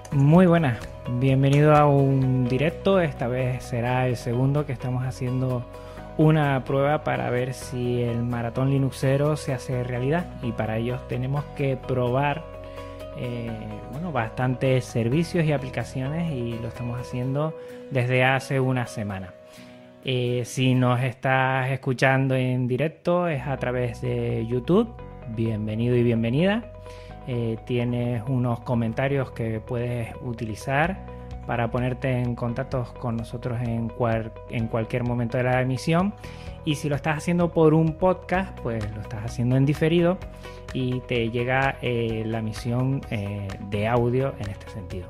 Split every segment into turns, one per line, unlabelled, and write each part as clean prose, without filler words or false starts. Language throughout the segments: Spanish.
Muy buenas, bienvenido a un directo. Esta vez será el segundo que estamos haciendo una prueba para ver si el maratón Linuxero se hace realidad, y para ello tenemos que probar bastantes servicios y aplicaciones, y lo estamos haciendo desde hace una semana. Si nos estás escuchando en directo es a través de YouTube, bienvenido y bienvenida. Tienes unos comentarios que puedes utilizar para ponerte en contacto con nosotros en cualquier momento de la emisión. Y si lo estás haciendo por un podcast, pues lo estás haciendo en diferido y te llega la emisión de audio en este sentido.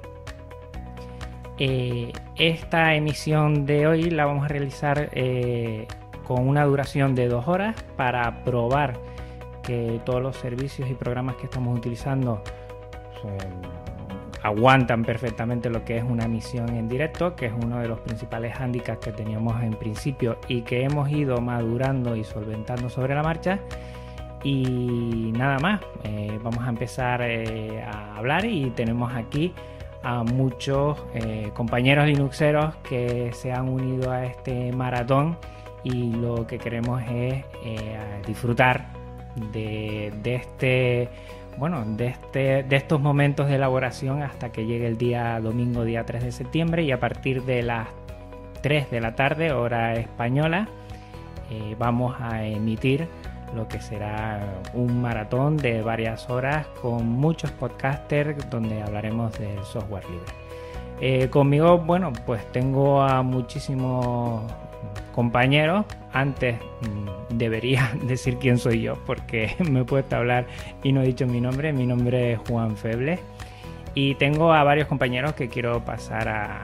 Esta emisión de hoy la vamos a realizar con una duración de 2 horas para probar que todos los servicios y programas que estamos utilizando aguantan perfectamente lo que es una emisión en directo, que es uno de los principales hándicaps que teníamos en principio y que hemos ido madurando y solventando sobre la marcha. Y nada más, vamos a empezar a hablar, y tenemos aquí a muchos compañeros linuxeros que se han unido a este maratón, y lo que queremos es disfrutar de estos momentos de elaboración hasta que llegue el día domingo, día 3 de septiembre, y a partir de las 3 de la tarde, hora española, vamos a emitir lo que será un maratón de varias horas con muchos podcasters donde hablaremos del software libre. Conmigo, pues tengo a muchísimos compañeros. Antes debería decir quién soy yo, porque me he puesto a hablar y no he dicho mi nombre. Mi nombre es Juan Febles, y tengo a varios compañeros que quiero pasar a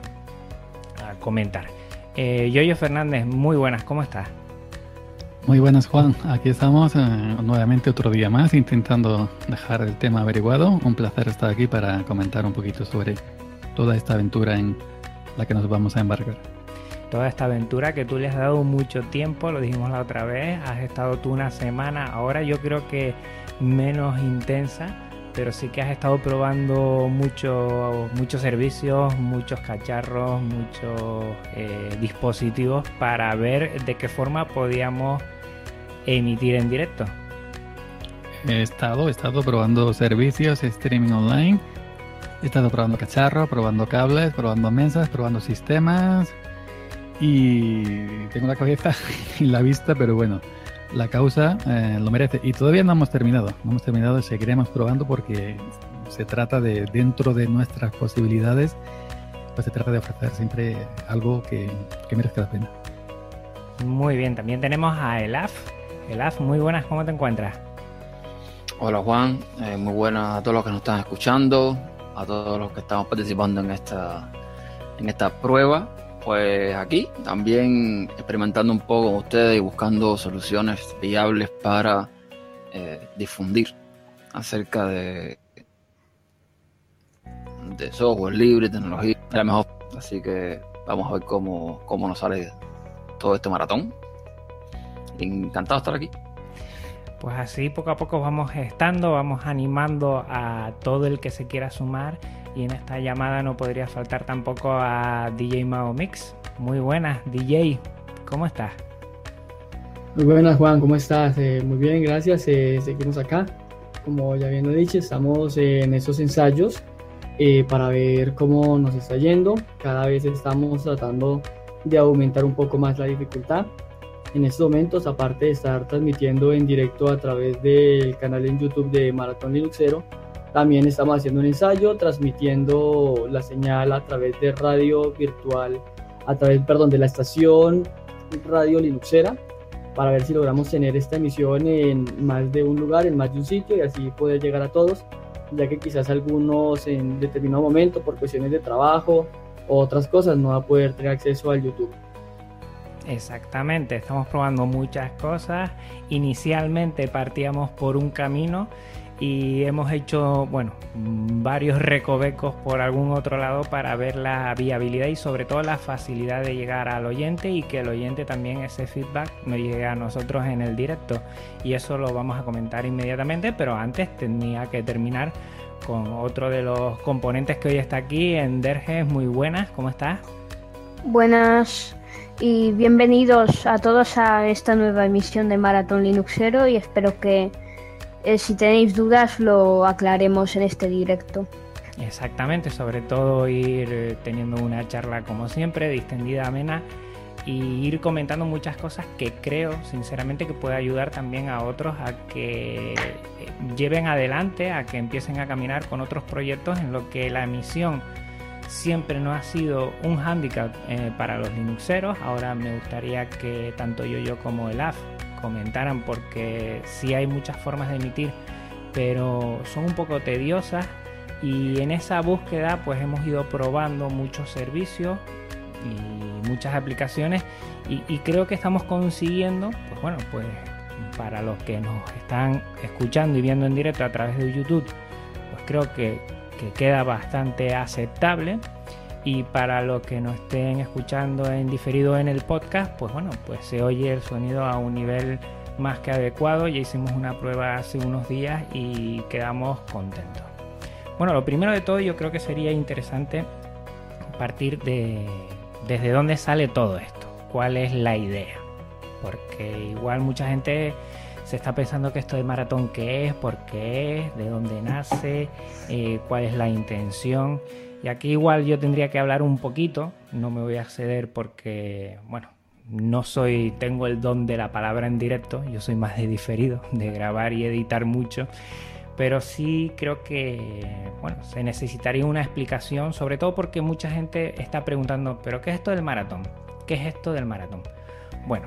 comentar. Yoyo Fernández, muy buenas, ¿cómo estás?
Muy buenas, Juan. Aquí estamos nuevamente otro día más intentando dejar el tema averiguado. Un placer estar aquí para comentar un poquito sobre toda esta aventura en la que nos vamos a embarcar.
Toda esta aventura que tú le has dado mucho tiempo, lo dijimos la otra vez, has estado tú una semana, ahora yo creo que menos intensa, pero sí que has estado probando muchos servicios, muchos cacharros, muchos dispositivos para ver de qué forma podíamos emitir en directo.
He estado probando servicios, streaming online, he estado probando cacharros, probando cables, probando mesas, probando sistemas. Y tengo la cabeza y la vista, pero bueno, la causa lo merece. Y todavía no hemos terminado, seguiremos probando porque se trata de, dentro de nuestras posibilidades, pues se trata de ofrecer siempre algo que merezca la pena.
Muy bien, también tenemos a Elaf. Elaf, muy buenas, ¿cómo te encuentras?
Hola Juan, muy buenas a todos los que nos están escuchando, a todos los que estamos participando en esta prueba. Pues aquí también experimentando un poco con ustedes y buscando soluciones viables para difundir acerca de software libre, tecnología, de la mejor. Así que vamos a ver cómo nos sale todo este maratón. Encantado de estar aquí.
Pues así poco a poco vamos animando a todo el que se quiera sumar. Y en esta llamada no podría faltar tampoco a DJ Mao Mix. Muy buenas, DJ, ¿cómo estás?
Muy buenas, Juan, ¿cómo estás? Muy bien, gracias. Seguimos acá. Como ya bien lo he dicho, estamos en esos ensayos para ver cómo nos está yendo. Cada vez estamos tratando de aumentar un poco más la dificultad. En estos momentos, aparte de estar transmitiendo en directo a través del canal en YouTube de Maratón Linuxero, también estamos haciendo un ensayo, transmitiendo la señal a través de radio virtual, de la estación Radio Linuxera, para ver si logramos tener esta emisión en más de un lugar, en más de un sitio, y así poder llegar a todos, ya que quizás algunos en determinado momento, por cuestiones de trabajo o otras cosas, no va a poder tener acceso al YouTube.
Exactamente, estamos probando muchas cosas. Inicialmente partíamos por un camino y hemos hecho varios recovecos por algún otro lado para ver la viabilidad y sobre todo la facilidad de llegar al oyente, y que el oyente también ese feedback nos llegue a nosotros en el directo, y eso lo vamos a comentar inmediatamente. Pero antes tenía que terminar con otro de los componentes que hoy está aquí, Enderges. Muy buenas, ¿cómo estás?
Buenas y bienvenidos a todos a esta nueva emisión de Maratón Linuxero, y espero que si tenéis dudas lo aclaremos en este directo.
Exactamente, sobre todo ir teniendo una charla como siempre, distendida, amena, y ir comentando muchas cosas que creo sinceramente que puede ayudar también a otros a que lleven adelante, a que empiecen a caminar con otros proyectos en lo que la emisión siempre no ha sido un hándicap para los linuxeros. Ahora me gustaría que tanto yo como el AF comentaran, porque sí hay muchas formas de emitir, pero son un poco tediosas, y en esa búsqueda pues hemos ido probando muchos servicios y muchas aplicaciones, y creo que estamos consiguiendo, pues bueno, pues para los que nos están escuchando y viendo en directo a través de YouTube, pues creo que queda bastante aceptable, y para los que nos estén escuchando en diferido en el podcast, pues bueno, pues se oye el sonido a un nivel más que adecuado. Ya hicimos una prueba hace unos días y quedamos contentos. Bueno, lo primero de todo, yo creo que sería interesante partir desde dónde sale todo esto, cuál es la idea, porque igual mucha gente se está pensando que esto de maratón, ¿qué es? ¿Por qué es? ¿De dónde nace? ¿Cuál es la intención? Y aquí igual yo tendría que hablar un poquito, no me voy a exceder porque, bueno, tengo el don de la palabra en directo, yo soy más de diferido, de grabar y editar mucho, pero sí creo que, bueno, se necesitaría una explicación, sobre todo porque mucha gente está preguntando, ¿pero qué es esto del maratón? ¿Qué es esto del maratón? Bueno,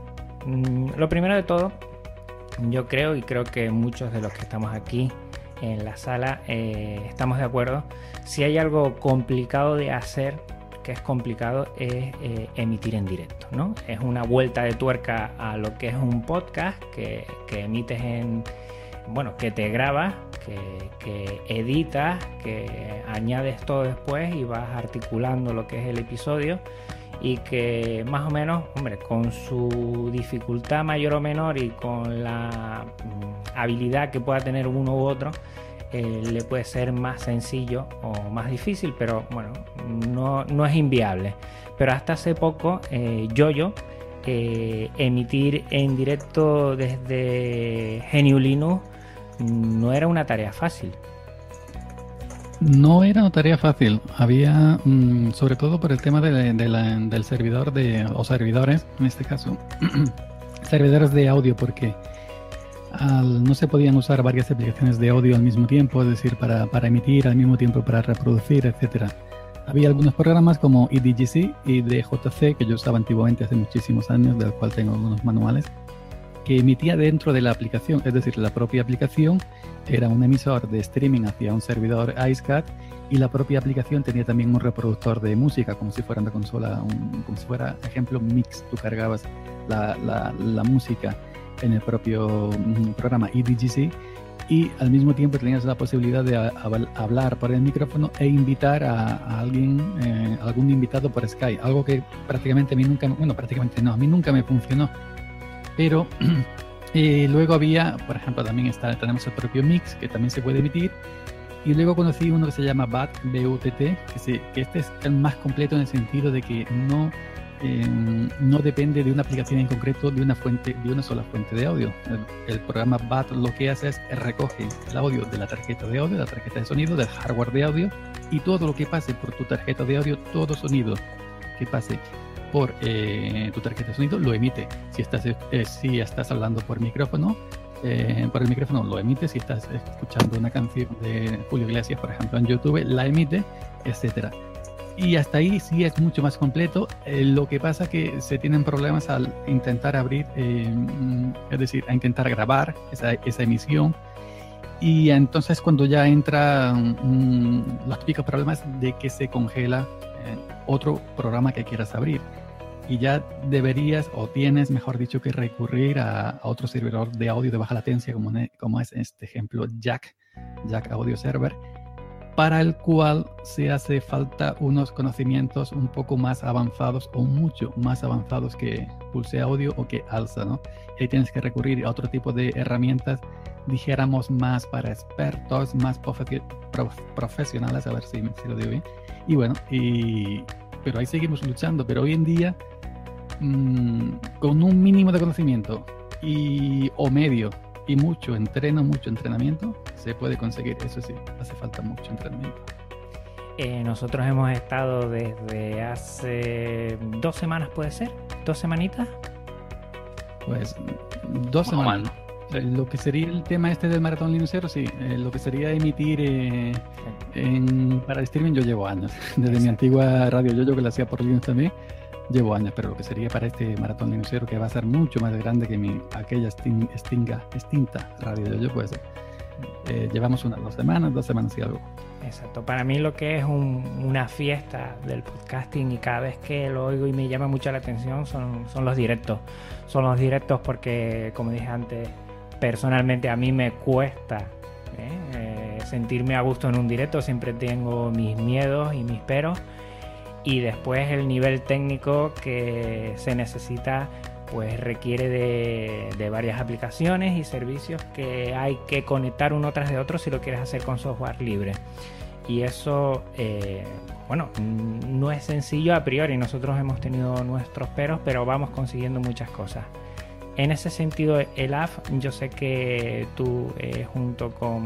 lo primero de todo, yo creo, y creo que muchos de los que estamos aquí en la sala estamos de acuerdo, si hay algo complicado de hacer, que es complicado, es emitir en directo, ¿no? Es una vuelta de tuerca a lo que es un podcast que emites que te grabas, que editas, que añades todo después y vas articulando lo que es el episodio, y que más o menos, hombre, con su dificultad mayor o menor y con la habilidad que pueda tener uno u otro, le puede ser más sencillo o más difícil, pero bueno, no es inviable. Pero hasta hace poco, emitir en directo desde GNU Linux no era una tarea fácil.
No era una tarea fácil. Había, sobre todo por el tema del servidor o servidores, en este caso, servidores de audio, porque no se podían usar varias aplicaciones de audio al mismo tiempo, es decir, para emitir al mismo tiempo, para reproducir, etcétera. Había algunos programas como eDGC y DJC, que yo usaba antiguamente hace muchísimos años, del cual tengo algunos manuales, que emitía dentro de la aplicación, es decir, la propia aplicación era un emisor de streaming hacia un servidor iSCAT, y la propia aplicación tenía también un reproductor de música, como si fuera una consola, como si fuera, ejemplo, Mix. Tú cargabas la música en el propio programa eDGC, y al mismo tiempo tenías la posibilidad de hablar por el micrófono e invitar a alguien, algún invitado por Skype, algo que prácticamente a mí nunca me funcionó. Pero luego había, por ejemplo, también tenemos el propio Mix, que también se puede emitir, y luego conocí uno que se llama BUTT, que este es el más completo en el sentido de que no depende de una aplicación en concreto, de una sola fuente de audio. El programa BUTT lo que hace es recoge el audio de la tarjeta de audio, de la tarjeta de sonido, del hardware de audio, y todo lo que pase por tu tarjeta de audio, todo sonido que pase por tu tarjeta de sonido lo emite. Si estás hablando por el micrófono lo emite. Si estás escuchando una canción de Julio Iglesias, por ejemplo, en YouTube, la emite, etcétera. Y hasta ahí sí es mucho más completo. Lo que pasa que se tienen problemas al intentar abrir, es decir, a intentar grabar esa emisión. Y entonces cuando ya entra los típicos problemas de que se congela otro programa que quieras abrir, y ya deberías, o tienes, mejor dicho, que recurrir a otro servidor de audio de baja latencia, como es este ejemplo Jack Audio Server, para el cual se hace falta unos conocimientos un poco más avanzados, o mucho más avanzados que Pulse Audio o que Alsa, ¿no? Ahí tienes que recurrir a otro tipo de herramientas dijéramos, más para expertos, más profesionales, a ver si lo digo bien. Y bueno, pero ahí seguimos luchando, pero hoy en día, con un mínimo de conocimiento o medio y mucho entrenamiento, se puede conseguir. Eso sí, hace falta mucho entrenamiento.
Nosotros hemos estado desde hace 2 semanas, ¿puede ser? ¿2 semanitas?
Pues 2 semanas. Lo que sería el tema este del Maratón Linuxero, sí. Lo que sería emitir para streaming, yo llevo años. Desde mi antigua radio yo que la hacía por Linux también, llevo años. Pero lo que sería para este Maratón Linuxero, que va a ser mucho más grande que aquella extinta radio yo puede ser. Llevamos 2 semanas y algo.
Exacto, para mí lo que es una fiesta del podcasting, y cada vez que lo oigo y me llama mucho la atención, son los directos. Son los directos porque, como dije antes, personalmente a mí me cuesta sentirme a gusto en un directo. Siempre tengo mis miedos y mis peros, y después el nivel técnico que se necesita pues requiere de varias aplicaciones y servicios que hay que conectar uno tras de otro si lo quieres hacer con software libre. Y eso, no es sencillo a priori. Nosotros hemos tenido nuestros peros, pero vamos consiguiendo muchas cosas. En ese sentido, el AF, yo sé que tú junto con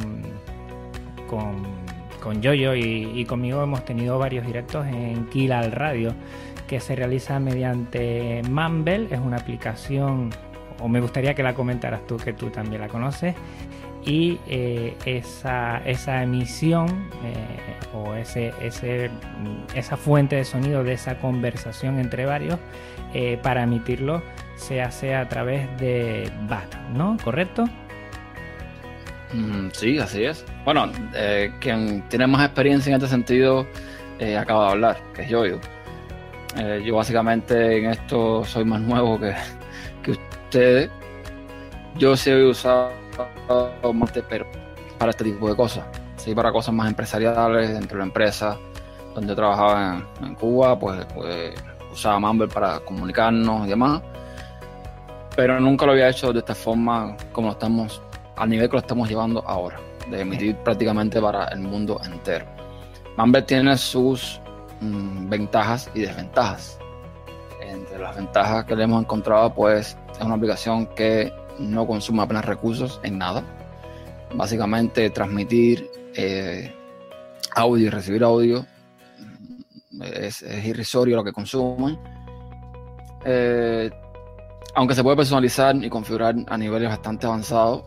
Yoyo y conmigo hemos tenido varios directos en Kilal Radio, que se realiza mediante Mumble. Es una aplicación, o me gustaría que la comentaras tú, que tú también la conoces, y esa emisión o esa fuente de sonido de esa conversación entre varios, para emitirlo se hace a través de BAT, ¿no? ¿Correcto?
Sí, así es. Bueno, quien tiene más experiencia en este sentido acaba de hablar, que es Yoyo. Yo básicamente en esto soy más nuevo que ustedes. Yo sí he usado Mumble, pero para este tipo de cosas. Sí, para cosas más empresariales, dentro de la empresa donde yo trabajaba en Cuba, pues usaba Mumble para comunicarnos y demás. Pero nunca lo había hecho de esta forma, como al nivel que lo estamos llevando ahora, de emitir prácticamente para el mundo entero. Mumble tiene sus ventajas y desventajas. Entre las ventajas que le hemos encontrado, pues es una aplicación que no consume apenas recursos en nada. Básicamente transmitir audio y recibir audio es irrisorio lo que consumen. Aunque se puede personalizar y configurar a niveles bastante avanzados,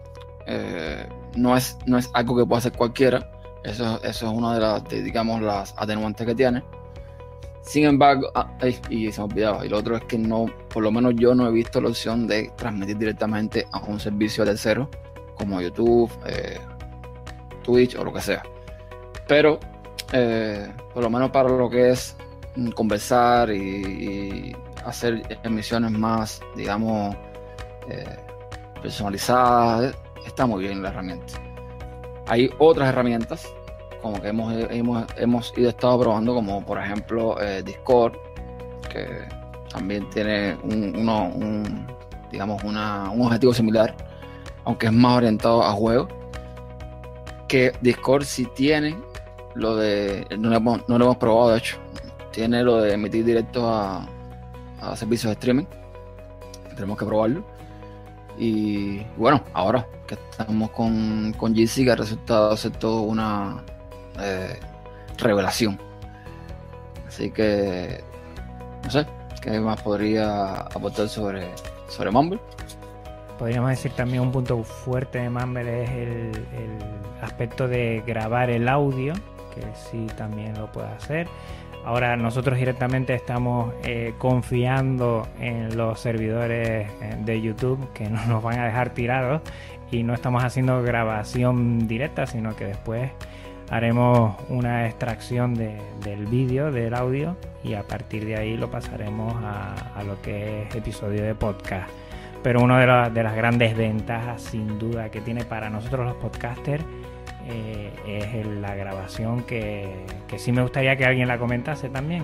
no es algo que pueda hacer cualquiera. Eso es una de las atenuantes que tiene. Sin embargo, y se me olvidaba, y lo otro es que por lo menos yo no he visto la opción de transmitir directamente a un servicio tercero como YouTube, Twitch o lo que sea. Pero por lo menos para lo que es conversar y hacer emisiones más, digamos, personalizadas, está muy bien la herramienta. Hay otras herramientas como que hemos estado probando, como por ejemplo Discord, que también tiene un objetivo similar, aunque es más orientado a juegos. Que Discord sí tiene lo de, no lo hemos probado de hecho, tiene lo de emitir directo a servicios de streaming. Tenemos que probarlo. Y bueno, ahora que estamos con Jitsi, que ha resultado ser todo una revelación. Así que no sé qué más podría aportar sobre Mumble.
Podríamos decir también un punto fuerte de Mumble es el aspecto de grabar el audio, que sí también lo puede hacer. Ahora nosotros directamente estamos confiando en los servidores de YouTube, que no nos van a dejar tirados, y no estamos haciendo grabación directa, sino que después haremos una extracción del vídeo, del audio, y a partir de ahí lo pasaremos a lo que es episodio de podcast. Pero una de las grandes ventajas, sin duda, que tiene para nosotros los podcasters es la grabación, que sí me gustaría que alguien la comentase también.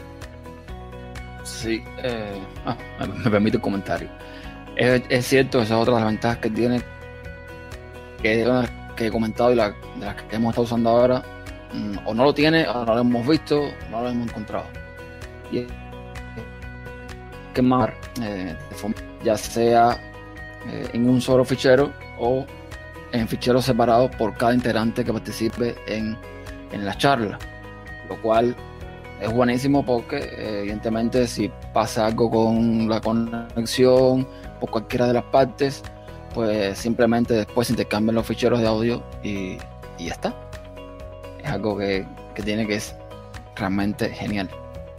Sí, me permite un comentario. Es cierto, esa es otra de las ventajas que tiene, que es una que he comentado y de las que hemos estado usando ahora, o no lo tiene, o no lo hemos visto, no lo hemos encontrado. Y que más ya sea en un solo fichero o en ficheros separados por cada integrante que participe en la charla, lo cual es buenísimo porque evidentemente si pasa algo con la conexión por cualquiera de las partes, pues simplemente después se intercambian los ficheros de audio y ya está. Es algo que tiene que es realmente genial.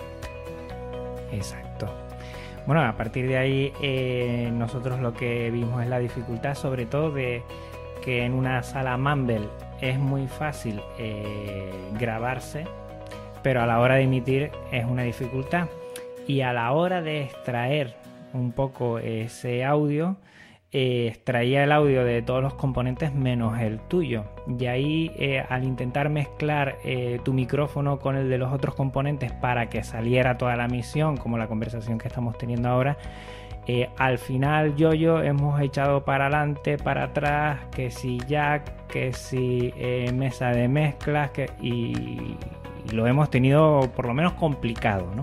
Exacto. Bueno, a partir de ahí nosotros lo que vimos es la dificultad, sobre todo de que en una sala Mumble es muy fácil grabarse, pero a la hora de emitir es una dificultad, y a la hora de extraer un poco ese audio, extraía el audio de todos los componentes menos el tuyo, y ahí al intentar mezclar tu micrófono con el de los otros componentes para que saliera toda la emisión, como la conversación que estamos teniendo ahora, al final yo hemos echado para adelante, para atrás, que si jack, que si mesa de mezclas, y lo hemos tenido por lo menos complicado, ¿no?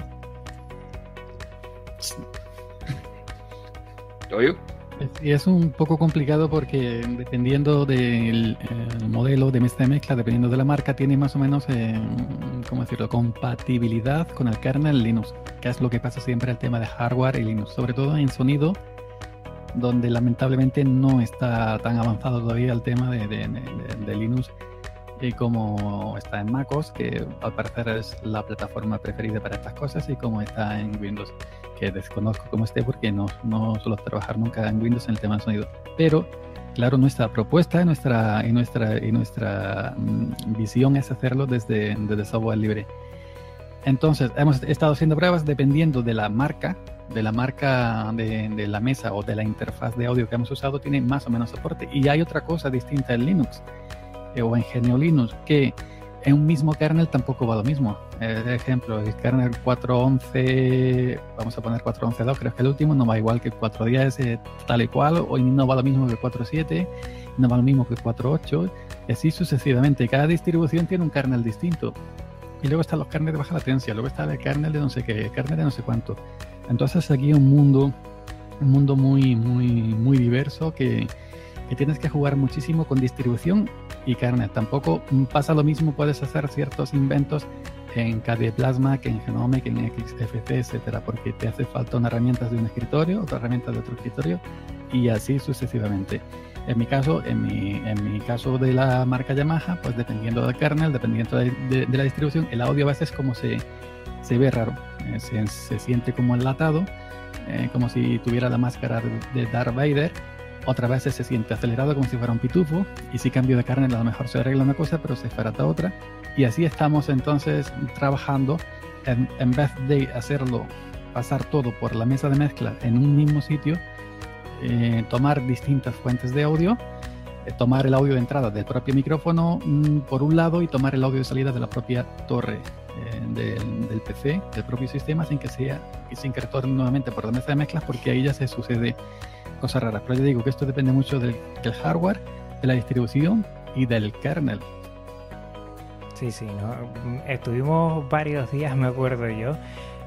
¿Oye?
Y es un poco complicado porque dependiendo del modelo de mesa de mezcla, dependiendo de la marca, tiene más o menos, ¿cómo decirlo?, compatibilidad con el kernel Linux, que es lo que pasa siempre el tema de hardware y Linux, sobre todo en sonido, donde lamentablemente no está tan avanzado todavía el tema de Linux como está en MacOS, que al parecer es la plataforma preferida para estas cosas, y como está en Windows, que desconozco cómo esté porque no suelo trabajar nunca en Windows en el tema de sonido. Pero claro, nuestra propuesta y nuestra visión es hacerlo desde software libre. Entonces hemos estado haciendo pruebas dependiendo de la marca de la mesa o de la interfaz de audio que hemos usado, tiene más o menos soporte. Y hay otra cosa distinta en Linux o en GNU Linux, que en un mismo kernel tampoco va lo mismo. De ejemplo, el kernel 4.11, vamos a poner 4.11.2, creo que el último no va igual que 4.10 tal y cual, o no va lo mismo que 4.7, no va lo mismo que 4.8, y así sucesivamente. Cada distribución tiene un kernel distinto. Y luego están los kernels de baja latencia, luego está el kernel de no sé qué, el kernel de no sé cuánto. Entonces aquí un mundo muy, muy, muy diverso que tienes que jugar muchísimo con distribución y kernel. Tampoco pasa lo mismo, puedes hacer ciertos inventos en KDE Plasma, que en Genome, que en XFC, etcétera, porque te hace falta una herramienta de un escritorio, otra herramienta de otro escritorio, y así sucesivamente. En mi caso de la marca Yamaha, pues dependiendo del kernel, dependiendo de la distribución, el audio a veces como se ve raro, se siente como enlatado, como si tuviera la máscara de Darth Vader. Otras veces se siente acelerado como si fuera un pitufo, y si cambio de kernel a lo mejor se arregla una cosa pero se desbarata otra, y así estamos entonces trabajando en vez de hacerlo pasar todo por la mesa de mezcla en un mismo sitio, tomar distintas fuentes de audio, tomar el audio de entrada del propio micrófono por un lado y tomar el audio de salida de la propia torre del PC, del propio sistema, sin que retorne nuevamente por la mesa de mezclas, porque ahí ya se sucede cosas raras. Pero yo digo que esto depende mucho del hardware, de la distribución y del kernel.
Sí, ¿no? Estuvimos varios días, me acuerdo yo,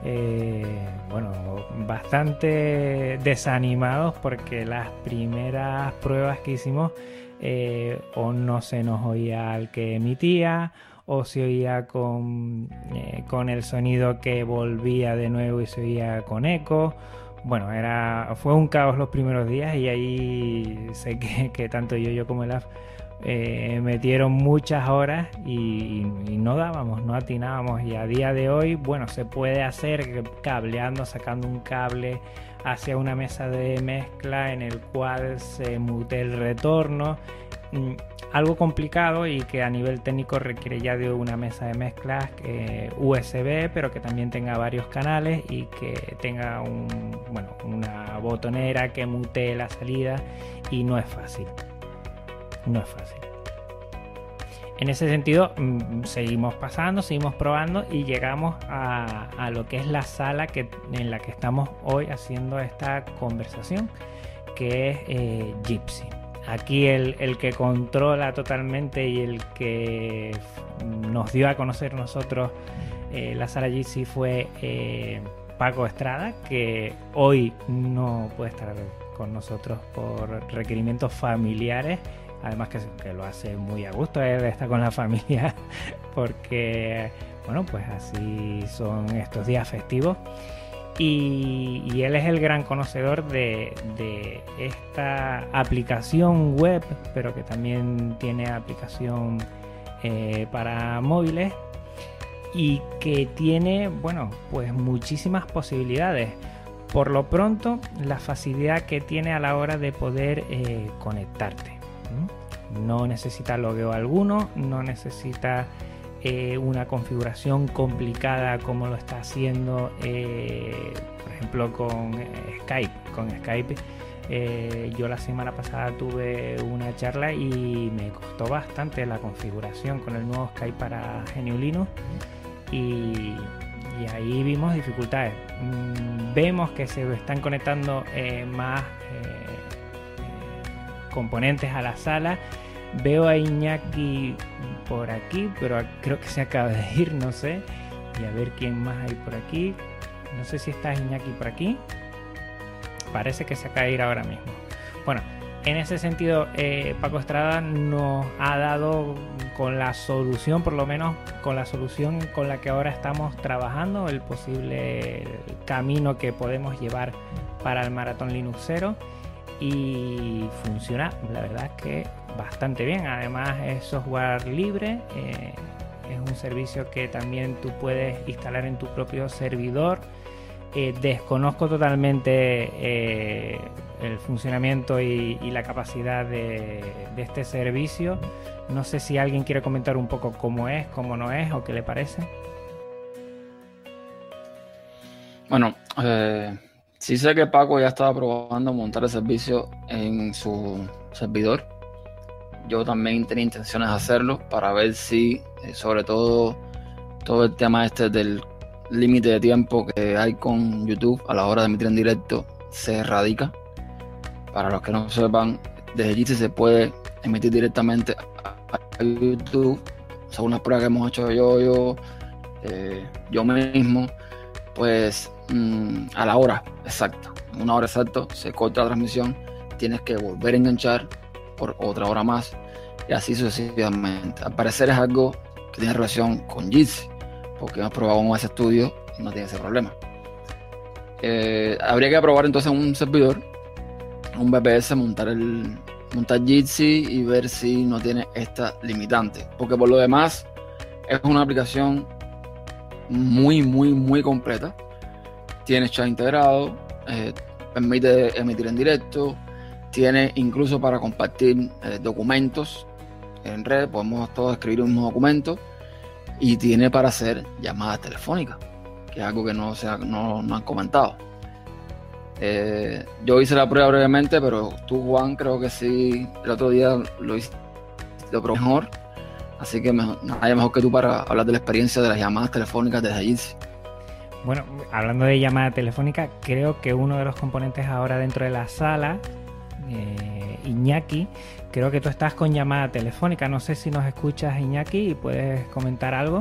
bastante desanimados porque las primeras pruebas que hicimos o no se nos oía al que emitía, o se oía con el sonido que volvía de nuevo y se oía con eco. Bueno, fue un caos los primeros días, y ahí sé que tanto yo como el AF metieron muchas horas y no dábamos, no atinábamos. Y a día de hoy, bueno, se puede hacer cableando, sacando un cable hacia una mesa de mezcla en el cual se mute el retorno. Algo complicado y que a nivel técnico requiere ya de una mesa de mezclas USB, pero que también tenga varios canales y que tenga una botonera que mutee la salida, y no es fácil. No es fácil. En ese sentido, seguimos pasando, seguimos probando y llegamos a lo que es la sala en la que estamos hoy haciendo esta conversación, que es Jitsi. aquí el que controla totalmente y el que nos dio a conocer nosotros la sala Jitsi fue Paco Estrada, que hoy no puede estar con nosotros por requerimientos familiares. Además que lo hace muy a gusto, él está con la familia porque, bueno, pues así son estos días festivos. Y él es el gran conocedor de esta aplicación web, pero que también tiene aplicación para móviles y que tiene, bueno, pues muchísimas posibilidades. Por lo pronto, la facilidad que tiene a la hora de poder conectarte. No necesita logueo alguno, no necesita una configuración complicada como lo está haciendo por ejemplo con Skype. Con Skype yo la semana pasada tuve una charla y me costó bastante la configuración con el nuevo Skype para GNU Linux y ahí vimos dificultades. Vemos que se están conectando más componentes a la sala. Veo a Iñaki por aquí, pero creo que se acaba de ir, no sé. Y a ver quién más hay por aquí. No sé si está Iñaki por aquí. Parece que se acaba de ir ahora mismo. Bueno, en ese sentido, Paco Estrada nos ha dado con la solución, por lo menos con la solución con la que ahora estamos trabajando, el posible camino que podemos llevar para el Maratón Linuxero. Y funciona, la verdad es que bastante bien. Además es software libre, es un servicio que también tú puedes instalar en tu propio servidor. Desconozco totalmente el funcionamiento y la capacidad de este servicio. No sé si alguien quiere comentar un poco cómo es, cómo no es o qué le parece.
Bueno, sí sé que Paco ya estaba probando montar el servicio en su servidor. Yo también tenía intenciones de hacerlo para ver si, sobre todo el tema este del límite de tiempo que hay con YouTube a la hora de emitir en directo se erradica. Para los que no sepan, desde Jitsi se puede emitir directamente a YouTube. Según las pruebas que hemos hecho yo mismo, pues a la hora exacta, en una hora exacta se corta la transmisión, tienes que volver a enganchar por otra hora más y así sucesivamente. Al parecer es algo que tiene relación con Jitsi, porque hemos probado un OS Studio y no tiene ese problema. Habría que probar entonces un servidor, un VPS, montar Jitsi y ver si no tiene esta limitante, porque por lo demás es una aplicación muy completa. Tiene chat integrado, permite emitir en directo, tiene incluso para compartir documentos en red, podemos todos escribir un mismo documento, y tiene para hacer llamadas telefónicas, que es algo que no han comentado. Yo hice la prueba brevemente, pero tú, Juan, creo que sí, el otro día lo probé mejor, así que nadie mejor que tú para hablar de la experiencia de las llamadas telefónicas desde Jitsi.
Bueno, hablando de llamada telefónica, creo que uno de los componentes ahora dentro de la sala, Iñaki, creo que tú estás con llamada telefónica. No sé si nos escuchas, Iñaki, y puedes comentar algo.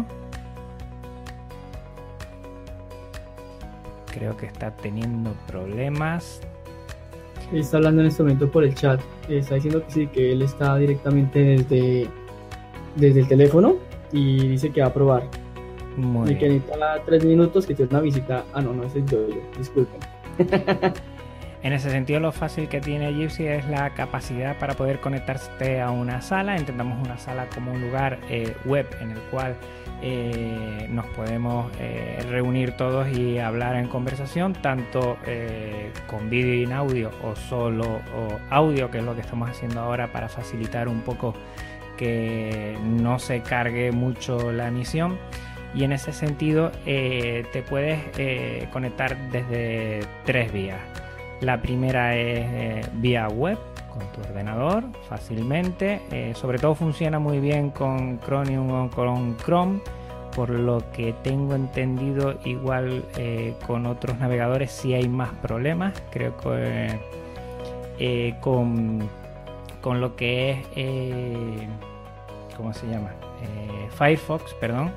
Creo que está teniendo problemas.
Está hablando en este momento por el chat. Está diciendo que sí, que él está directamente desde el teléfono y dice que va a probar.
Muy
y
bien.
Que necesita 3 minutos, que tiene una visita. Ah, no es el yo, disculpen.
En ese sentido, lo fácil que tiene Jitsi es la capacidad para poder conectarse a una sala. Entendamos una sala como un lugar web en el cual nos podemos reunir todos y hablar en conversación, tanto con vídeo y en audio o solo o audio, que es lo que estamos haciendo ahora para facilitar un poco que no se cargue mucho la emisión. Y en ese sentido te puedes conectar desde 3 vías. La primera es vía web, con tu ordenador, fácilmente. Sobre todo funciona muy bien con Chromium o con Chrome, por lo que tengo entendido. Igual con otros navegadores sí hay más problemas. Creo que con con lo que es ¿cómo se llama? Firefox, perdón.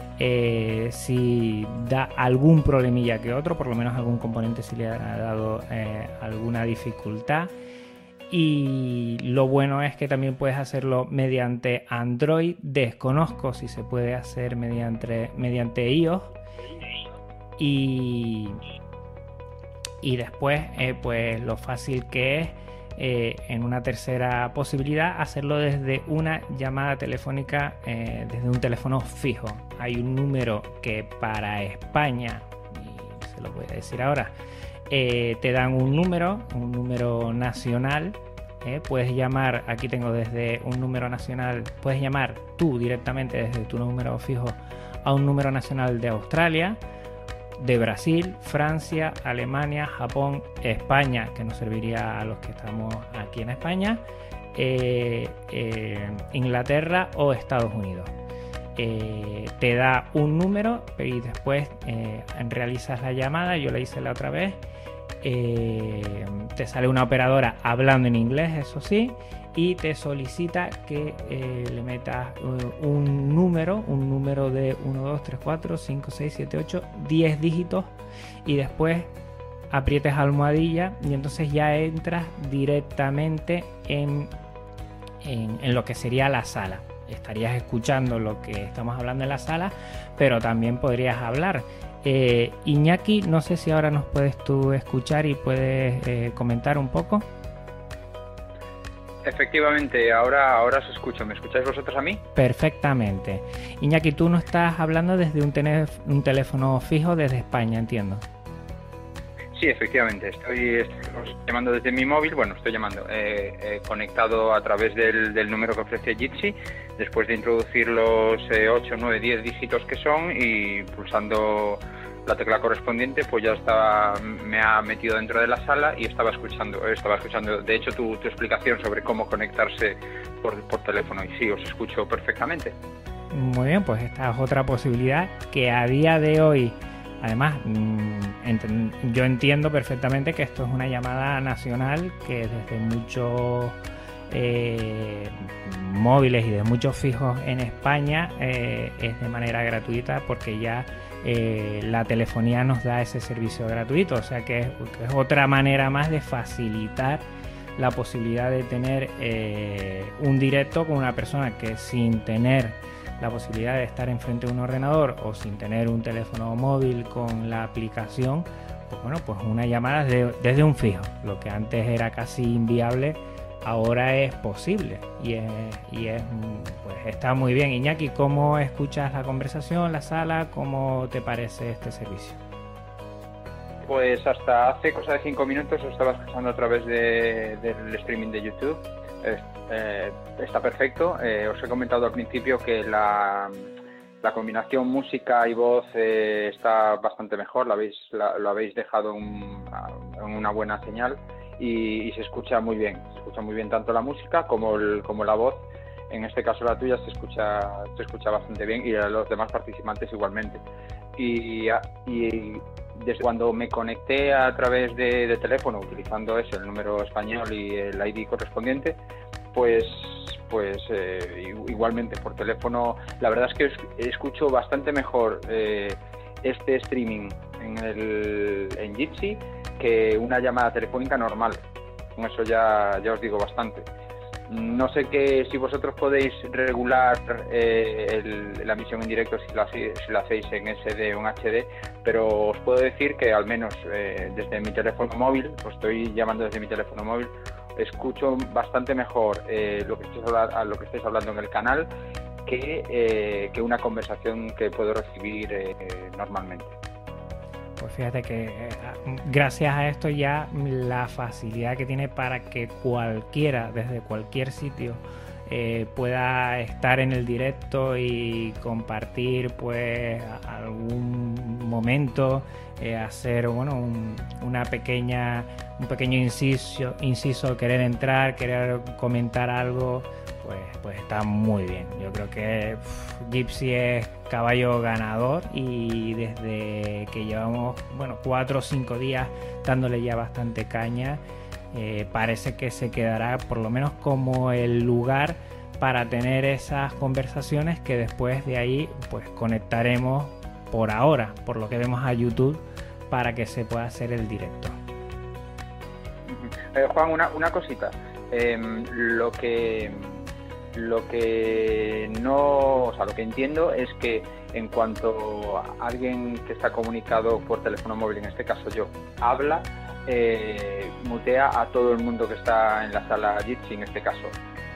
Si da algún problemilla que otro, por lo menos algún componente si le ha dado alguna dificultad. Y lo bueno es que también puedes hacerlo mediante Android. Desconozco si se puede hacer mediante iOS. Y después pues lo fácil que es, en una tercera posibilidad, hacerlo desde una llamada telefónica, desde un teléfono fijo. Hay un número que para España, y se lo voy a decir ahora, te dan un número nacional. Puedes llamar, aquí tengo desde un número nacional, puedes llamar tú directamente desde tu número fijo a un número nacional de Australia, de Brasil, Francia, Alemania, Japón, España, que nos serviría a los que estamos aquí en España, Inglaterra o Estados Unidos. Te da un número y después realizas la llamada. Yo la hice la otra vez. Te sale una operadora hablando en inglés, eso sí, y te solicita que le metas un número de 1, 2, 3, 4, 5, 6, 7, 8, 10 dígitos, y después aprietes almohadilla y entonces ya entras directamente en lo que sería la sala. Estarías escuchando lo que estamos hablando en la sala, pero también podrías hablar. Iñaki, no sé si ahora nos puedes tú escuchar y puedes comentar un poco.
Efectivamente, ahora os escucho. ¿Me escucháis vosotros a mí?
Perfectamente. Iñaki, tú nos estás hablando desde un teléfono fijo desde España, entiendo.
Sí, efectivamente. Estoy llamando desde mi móvil. Bueno, estoy llamando conectado a través del número que ofrece Jitsi, después de introducir los 8, 9, 10 dígitos que son, y pulsando la tecla correspondiente, pues ya me ha metido dentro de la sala y estaba escuchando de hecho tu explicación sobre cómo conectarse por teléfono, y sí, os escucho perfectamente.
Muy bien, pues esta es otra posibilidad que a día de hoy, además, yo entiendo perfectamente que esto es una llamada nacional que desde muchos móviles y de muchos fijos en España es de manera gratuita, porque ya la telefonía nos da ese servicio gratuito. O sea que es otra manera más de facilitar la posibilidad de tener un directo con una persona que, sin tener la posibilidad de estar enfrente de un ordenador o sin tener un teléfono móvil con la aplicación, pues bueno, pues una llamada desde un fijo. Lo que antes era casi inviable, ahora es posible, y pues está muy bien. Iñaki, ¿cómo escuchas la conversación, la sala? ¿Cómo te parece este servicio?
Pues hasta hace cosa de 5 minutos lo estaba escuchando a través del streaming de YouTube. Está perfecto. Os he comentado al principio que la combinación música y voz está bastante mejor. Lo habéis dejado en una buena señal. Y se escucha muy bien. Se escucha muy bien tanto la música como la voz. En este caso la tuya se escucha bastante bien, y a los demás participantes igualmente. Y desde cuando me conecté a través de teléfono, utilizando eso, el número español y el ID correspondiente, pues igualmente por teléfono, la verdad es que escucho bastante mejor este streaming en Jitsi que una llamada telefónica normal. Con eso ya os digo bastante. No sé si vosotros podéis regular la emisión en directo si la hacéis en SD o en HD, pero os puedo decir que al menos desde mi teléfono móvil, os estoy llamando desde mi teléfono móvil, escucho bastante mejor lo que estáis hablando en el canal que una conversación que puedo recibir normalmente.
Pues fíjate que gracias a esto ya la facilidad que tiene para que cualquiera, desde cualquier sitio, pueda estar en el directo y compartir pues algún momento, hacer un pequeño inciso, querer entrar, querer comentar algo, pues está muy bien. Yo creo que Jitsi es caballo ganador, y desde que llevamos 4 o 5 días dándole ya bastante caña, parece que se quedará por lo menos como el lugar para tener esas conversaciones que después de ahí pues conectaremos por ahora, por lo que vemos a YouTube, para que se pueda hacer el directo.
Juan, una cosita. Lo que no, o sea, lo que entiendo es que en cuanto a alguien que está comunicado por teléfono móvil, en este caso yo, habla, mutea a todo el mundo que está en la sala Jitsi, en este caso.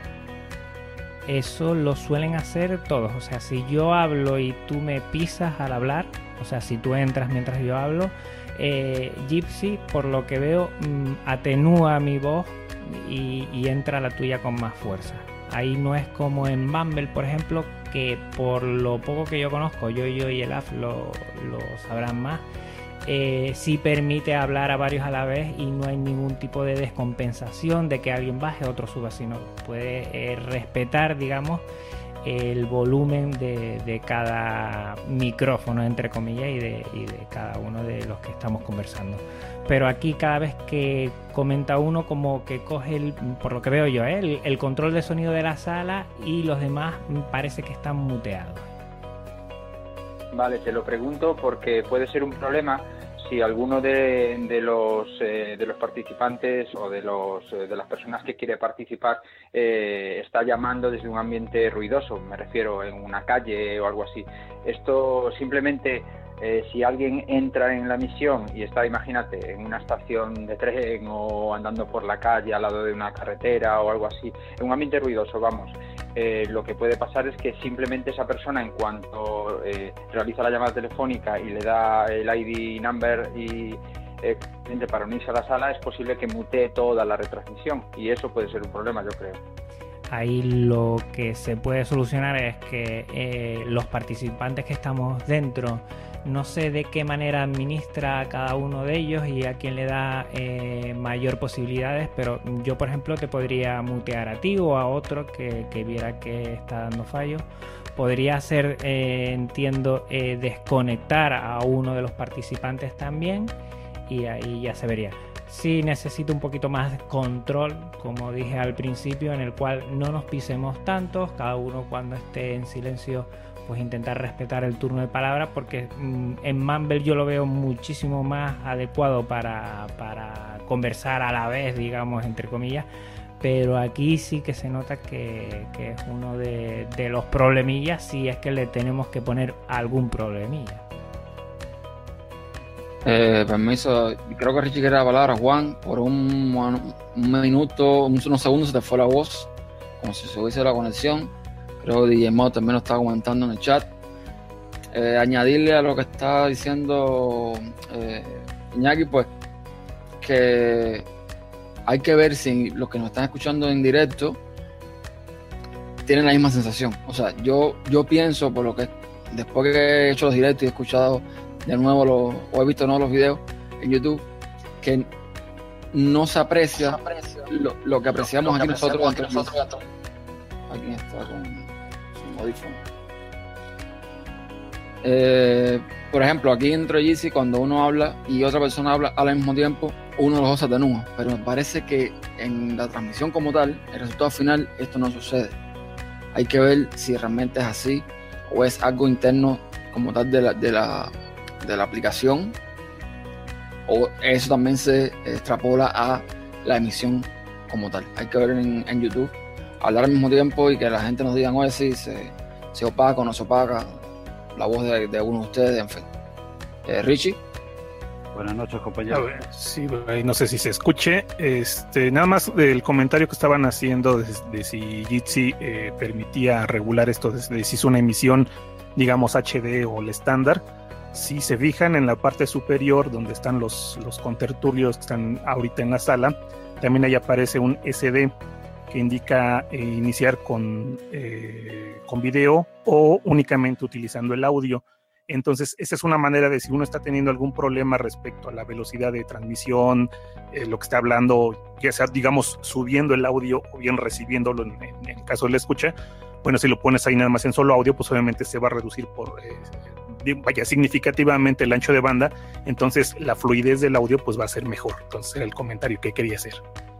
Eso lo suelen hacer todos. O sea, si yo hablo y tú me pisas al hablar, o sea, si tú entras mientras yo hablo, Jitsi, por lo que veo, atenúa mi voz y entra la tuya con más fuerza. Ahí no es como en Mumble, por ejemplo, que por lo poco que yo conozco, yo y el AF lo sabrán más, sí permite hablar a varios a la vez y no hay ningún tipo de descompensación de que alguien baje, otro suba, sino puede respetar, digamos, el volumen de cada micrófono, entre comillas, y de cada uno de los que estamos conversando. Pero aquí cada vez que comenta uno, como que coge, por lo que veo yo, el control de sonido de la sala, y los demás parece que están muteados.
Vale, te lo pregunto porque puede ser un problema si alguno de los participantes o de las personas que quiere participar está llamando desde un ambiente ruidoso, me refiero en una calle o algo así. Esto simplemente, si alguien entra en la misión y está, imagínate, en una estación de tren o andando por la calle al lado de una carretera o algo así, en un ambiente ruidoso, vamos, lo que puede pasar es que simplemente esa persona, en cuanto realiza la llamada telefónica y le da el ID number y para unirse a la sala, es posible que mutee toda la retransmisión, y eso puede ser un problema, yo creo.
Ahí lo que se puede solucionar es que los participantes que estamos dentro, no sé de qué manera administra a cada uno de ellos y a quién le da mayor posibilidades, pero yo, por ejemplo, te podría mutear a ti o a otro que viera que está dando fallos. Podría hacer, entiendo, desconectar a uno de los participantes también, y ahí ya se vería. Sí, necesito un poquito más de control, como dije al principio, en el cual no nos pisemos tantos, cada uno cuando esté en silencio pues intentar respetar el turno de palabra, porque en Mumble yo lo veo muchísimo más adecuado para conversar a la vez, digamos, entre comillas, pero aquí sí que se nota que es uno de los problemillas, si es que le tenemos que poner algún problemilla.
Permiso, creo que Richie quiere la palabra. Juan, por un minuto, unos segundos se te fue la voz, como si se hubiese la conexión. Creo que DJ Mo también lo estaba comentando en el chat. Añadirle a lo que está diciendo Iñaki, pues que hay que ver si los que nos están escuchando en directo tienen la misma sensación. O sea, yo pienso, por lo que después que he hecho los directos y he escuchado de nuevo o he visto de nuevo los videos en YouTube, que no se aprecia lo que apreciamos aquí nosotros. Aquí está con su audífono. Por ejemplo, aquí dentro de Jitsi, cuando uno habla y otra persona habla al mismo tiempo, uno de los dos se atenúa, pero me parece que en la transmisión como tal, el resultado final, esto no sucede. Hay que ver si realmente es así o es algo interno como tal de la aplicación, o eso también se extrapola a la emisión como tal. Hay que ver en YouTube, hablar al mismo tiempo y que la gente nos diga, oye, si se opaca o no se opaca la voz de uno de ustedes, en fin. Richie.
Buenas noches, compañeros.
Sí, no sé si se escuche. Nada más el comentario que estaban haciendo de si Jitsi permitía regular esto, de si es una emisión, digamos, HD o el estándar. Si se fijan en la parte superior donde están los contertulios que están ahorita en la sala, también ahí aparece un SD que indica iniciar con video o únicamente utilizando el audio. Entonces, esa es una manera de si uno está teniendo algún problema respecto a la velocidad de transmisión, lo que está hablando, ya sea, digamos, subiendo el audio o bien recibiéndolo en caso de la escucha. Bueno, si lo pones ahí nada más en solo audio, pues obviamente se va a reducir significativamente el ancho de banda, entonces la fluidez del audio pues va a ser mejor. Entonces era el comentario que quería hacer.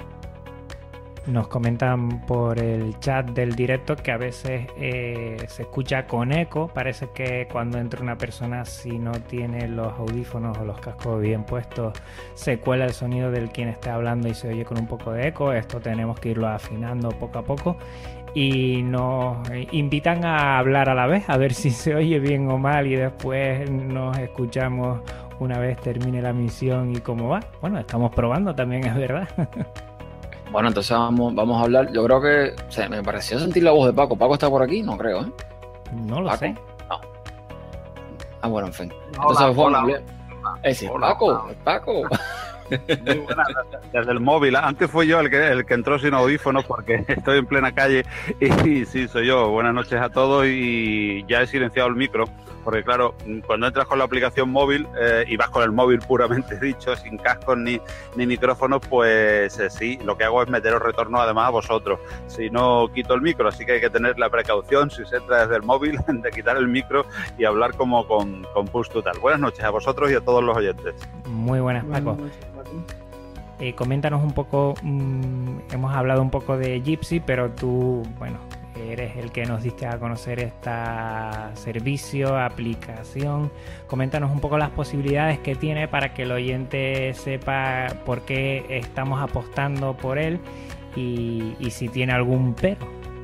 Nos comentan por el chat del directo que a veces se escucha con eco. Parece que cuando entra una persona, si no tiene los audífonos o los cascos bien puestos, se cuela el sonido del quien está hablando y se oye con un poco de eco. Esto tenemos que irlo afinando poco a poco. Y nos invitan a hablar a la vez, a ver si se oye bien o mal, y después nos escuchamos una vez termine la misión y cómo va. Bueno, estamos probando también, es verdad.
Bueno, entonces vamos a hablar. Yo creo que me pareció sentir la voz de Paco. ¿Paco está por aquí? No creo, ¿eh?
No lo sé.
No. Ah, bueno, en fin. Entonces,
hola.
Ese, Paco, Paco.
Muy buena, desde el móvil. Antes fui yo el que entró sin audífonos porque estoy en plena calle y sí, soy yo. Buenas noches a todos y ya he silenciado el micro porque claro, cuando entras con la aplicación móvil y vas con el móvil puramente dicho, sin cascos ni micrófonos, pues sí, lo que hago es meteros retorno además a vosotros. Si no, quito el micro, así que hay que tener la precaución si se entra desde el móvil de quitar el micro y hablar como con push total. Buenas noches a vosotros y a todos los oyentes.
Muy buenas, Paco.
Buenas noches, Paco.
Coméntanos un poco, hemos hablado un poco de Jitsi, pero tú, bueno, eres el que nos diste a conocer este servicio, aplicación. Coméntanos un poco las posibilidades que tiene para que el oyente sepa por qué estamos apostando por él y si tiene algún pero.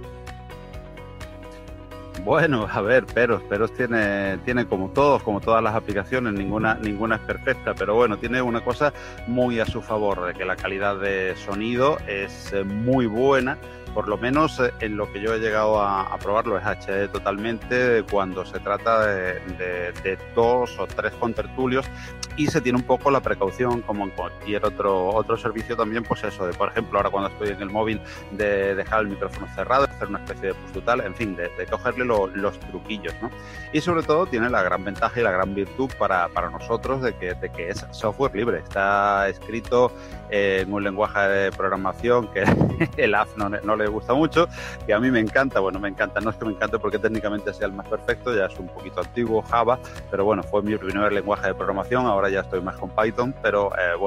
Bueno, a ver, peros tiene como todas las aplicaciones, ninguna es perfecta, pero bueno, tiene una cosa muy a su favor, de que la calidad de sonido es muy buena, por lo menos en lo que yo he llegado a probarlo es HD totalmente cuando se trata de 2 o 3 contertulios y se tiene un poco la precaución como en cualquier otro servicio también, pues eso, de por ejemplo ahora cuando estoy en el móvil de dejar el micrófono cerrado, hacer una especie de push total, en fin, de cogerle los truquillos, ¿no? Y sobre todo tiene la gran ventaja y la gran virtud para nosotros de que es software libre, está escrito en un lenguaje de programación que el AZ no le gusta mucho, que a mí me encanta, no es que me encante porque técnicamente sea el más perfecto, ya es un poquito antiguo, Java, pero bueno, fue mi primer lenguaje de programación, ahora ya estoy más con Python, pero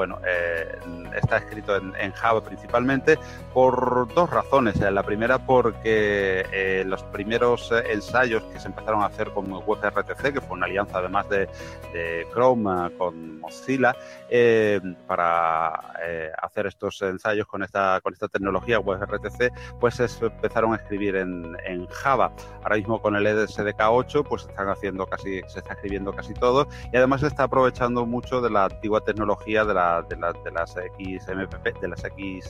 está escrito en Java principalmente por 2 razones. La primera porque los primeros ensayos que se empezaron a hacer con WebRTC, que fue una alianza además de Chrome con Mozilla, para hacer estos ensayos con esta tecnología WebRTC, pues se empezaron a escribir en Java. Ahora mismo con el ESDK 8 pues se está escribiendo casi todo y además se está aprovechando mucho de la antigua tecnología de las XMPP, de las X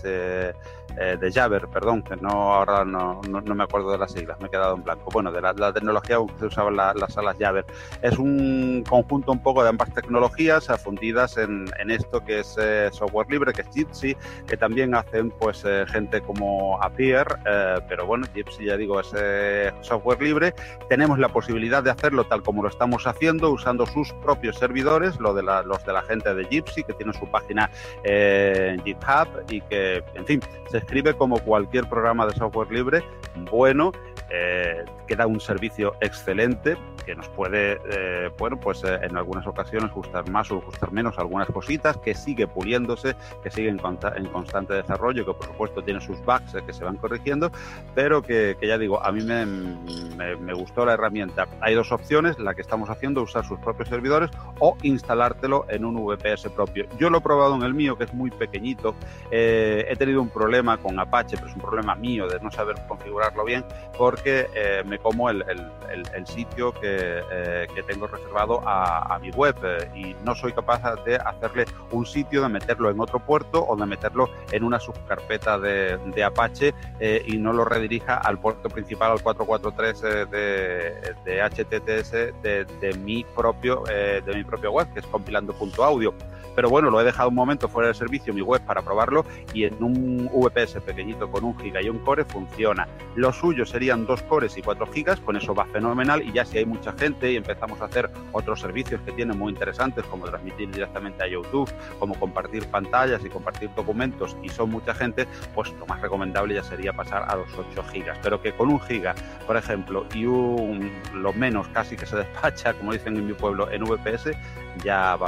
de Jabber, perdón, que ahora no me acuerdo de las siglas, me he quedado en blanco. Bueno, de la tecnología que se usaban las salas Jabber. Es un conjunto un poco de ambas tecnologías fundidas en esto que es software libre, que es Jitsi, que también hacen pues gente como Appier, pero bueno, Jitsi ya digo es software libre. Tenemos la posibilidad de hacerlo tal como lo estamos haciendo, usando sus propios servidores, los de la gente de Jitsi, que tiene su página en GitHub y que, en fin, se escribe como cualquier programa de software libre, bueno, que da un servicio excelente, que nos puede, en algunas ocasiones gustar más o gustar menos algunas cositas, que sigue puliéndose, que sigue en constante desarrollo, que por supuesto tiene sus bugs que se van corrigiendo, pero que ya digo, a mí me gustó la herramienta. Hay 2 opciones, la que estamos haciendo, usar sus propios servidores o instalártelo en un VPS propio. Yo lo he probado en el mío, que es muy pequeñito. He tenido un problema con Apache, pero es un problema mío de no saber configurarlo bien, porque me como el sitio que tengo reservado a mi web y no soy capaz de hacerle un sitio, de meterlo en otro puerto o de meterlo en una subcarpeta de Apache y no lo redirija al puerto principal, al 443 de HTTPS de mi propio web, que es compilando.audio. Pero bueno, lo he dejado un momento fuera del servicio, mi web, para probarlo, y en un VPS pequeñito con 1 giga y 1 core funciona. Lo suyo serían 2 cores y 4 gigas, con eso va fenomenal, y ya si hay mucha gente y empezamos a hacer otros servicios que tienen muy interesantes, como transmitir directamente a YouTube, como compartir pantallas y compartir documentos, y son mucha gente, pues lo más recomendable ya sería pasar a los 8 gigas. Pero que con 1 giga, por ejemplo, y lo menos casi que se despacha, como dicen en mi pueblo, en VPS, ya va bien.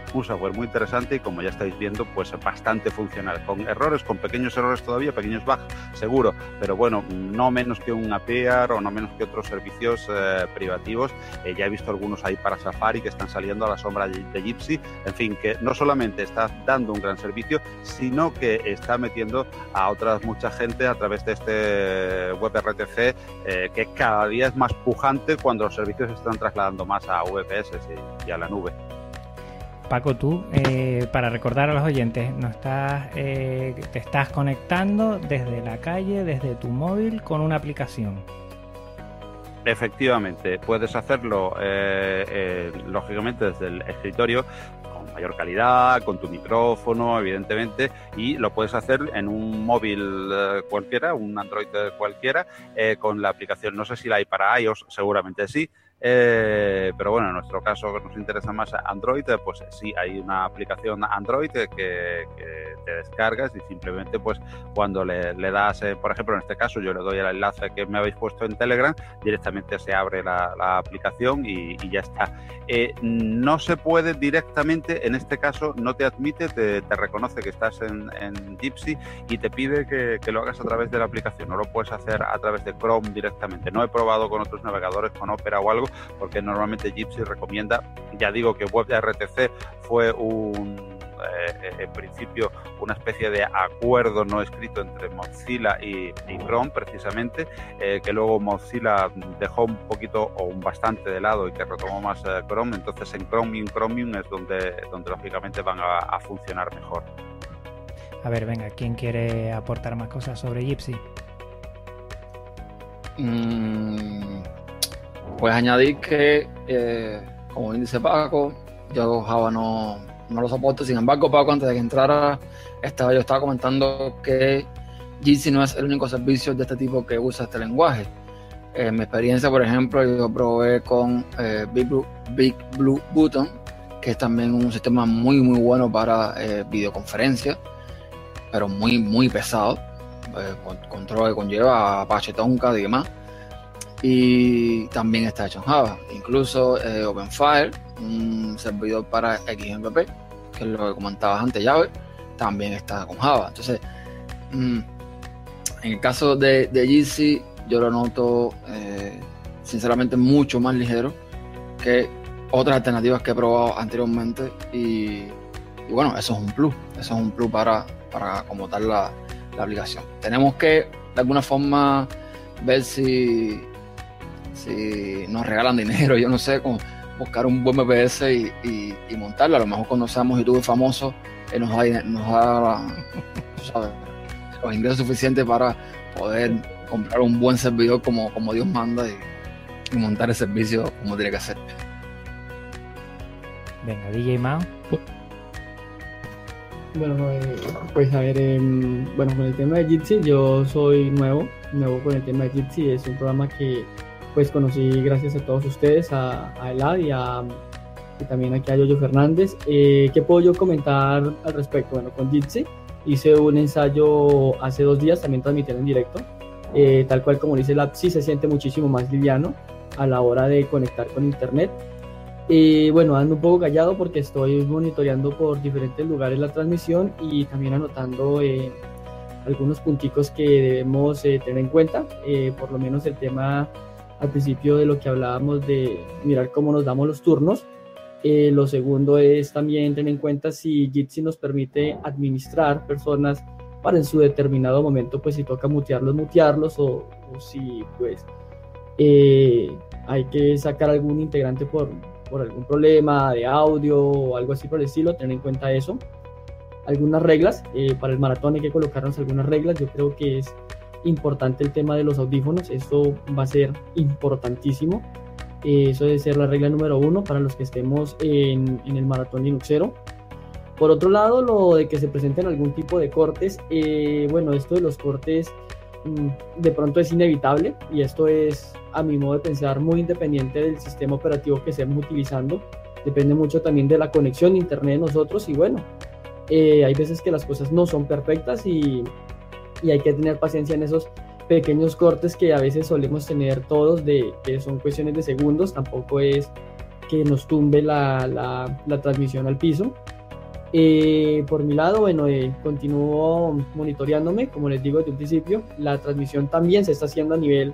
un software muy interesante y, como ya estáis viendo, pues bastante funcional, con errores, con pequeños errores todavía, pequeños bugs, seguro, pero bueno, no menos que un Appear o no menos que otros servicios privativos. Ya he visto algunos ahí para Safari que están saliendo a la sombra de Jitsi. En fin, que no solamente está dando un gran servicio, sino que está metiendo a mucha gente a través de este WebRTC, que cada día es más pujante cuando los servicios se están trasladando más a VPS y a la nube.
Paco, tú, para recordar a los oyentes, te estás conectando desde la calle, desde tu móvil, con una aplicación.
Efectivamente, puedes hacerlo lógicamente desde el escritorio, con mayor calidad, con tu micrófono, evidentemente, y lo puedes hacer en un móvil cualquiera, un Android cualquiera, con la aplicación. No sé si la hay para iOS, seguramente sí. Pero bueno, en nuestro caso, que nos interesa más Android, pues sí, hay una aplicación Android que te descargas y simplemente pues cuando le das, por ejemplo, en este caso yo le doy el enlace que me habéis puesto en Telegram, directamente se abre la aplicación y ya está. No se puede directamente, en este caso no te admite, te reconoce que estás en Jitsi y te pide que lo hagas a través de la aplicación. No lo puedes hacer a través de Chrome directamente. No he probado con otros navegadores, con Opera o algo, porque normalmente Jitsi recomienda, ya digo que WebRTC fue en principio una especie de acuerdo no escrito entre Mozilla y Chrome, precisamente, que luego Mozilla dejó un poquito o un bastante de lado y que retomó más Chrome. Entonces en Chromium es donde lógicamente van a funcionar mejor.
A ver, venga, ¿quién quiere aportar más cosas sobre Jitsi?
Pues añadir que, como bien dice Paco, yo Java no lo soporto. Sin embargo, Paco, antes de que entrara, yo estaba comentando que Jitsi no es el único servicio de este tipo que usa este lenguaje. En mi experiencia, por ejemplo, yo probé con Big Blue Button, que es también un sistema muy muy bueno para videoconferencias, pero muy muy pesado, control que conlleva Apache Tomcat y demás. Y también está hecho en Java. Incluso OpenFire, un servidor para XMPP, que es lo que comentabas antes, Java, también está con Java. Entonces, en el caso de Jitsi, yo lo noto sinceramente mucho más ligero que otras alternativas que he probado anteriormente. Y bueno, eso es un plus para como tal la aplicación. Tenemos que de alguna forma ver si nos regalan dinero, yo no sé, con buscar un buen VPS y montarlo. A lo mejor cuando seamos YouTube famosos nos da ¿sabes?, los ingresos suficientes para poder comprar un buen servidor como Dios manda y montar el servicio como tiene que ser.
Venga, DJ Mao.
Bueno, pues a ver, bueno, con el tema de Jitsi, yo soy nuevo con el tema de Jitsi. Es un programa que pues conocí gracias a todos ustedes, a Elad y también aquí a Yoyo Fernández. ¿Qué puedo yo comentar al respecto? Bueno, con Jitsi hice un ensayo hace 2 días, también transmitieron en directo. Tal cual como dice Elad, sí se siente muchísimo más liviano a la hora de conectar con internet. Bueno, ando un poco callado porque estoy monitoreando por diferentes lugares la transmisión y también anotando algunos punticos que debemos tener en cuenta. Por lo menos el tema al principio de lo que hablábamos de mirar cómo nos damos los turnos. Lo segundo es también tener en cuenta si Jitsi nos permite administrar personas para en su determinado momento, pues si toca mutearlos o si pues hay que sacar algún integrante por algún problema de audio o algo así por el estilo, tener en cuenta eso. Algunas reglas, para el maratón hay que colocarnos algunas reglas. Yo creo que es importante el tema de los audífonos, esto va a ser importantísimo. Eso debe ser la regla número 1 para los que estemos en el maratón linuxero. Por otro lado, lo de que se presenten algún tipo de cortes, bueno, esto de los cortes de pronto es inevitable y esto es, a mi modo de pensar, muy independiente del sistema operativo que estemos utilizando. Depende mucho también de la conexión de internet de nosotros y bueno, hay veces que las cosas no son perfectas y hay que tener paciencia en esos pequeños cortes que a veces solemos tener todos, que son cuestiones de segundos. Tampoco es que nos tumbe la transmisión al piso. Por mi lado, bueno, continúo monitoreándome, como les digo desde un principio. La transmisión también se está haciendo a nivel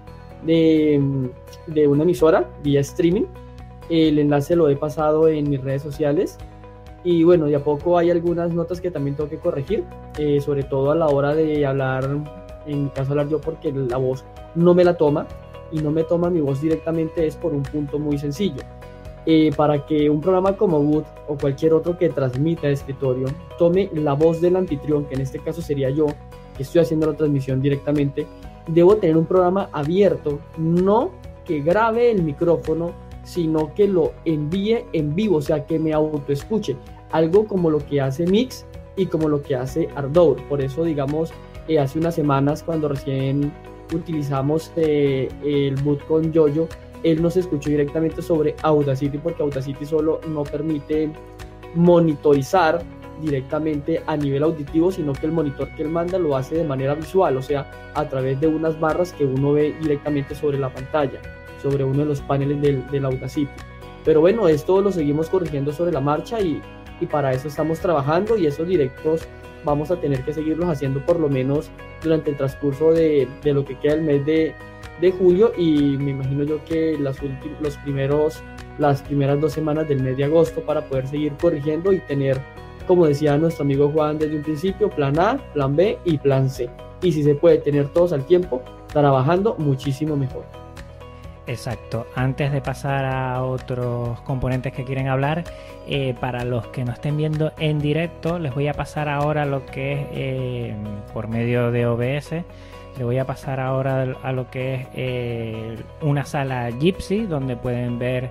de una emisora vía streaming. El enlace lo he pasado en mis redes sociales y bueno, de a poco hay algunas notas que también tengo que corregir, sobre todo a la hora de hablar, en mi caso hablar yo, porque la voz no me la toma y no me toma mi voz directamente, es por un punto muy sencillo. Para que un programa como Wood o cualquier otro que transmita de escritorio tome la voz del anfitrión, que en este caso sería yo, que estoy haciendo la transmisión directamente, debo tener un programa abierto, no que grabe el micrófono, sino que lo envíe en vivo, o sea, que me autoescuche, algo como lo que hace Mix y como lo que hace Ardour. Por eso, digamos, hace unas semanas, cuando recién utilizamos el Wood con Yoyo, él nos escuchó directamente sobre Audacity, porque Audacity solo no permite monitorizar directamente a nivel auditivo, sino que el monitor que él manda lo hace de manera visual, o sea, a través de unas barras que uno ve directamente sobre la pantalla, sobre uno de los paneles del Audacity. Pero bueno, esto lo seguimos corrigiendo sobre la marcha y para eso estamos trabajando, y esos directos vamos a tener que seguirlos haciendo por lo menos durante el transcurso de lo que queda el mes de julio, y me imagino yo que las primeras 2 semanas del mes de agosto, para poder seguir corrigiendo y tener, como decía nuestro amigo Juan desde un principio, plan A, plan B y plan C. Y si se puede tener todos al tiempo, trabajando muchísimo mejor.
Exacto. Antes de pasar a otros componentes que quieren hablar, para los que nos estén viendo en directo, les voy a pasar ahora lo que es por medio de OBS. Le voy a pasar ahora a lo que es una sala Jitsi, donde pueden ver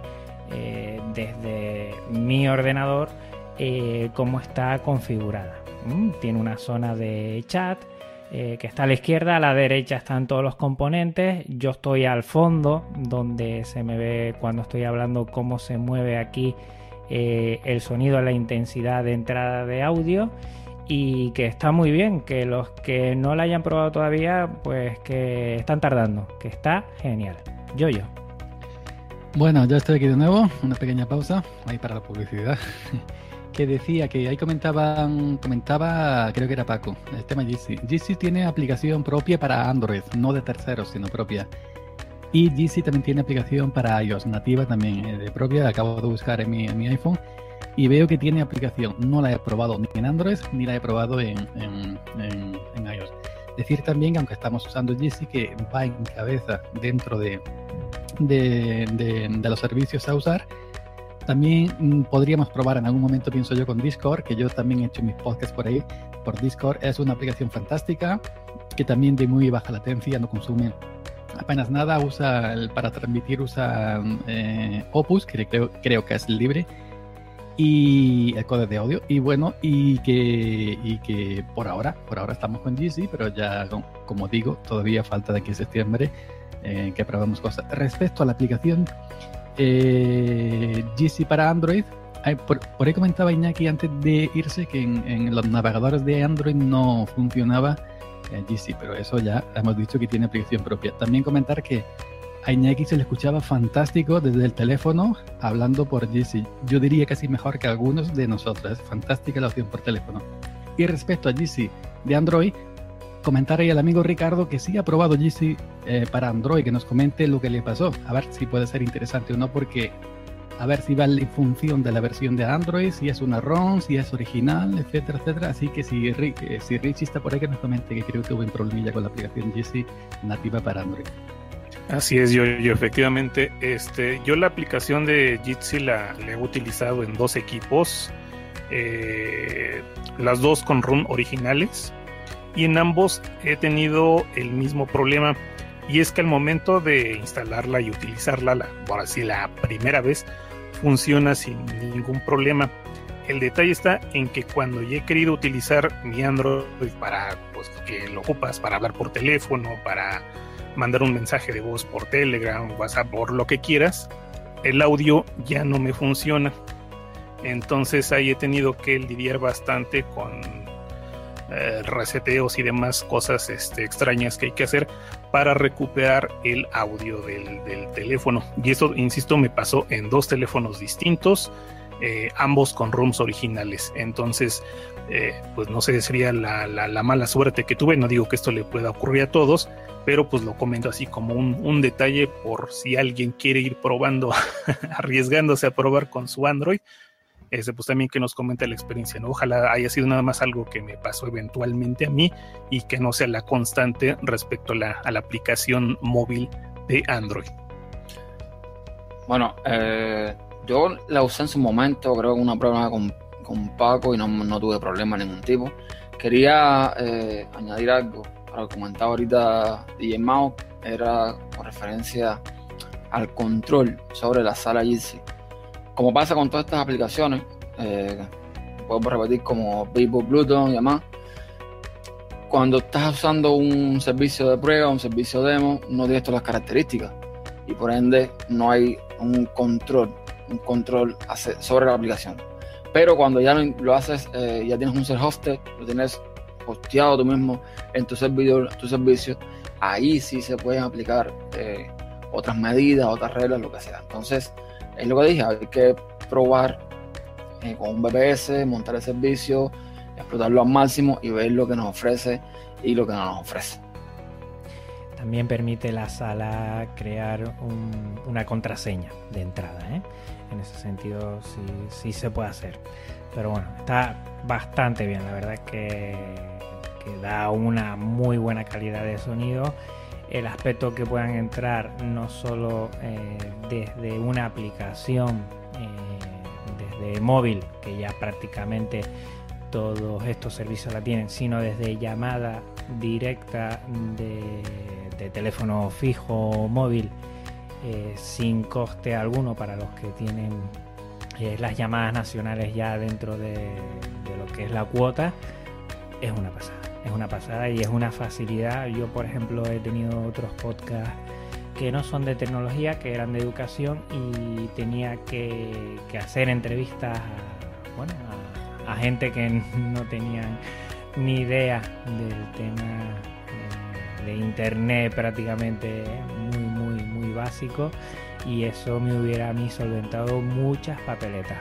desde mi ordenador cómo está configurada. Tiene una zona de chat que está a la izquierda, a la derecha están todos los componentes. Yo estoy al fondo, donde se me ve cuando estoy hablando cómo se mueve aquí el sonido, la intensidad de entrada de audio. Y que está muy bien, que los que no la hayan probado todavía, pues que están tardando, que está genial. Yo.
Bueno, ya estoy aquí de nuevo, una pequeña pausa ahí para la publicidad, que decía que ahí comentaba, creo que era Paco, el tema Jitsi. Jitsi tiene aplicación propia para Android, no de terceros, sino propia. Y Jitsi también tiene aplicación para iOS, nativa también, de propia, acabo de buscar en mi iPhone. Y veo que tiene aplicación. No la he probado ni en Android ni la he probado en iOS. Decir también que aunque estamos usando Jitsi, que va en cabeza dentro de los servicios a usar, también podríamos probar en algún momento, pienso yo, con Discord, que yo también he hecho mis podcasts por ahí, por Discord. Es una aplicación fantástica, que también de muy baja latencia, no consume apenas nada. Para transmitir usa Opus, que creo que es libre, y el código de audio, y bueno, y que por ahora estamos con Jitsi, pero ya, como digo, todavía falta de aquí a septiembre que probemos cosas. Respecto a la aplicación Jitsi para Android, por ahí comentaba Iñaki antes de irse que en los navegadores de Android no funcionaba Jitsi, pero eso ya hemos dicho que tiene aplicación propia. También comentar que a Iñaki se le escuchaba fantástico desde el teléfono hablando por Jitsi. Yo diría casi mejor que algunos de nosotros. Es fantástica la opción por teléfono. Y respecto a Jitsi de Android, comentar ahí al amigo Ricardo que sí ha probado Jitsi para Android, que nos comente lo que le pasó. A ver si puede ser interesante o no, porque a ver si va en función de la versión de Android, si es una ROM, si es original, etcétera, etcétera. Así que si Richie está por ahí, que nos comente, que creo que hubo un problemilla con la aplicación Jitsi nativa para Android.
Así es, yo efectivamente, yo la aplicación de Jitsi la he utilizado en 2 equipos, las 2 con ROM originales, y en ambos he tenido el mismo problema, y es que al momento de instalarla y utilizarla, ahora sí la primera vez, funciona sin ningún problema. El detalle está en que cuando ya he querido utilizar mi Android para, pues, que lo ocupas para hablar por teléfono, para mandar un mensaje de voz por Telegram, WhatsApp, por lo que quieras, el audio ya no me funciona. Entonces ahí he tenido que lidiar bastante reseteos y demás cosas extrañas que hay que hacer para recuperar el audio del teléfono. Y eso, insisto, me pasó en 2 teléfonos distintos, ambos con ROMs originales. Entonces, pues no sé, sería la mala suerte que tuve. No digo que esto le pueda ocurrir a todos, pero pues lo comento así como un detalle por si alguien quiere ir probando, arriesgándose a probar con su Android. Pues también que nos comente la experiencia, ¿no? Ojalá haya sido nada más algo que me pasó eventualmente a mí y que no sea la constante respecto a la aplicación móvil de Android.
Bueno, yo la usé en su momento, creo que una prueba con Paco y no tuve problema de ningún tipo. Quería añadir algo para lo que comentaba ahorita DJ Mao, era con referencia al control sobre la sala Jitsi. Como pasa con todas estas aplicaciones, puedo repetir como Facebook, Bluetooth y demás, cuando estás usando un servicio de prueba, un servicio demo, no tienes todas las características y por ende no hay un control sobre la aplicación. Pero cuando ya lo haces, ya tienes un self-hosted, lo tienes hosteado tú mismo en tu servicio, ahí sí se pueden aplicar otras medidas, otras reglas, lo que sea. Entonces, es lo que dije, hay que probar con un VPS, montar el servicio, explotarlo al máximo y ver lo que nos ofrece y lo que no nos ofrece.
También permite la sala crear una contraseña de entrada, ¿eh? En ese sentido sí se puede hacer. Pero bueno, está bastante bien, la verdad es que da una muy buena calidad de sonido. El aspecto que puedan entrar no solo desde una aplicación, desde móvil, que ya prácticamente todos estos servicios la tienen, sino desde llamada directa de teléfono fijo móvil, sin coste alguno para los que tienen las llamadas nacionales ya dentro de lo que es la cuota. Es una pasada y es una facilidad. Yo, por ejemplo, he tenido otros podcasts que no son de tecnología, que eran de educación, y tenía que hacer entrevistas a gente que no tenían ni idea del tema de internet, prácticamente muy básico, y eso me hubiera a mí solventado muchas papeletas.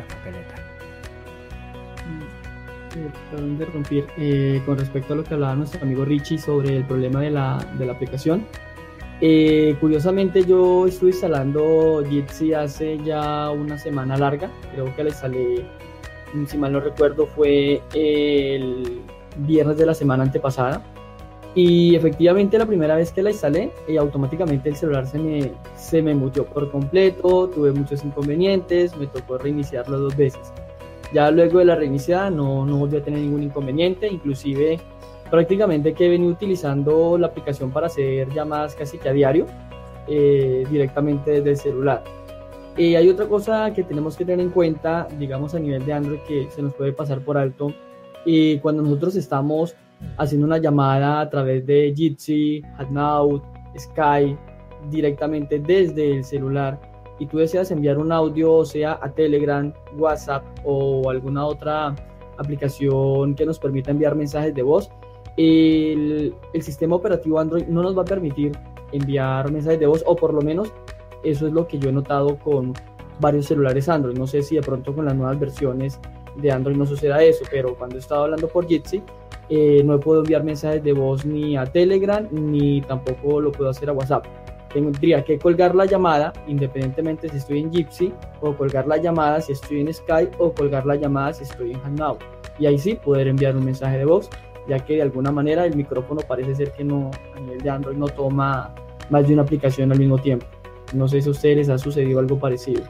Para interrumpir, con respecto a lo que hablaba nuestro amigo Richie sobre el problema de la aplicación, curiosamente yo estuve instalando Jitsi hace ya una semana larga. Creo que la instalé, si mal no recuerdo, fue el viernes de la semana antepasada, y efectivamente la primera vez que la instalé, automáticamente el celular se me mutió por completo, tuve muchos inconvenientes, me tocó reiniciarlo 2 veces. Ya luego de la reiniciada no volví a tener ningún inconveniente, inclusive prácticamente que he venido utilizando la aplicación para hacer llamadas casi que a diario, directamente desde el celular. Hay otra cosa que tenemos que tener en cuenta, digamos a nivel de Android, que se nos puede pasar por alto, cuando nosotros estamos haciendo una llamada a través de Jitsi, Hangout, Skype, directamente desde el celular, y tú deseas enviar un audio, sea a Telegram, WhatsApp o alguna otra aplicación que nos permita enviar mensajes de voz, el sistema operativo Android no nos va a permitir enviar mensajes de voz, o por lo menos eso es lo que yo he notado con varios celulares Android. No sé si de pronto con las nuevas versiones de Android no suceda eso, pero cuando he estado hablando por Jitsi, no puedo enviar mensajes de voz ni a Telegram, ni tampoco lo puedo hacer a WhatsApp. Tendría que colgar la llamada independientemente si estoy en Jitsi, o colgar la llamada si estoy en Skype, o colgar la llamada si estoy en Hangout, y ahí sí poder enviar un mensaje de voz, ya que de alguna manera el micrófono parece ser que no, a nivel de Android, no toma más de una aplicación al mismo tiempo. No sé si a ustedes les ha sucedido algo parecido.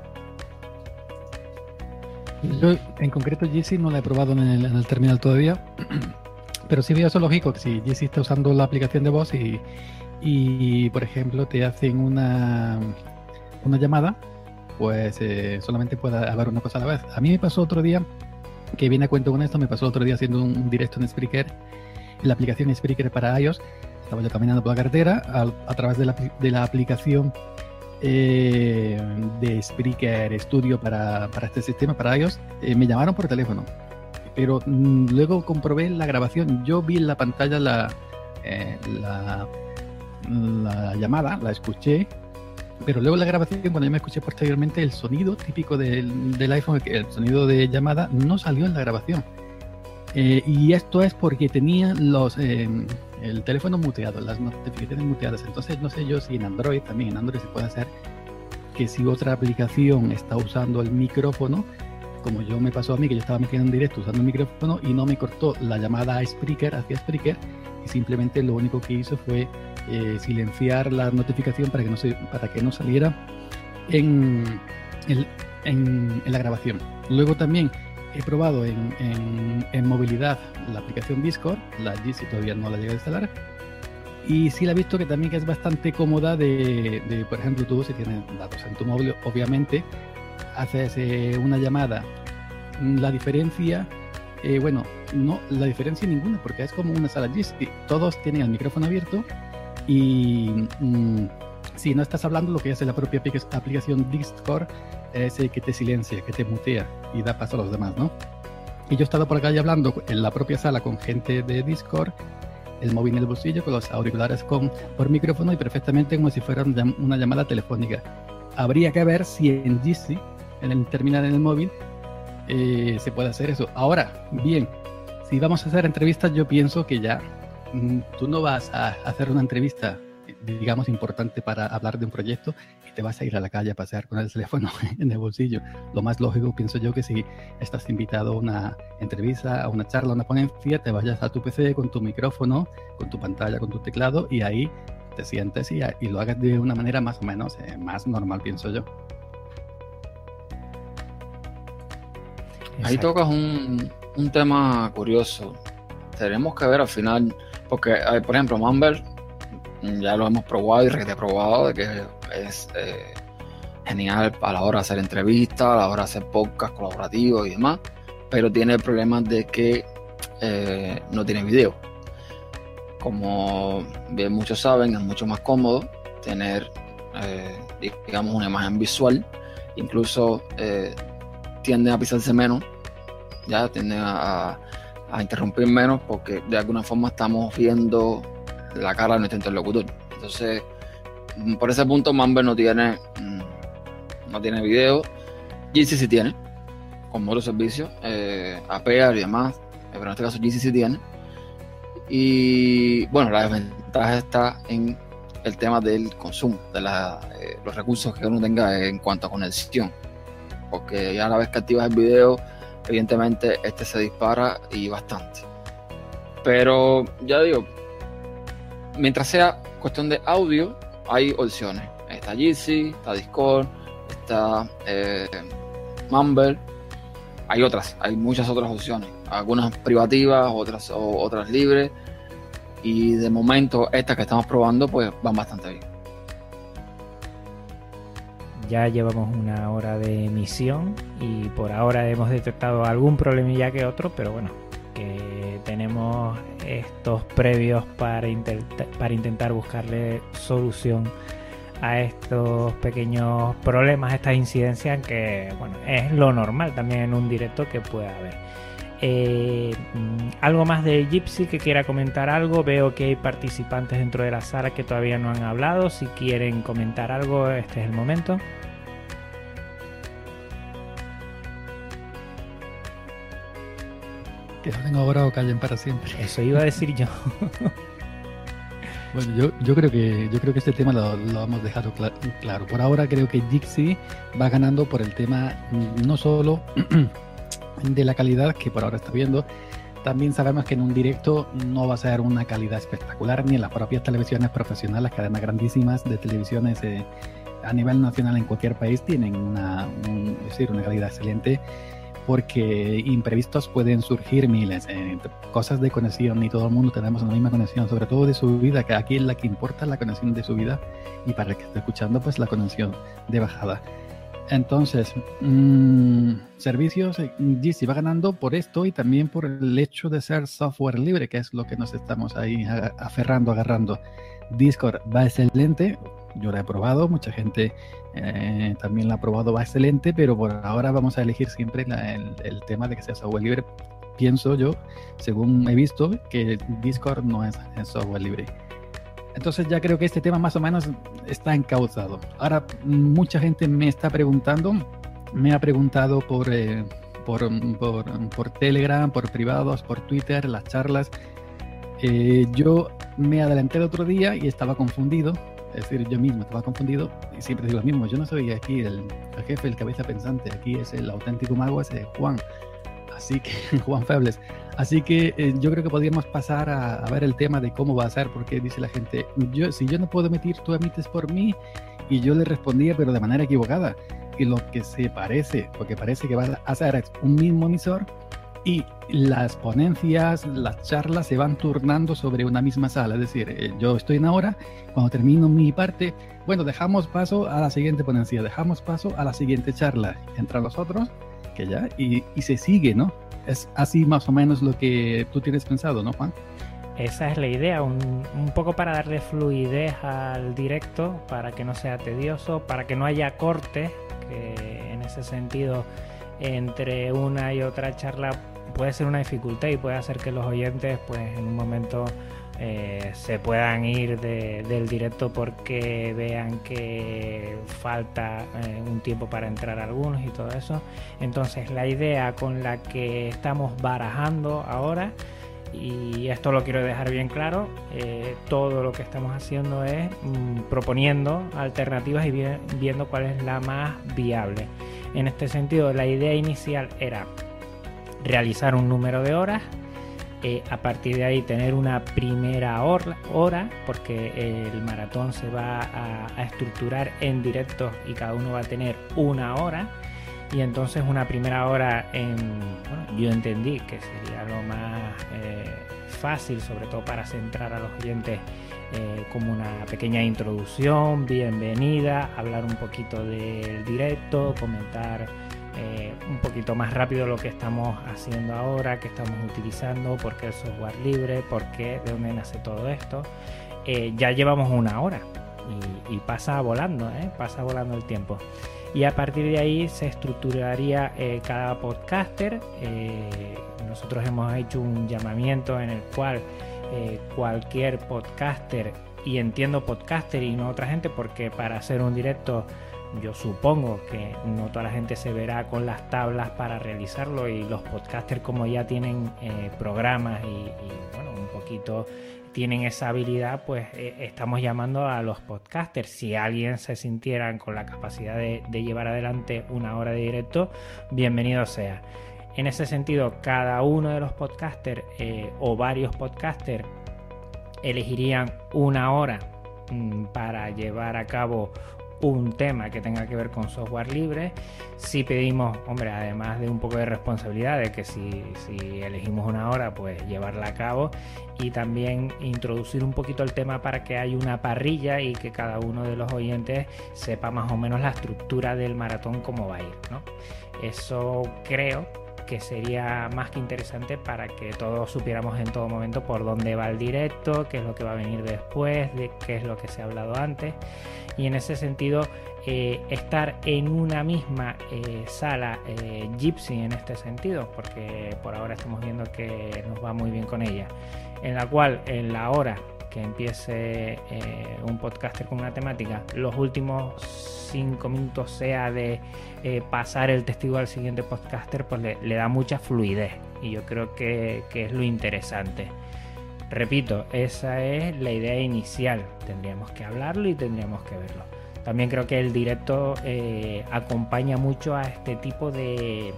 Yo en concreto Jitsi no la he probado en el terminal todavía, pero sí veo eso lógico, que si Jitsi está usando la aplicación de voz y por ejemplo te hacen una llamada, pues solamente puede haber una cosa a la vez. A mí me pasó otro día, que viene a cuento con esto, me pasó otro día haciendo un directo en Spreaker, en la aplicación Spreaker para iOS. Estaba yo caminando por la carretera a través de la aplicación de Spreaker Studio para este sistema, para iOS. Me llamaron por teléfono pero luego comprobé la grabación. Yo vi en la pantalla la llamada, la escuché, pero luego la grabación, cuando yo me escuché posteriormente, el sonido típico del iPhone, el sonido de llamada, no salió en la grabación. Y esto es porque tenía el teléfono muteado, las notificaciones muteadas. Entonces no sé yo si en Android se puede hacer que si otra aplicación está usando el micrófono, como yo me pasó a mí, que yo estaba metiendo en directo usando el micrófono y no me cortó la llamada a Spreaker, hacia Spreaker, y simplemente lo único que hizo fue silenciar la notificación para que no saliera en la grabación. Luego también he probado en movilidad la aplicación Discord, la Jitsi todavía no la llegué a instalar, y sí la he visto que también es bastante cómoda de por ejemplo, tú si tienes datos en tu móvil, obviamente haces una llamada. La diferencia, no la diferencia ninguna, porque es como una sala Jitsi, todos tienen el micrófono abierto y si no estás hablando, lo que hace la propia aplicación Discord es que te silencia, que te mutea y da paso a los demás, ¿no? Y yo he estado por la calle hablando en la propia sala con gente de Discord, el móvil en el bolsillo, con los auriculares por micrófono y perfectamente como si fuera una llamada telefónica. Habría que ver si en Jitsi, en el terminal en el móvil, se puede hacer eso. Ahora, bien, si vamos a hacer entrevistas, yo pienso que ya tú no vas a hacer una entrevista, digamos, importante para hablar de un proyecto y te vas a ir a la calle a pasear con el teléfono en el bolsillo. Lo más lógico, pienso yo, que si estás invitado a una entrevista, a una charla, a una ponencia, te vayas a tu PC con tu micrófono, con tu pantalla, con tu teclado y ahí te sientes y lo hagas de una manera más o menos más normal, pienso yo.
Ahí tocas un tema curioso. Tenemos que ver al final, porque por ejemplo Mumble ya lo hemos probado y reprobado de que es genial a la hora de hacer entrevistas, a la hora de hacer podcast colaborativos y demás, pero tiene problemas de que no tiene video. Como bien muchos saben, es mucho más cómodo tener digamos una imagen visual, incluso tiende a pisarse menos, ya tiende a interrumpir menos, porque de alguna forma estamos viendo la cara de nuestro interlocutor. Entonces, por ese punto, Mumble no tiene video. Jitsi sí tiene, con otros servicios, Apear y demás, pero en este caso Jitsi sí tiene. Y bueno, la desventaja está en el tema del consumo, de los recursos que uno tenga en cuanto a conexión, porque ya a la vez que activas el video, evidentemente se dispara y bastante. Pero ya digo, mientras sea cuestión de audio, hay opciones. Está Jitsi, está Discord, está Mumble. Hay muchas otras opciones. Algunas privativas, otras libres. Y de momento, estas que estamos probando, pues van bastante bien.
Ya llevamos 1 hora de emisión y por ahora hemos detectado algún problemilla que otro, pero bueno, que tenemos estos previos para intentar buscarle solución a estos pequeños problemas, estas incidencias, que bueno, es lo normal también en un directo que pueda haber. Algo más de Jitsi que quiera comentar algo. Veo que hay participantes dentro de la sala que todavía no han hablado. Si quieren comentar algo, este es el momento.
Que hablen ahora o callen para siempre.
Eso iba a decir yo.
Bueno, yo creo que este tema lo hemos dejado claro. Por ahora creo que Jitsi va ganando por el tema no solo de la calidad que por ahora está viendo. También sabemos que en un directo no va a ser una calidad espectacular, ni en las propias televisiones profesionales, cadenas grandísimas de televisiones a nivel nacional en cualquier país tienen una calidad excelente, porque imprevistos pueden surgir miles, cosas de conexión, y todo el mundo tenemos la misma conexión, sobre todo de subida, que aquí la que importa es la conexión de subida, y para el que esté escuchando, pues la conexión de bajada. Entonces, servicios, Jitsi va ganando por esto y también por el hecho de ser software libre, que es lo que nos estamos ahí agarrando. Discord va excelente, yo la he probado, mucha gente también la ha probado, va excelente, pero por ahora vamos a elegir siempre el tema de que sea software libre, pienso yo, según he visto, que Discord no es software libre. Entonces ya creo que este tema más o menos está encauzado. Ahora mucha gente me ha preguntado por Telegram, por privados, por Twitter, las charlas. Yo me adelanté el otro día y estaba confundido. Es decir, yo mismo estaba confundido y siempre digo lo mismo. Yo no soy aquí el jefe, el cabeza pensante. Aquí es el auténtico mago, ese Juan. Así que, Juan Febles. Así que yo creo que podríamos pasar a ver el tema de cómo va a ser, porque dice la gente, si yo no puedo emitir, tú emites por mí. Y yo le respondía, pero de manera equivocada. Y lo que se parece, porque parece que va a ser un mismo emisor y las ponencias, las charlas se van turnando sobre una misma sala. Es decir, yo estoy en ahora, cuando termino mi parte, bueno, dejamos paso a la siguiente ponencia, dejamos paso a la siguiente charla. Entran los otros, que ya, y se sigue, ¿no? Es así más o menos lo que tú tienes pensado, ¿no, Juan?
Esa es la idea, un poco para darle fluidez al directo, para que no sea tedioso, para que no haya cortes, que en ese sentido entre una y otra charla puede ser una dificultad y puede hacer que los oyentes pues en un momento se puedan ir del directo porque vean que falta un tiempo para entrar algunos y todo eso. Entonces la idea con la que estamos barajando ahora, y esto lo quiero dejar bien claro, todo lo que estamos haciendo es proponiendo alternativas y viendo cuál es la más viable. En este sentido, la idea inicial era realizar un número de horas, a partir de ahí tener una primera hora, porque el maratón se va a estructurar en directos y cada uno va a tener una hora. Y entonces una primera hora yo entendí que sería lo más fácil, sobre todo para centrar a los oyentes, como una pequeña introducción, bienvenida, hablar un poquito del directo, comentar un poquito más rápido lo que estamos haciendo ahora, que estamos utilizando, por qué el software libre, por qué, de dónde nace todo esto. Ya llevamos una hora y pasa volando el tiempo. Y a partir de ahí se estructuraría cada podcaster. Nosotros hemos hecho un llamamiento en el cual cualquier podcaster, y entiendo podcaster y no otra gente, porque para hacer un directo yo supongo que no toda la gente se verá con las tablas para realizarlo, y los podcasters, como ya tienen programas y bueno, un poquito tienen esa habilidad, pues estamos llamando a los podcasters. Si alguien se sintieran con la capacidad de llevar adelante una hora de directo, bienvenido sea. En ese sentido, cada uno de los podcasters o varios podcasters elegirían una hora para llevar a cabo un tema que tenga que ver con software libre. Si pedimos, hombre, además de un poco de responsabilidad de que si elegimos una hora, pues llevarla a cabo, y también introducir un poquito el tema para que haya una parrilla y que cada uno de los oyentes sepa más o menos la estructura del maratón, cómo va a ir, ¿no? Eso creo que sería más que interesante para que todos supiéramos en todo momento por dónde va el directo, qué es lo que va a venir después, de qué es lo que se ha hablado antes. Y en ese sentido, estar en una misma sala Jitsi en este sentido, porque por ahora estamos viendo que nos va muy bien con ella, en la cual en la hora que empiece un podcaster con una temática, los últimos 5 minutos sea de pasar el testigo al siguiente podcaster, pues le da mucha fluidez, y yo creo que es lo interesante. Repito, esa es la idea inicial. Tendríamos que hablarlo y tendríamos que verlo. También creo que el directo acompaña mucho a este tipo de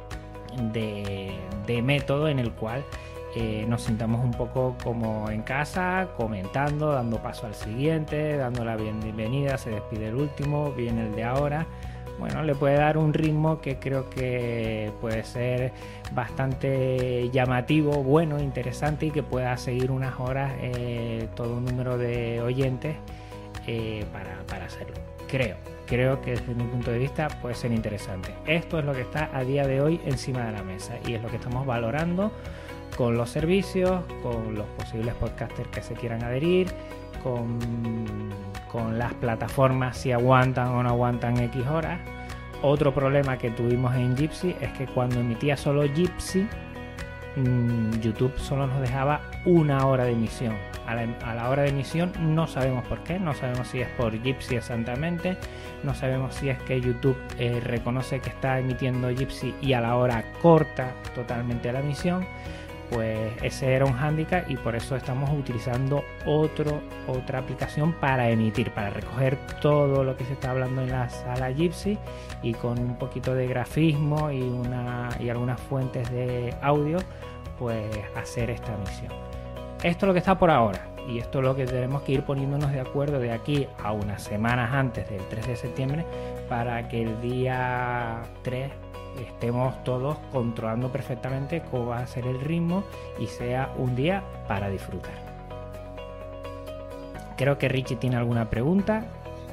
método en el cual nos sintamos un poco como en casa, comentando, dando paso al siguiente, dando la bienvenida, se despide el último, viene el de ahora. Bueno, le puede dar un ritmo que creo que puede ser bastante llamativo, bueno, interesante, y que pueda seguir unas horas todo un número de oyentes para hacerlo. Creo que desde mi punto de vista puede ser interesante. Esto es lo que está a día de hoy encima de la mesa y es lo que estamos valorando con los servicios, con los posibles podcasters que se quieran adherir, con las plataformas, si aguantan o no aguantan X horas. Otro problema que tuvimos en Jitsi es que cuando emitía solo Jitsi YouTube solo nos dejaba 1 hora de emisión. A la hora de emisión no sabemos por qué, no sabemos si es por Jitsi exactamente, no sabemos si es que YouTube reconoce que está emitiendo Jitsi y a la hora corta totalmente la emisión. Pues ese era un hándicap y por eso estamos utilizando otra aplicación para emitir, para recoger todo lo que se está hablando en la sala Jitsi y con un poquito de grafismo y algunas fuentes de audio, pues hacer esta emisión. Esto es lo que está por ahora y esto es lo que tenemos que ir poniéndonos de acuerdo de aquí a unas semanas antes del 3 de septiembre para que el día 3 estemos todos controlando perfectamente cómo va a ser el ritmo y sea un día para disfrutar. Creo que Richie tiene alguna pregunta.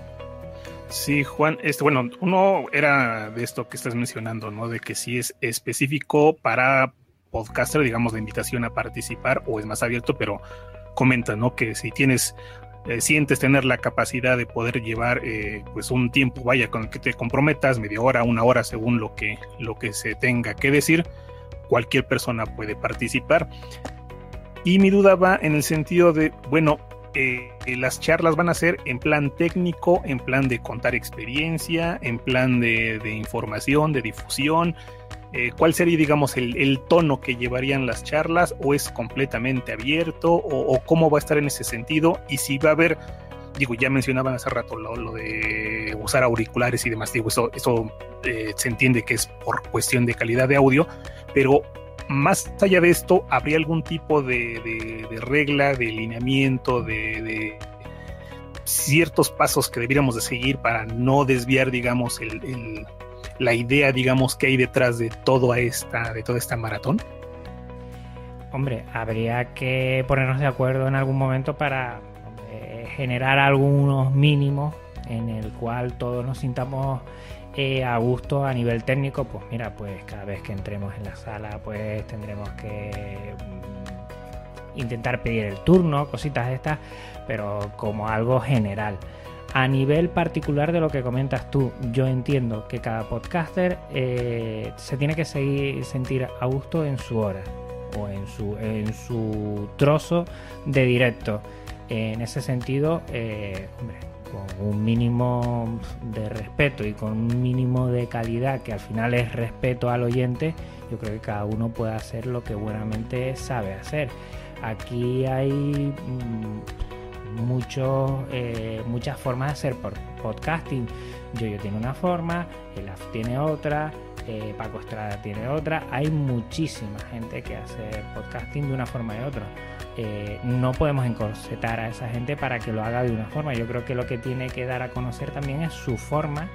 Sí, Juan, bueno, uno era de esto que estás mencionando, ¿no? De que si es específico para podcaster, digamos, la invitación a participar o es más abierto, pero comenta, ¿no? Que si tienes sientes tener la capacidad de poder llevar pues un tiempo, vaya, con el que te comprometas, media hora, 1 hora, según lo que se tenga que decir, cualquier persona puede participar. Y mi duda va en el sentido de, bueno, las charlas van a ser en plan técnico, en plan de contar experiencia, en plan de información, de difusión. ¿Cuál sería, digamos, el tono que llevarían las charlas? ¿O es completamente abierto? ¿O cómo va a estar en ese sentido? Y si va a haber, digo, ya mencionaban hace rato lo de usar auriculares y demás, digo, eso se entiende que es por cuestión de calidad de audio, pero más allá de esto, ¿habría algún tipo de regla, de lineamiento, de ciertos pasos que debiéramos de seguir para no desviar, digamos, la idea, digamos, que hay detrás de toda esta maratón?
Hombre, habría que ponernos de acuerdo en algún momento para generar algunos mínimos en el cual todos nos sintamos a gusto a nivel técnico. Pues mira, pues cada vez que entremos en la sala pues tendremos que intentar pedir el turno, cositas de estas, pero como algo general. A nivel particular de lo que comentas tú, yo entiendo que cada podcaster se tiene que sentir a gusto en su hora o en su trozo de directo. En ese sentido, hombre, con un mínimo de respeto y con un mínimo de calidad, que al final es respeto al oyente, yo creo que cada uno puede hacer lo que buenamente sabe hacer. Aquí hay muchas formas de hacer podcasting. Yo tiene una forma, Elaf tiene otra, Paco Estrada tiene otra. Hay muchísima gente que hace podcasting de una forma y otra. No podemos encorsetar a esa gente para que lo haga de una forma. Yo creo que lo que tiene que dar a conocer también es su forma,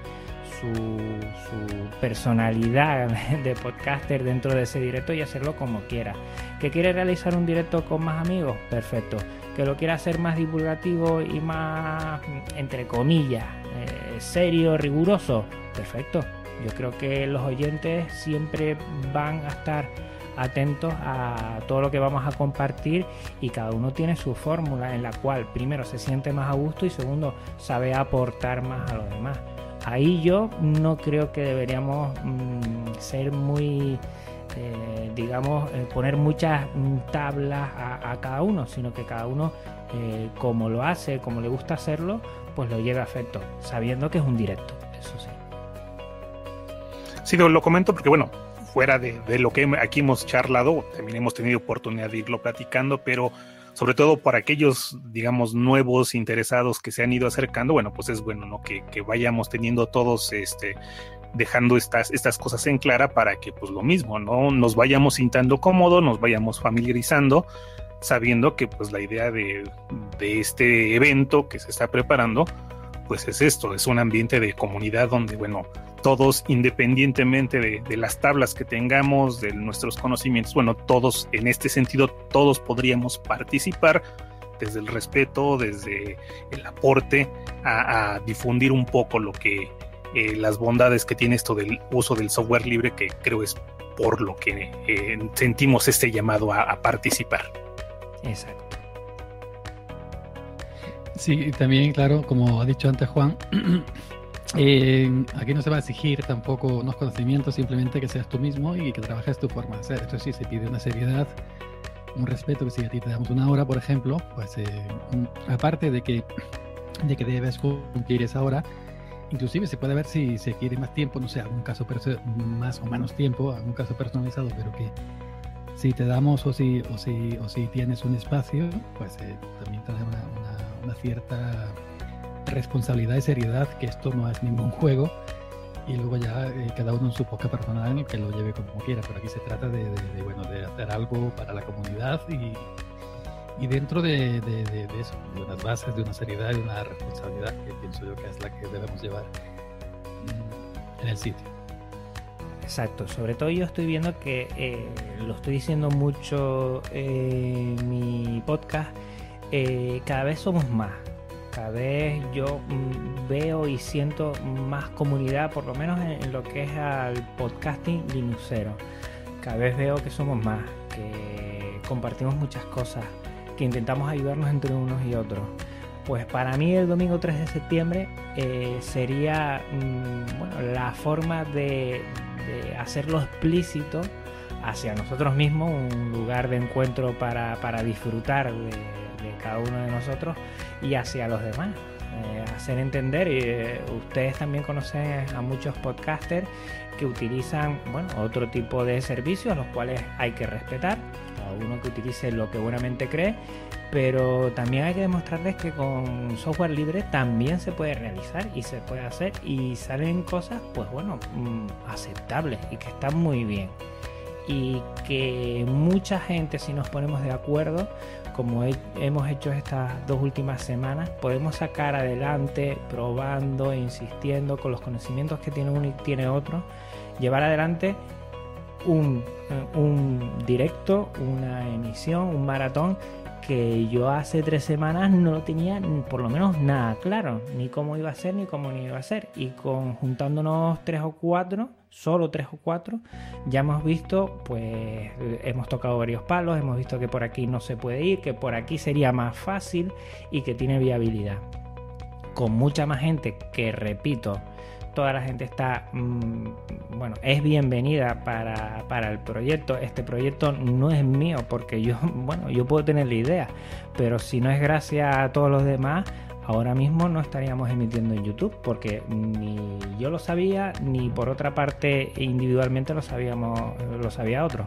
su personalidad de podcaster dentro de ese directo y hacerlo como quiera. ¿Que quiere realizar un directo con más amigos? Perfecto. ¿Que lo quiere hacer más divulgativo y más, entre comillas, serio, riguroso? Perfecto. Yo creo que los oyentes siempre van a estar atentos a todo lo que vamos a compartir y cada uno tiene su fórmula en la cual primero se siente más a gusto y segundo sabe aportar más a los demás. Ahí yo no creo que deberíamos ser muy, poner muchas tablas a cada uno, sino que cada uno, como lo hace, como le gusta hacerlo, pues lo lleva a efecto, sabiendo que es un directo, eso sí.
Sí, lo comento porque, bueno, fuera de lo que aquí hemos charlado, también hemos tenido oportunidad de irlo platicando, pero sobre todo para aquellos, digamos, nuevos interesados que se han ido acercando, bueno, pues es bueno, ¿no? Que vayamos teniendo todos, dejando estas cosas en clara para que, pues lo mismo, ¿no? Nos vayamos sintiendo cómodos, nos vayamos familiarizando, sabiendo que, pues la idea de este evento que se está preparando, pues es esto, es un ambiente de comunidad donde, bueno, todos, independientemente de las tablas que tengamos, de nuestros conocimientos, bueno, todos, en este sentido, todos podríamos participar desde el respeto, desde el aporte, a difundir un poco lo que las bondades que tiene esto del uso del software libre, que creo es por lo que sentimos este llamado a participar.
Exacto.
Sí, y también, claro, como ha dicho antes Juan, Aquí no se va a exigir tampoco unos conocimientos, simplemente que seas tú mismo y que trabajes tu forma de hacer. Esto sí, se pide una seriedad, un respeto, que si a ti te damos una hora, por ejemplo, pues aparte de que debes cumplir esa hora, inclusive se puede ver si se quiere más tiempo, no sé, algún caso más o menos tiempo, algún caso personalizado, pero que si te damos o si tienes un espacio, pues también tener una cierta responsabilidad y seriedad, que esto no es ningún juego, y luego ya cada uno en su poca personal que lo lleve como quiera, pero aquí se trata de hacer algo para la comunidad y dentro de eso, de unas bases, de una seriedad y una responsabilidad que pienso yo que es la que debemos llevar en el sitio.
Exacto, sobre todo yo estoy viendo que lo estoy diciendo mucho en mi podcast, cada vez somos más. Cada vez yo veo y siento más comunidad, por lo menos en lo que es al podcasting linuxero. Cada vez veo que somos más, que compartimos muchas cosas, que intentamos ayudarnos entre unos y otros. Pues para mí el domingo 3 de septiembre sería la forma de hacerlo explícito hacia nosotros mismos, un lugar de encuentro para disfrutar de cada uno de nosotros y hacia los demás, hacer entender. Ustedes también conocen a muchos podcasters que utilizan otro tipo de servicios, los cuales hay que respetar, cada uno que utilice lo que buenamente cree, pero también hay que demostrarles que con software libre también se puede realizar y se puede hacer y salen cosas aceptables y que están muy bien, y que mucha gente, si nos ponemos de acuerdo, como hemos hecho estas 2 últimas semanas, podemos sacar adelante, probando e insistiendo con los conocimientos que tiene uno y tiene otro, llevar adelante un directo, una emisión, un maratón que yo hace 3 semanas no tenía por lo menos nada claro, ni cómo iba a ser ni cómo ni iba a ser, y juntándonos 3 o 4, solo 3 o 4, ya hemos visto, pues hemos tocado varios palos, hemos visto que por aquí no se puede ir, que por aquí sería más fácil y que tiene viabilidad. Con mucha más gente, que repito, toda la gente está, es bienvenida para el proyecto. Este proyecto no es mío porque yo puedo tener la idea, pero si no es gracias a todos los demás, ahora mismo no estaríamos emitiendo en YouTube, porque ni yo lo sabía, ni por otra parte individualmente lo sabía otro.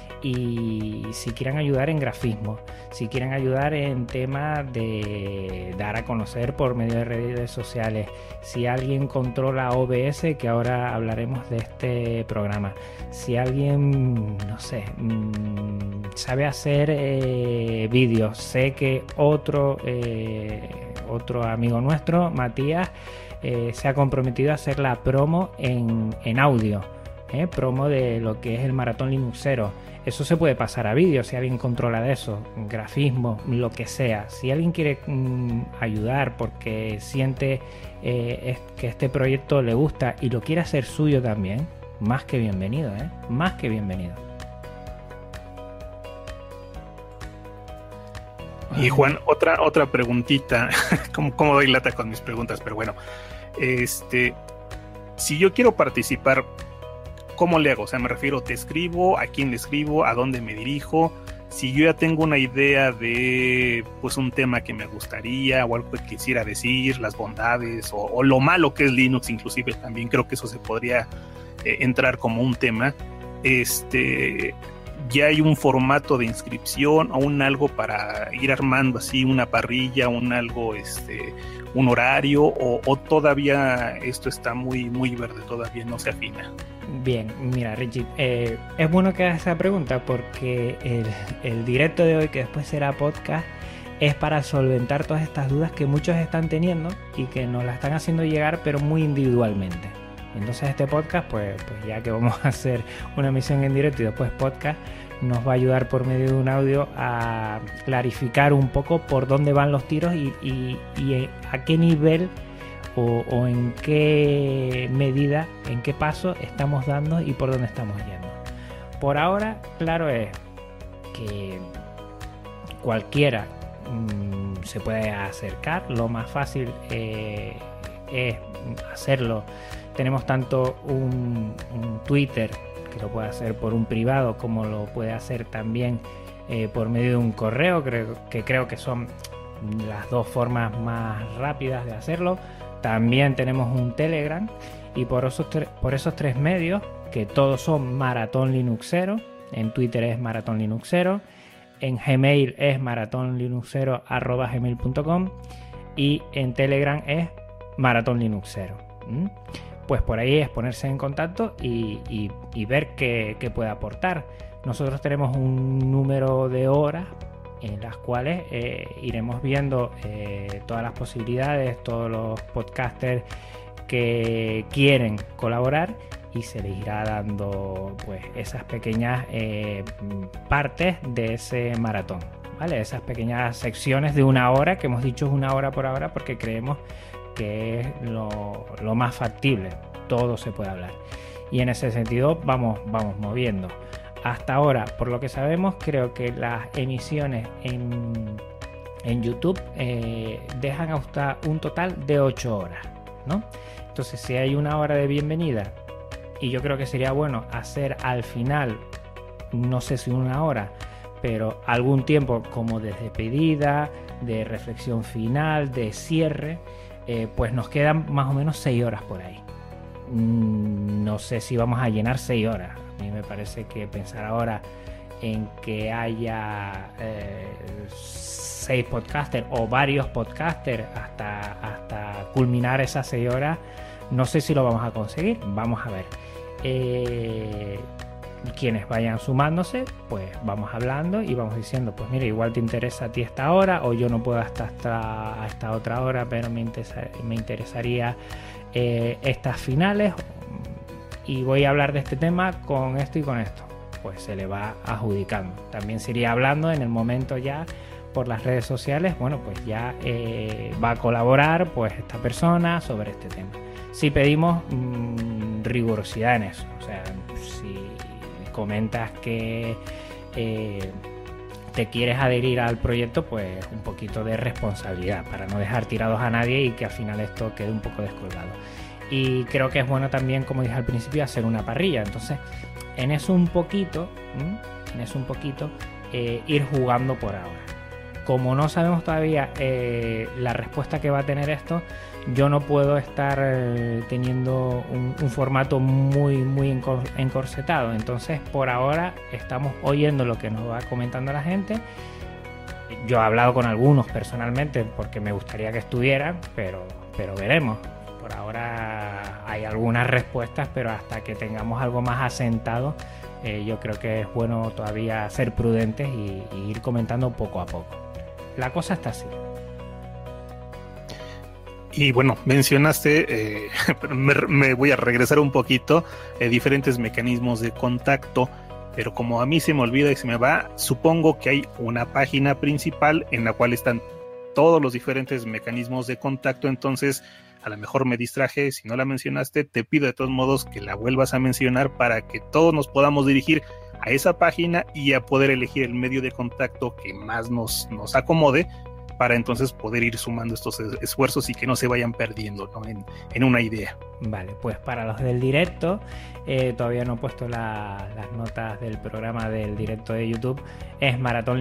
Y si quieren ayudar en grafismo, si quieren ayudar en temas de dar a conocer por medio de redes sociales, si alguien controla OBS, que ahora hablaremos de este programa, si alguien, sabe hacer vídeos, sé que otro amigo nuestro, Matías, se ha comprometido a hacer la promo en audio, promo de lo que es el maratón linuxero. Eso se puede pasar a vídeo si alguien controla de eso, grafismo, lo que sea. Si alguien quiere ayudar porque siente que este proyecto le gusta y lo quiere hacer suyo también, más que bienvenido, más que bienvenido.
Y Juan, otra preguntita, ¿cómo doy lata con mis preguntas? Pero bueno, si yo quiero participar, ¿cómo le hago? O sea, me refiero, ¿te escribo? ¿A quién le escribo? ¿A dónde me dirijo? Si yo ya tengo una idea de un tema que me gustaría o algo que quisiera decir, las bondades o lo malo que es Linux, inclusive también creo que eso se podría entrar como un tema. ¿Ya hay un formato de inscripción o algo para ir armando así una parrilla, un horario, o todavía esto está muy, muy verde, todavía no se afina?
Bien, mira, Richie, es bueno que hagas esa pregunta porque el directo de hoy, que después será podcast, es para solventar todas estas dudas que muchos están teniendo y que nos las están haciendo llegar, pero muy individualmente. Entonces este podcast, pues ya que vamos a hacer una emisión en directo y después podcast, nos va a ayudar por medio de un audio a clarificar un poco por dónde van los tiros y a qué nivel o en qué medida, en qué paso estamos dando y por dónde estamos yendo. Por ahora, claro es que cualquiera se puede acercar. Lo más fácil es hacerlo. Tenemos tanto un Twitter, que lo puede hacer por un privado, como lo puede hacer también por medio de un correo. Creo que son las dos formas más rápidas de hacerlo. También tenemos un Telegram, y por esos tres medios, que todos son Maratón Linuxero. En Twitter es Maratón Linuxero, en Gmail es maratonlinuxero@gmail.com y en Telegram es Maratón Linuxero. Pues por ahí es ponerse en contacto y ver qué puede aportar. Nosotros tenemos un número de horas en las cuales iremos viendo todas las posibilidades, todos los podcasters que quieren colaborar, y se les irá dando pues esas pequeñas partes de ese maratón, ¿vale? Esas pequeñas secciones de una hora, que hemos dicho es una hora por ahora porque creemos que es lo más factible. Todo se puede hablar, y en ese sentido vamos moviendo. Hasta ahora, por lo que sabemos, creo que las emisiones en YouTube dejan hasta un total de 8 horas, ¿no? Entonces, si hay una hora de bienvenida, y yo creo que sería bueno hacer al final, no sé si una hora, pero algún tiempo como de despedida, de reflexión final, de cierre, pues nos quedan más o menos 6 horas por ahí. No sé si vamos a llenar 6 horas. A mí me parece que pensar ahora en que haya 6 podcasters o varios podcasters hasta culminar esas 6 horas, no sé si lo vamos a conseguir. Vamos a ver. Quienes vayan sumándose, pues vamos hablando y vamos diciendo, pues mira, igual te interesa a ti esta hora, o yo no puedo hasta esta otra hora, pero me interesaría estas finales, y voy a hablar de este tema con esto y con esto. Pues se le va adjudicando. También se iría hablando en el momento ya por las redes sociales, bueno, pues ya va a colaborar pues esta persona sobre este tema. Si pedimos rigurosidad en eso, o sea, si comentas que te quieres adherir al proyecto, pues un poquito de responsabilidad para no dejar tirados a nadie y que al final esto quede un poco descolgado. Y creo que es bueno también, como dije al principio, hacer una parrilla. Entonces, en eso un poquito, ir jugando por ahora. Como no sabemos todavía la respuesta que va a tener esto, yo no puedo estar teniendo un formato muy encorsetado. Entonces, por ahora estamos oyendo lo que nos va comentando la gente. Yo he hablado con algunos personalmente porque me gustaría que estuvieran, pero veremos. Por ahora hay algunas respuestas, pero hasta que tengamos algo más asentado, yo creo que es bueno todavía ser prudentes y ir comentando poco a poco. La cosa está así.
Y bueno, mencionaste, me voy a regresar un poquito, diferentes mecanismos de contacto, pero como a mí se me olvida y se me va, supongo que hay una página principal en la cual están todos los diferentes mecanismos de contacto. Entonces, a lo mejor me distraje, si no la mencionaste, te pido de todos modos que la vuelvas a mencionar para que todos nos podamos dirigir a esa página y a poder elegir el medio de contacto que más nos acomode, para entonces poder ir sumando estos esfuerzos y que no se vayan perdiendo, ¿no? en una idea. Vale, pues para los del directo, todavía no he puesto las notas del programa del directo de YouTube, es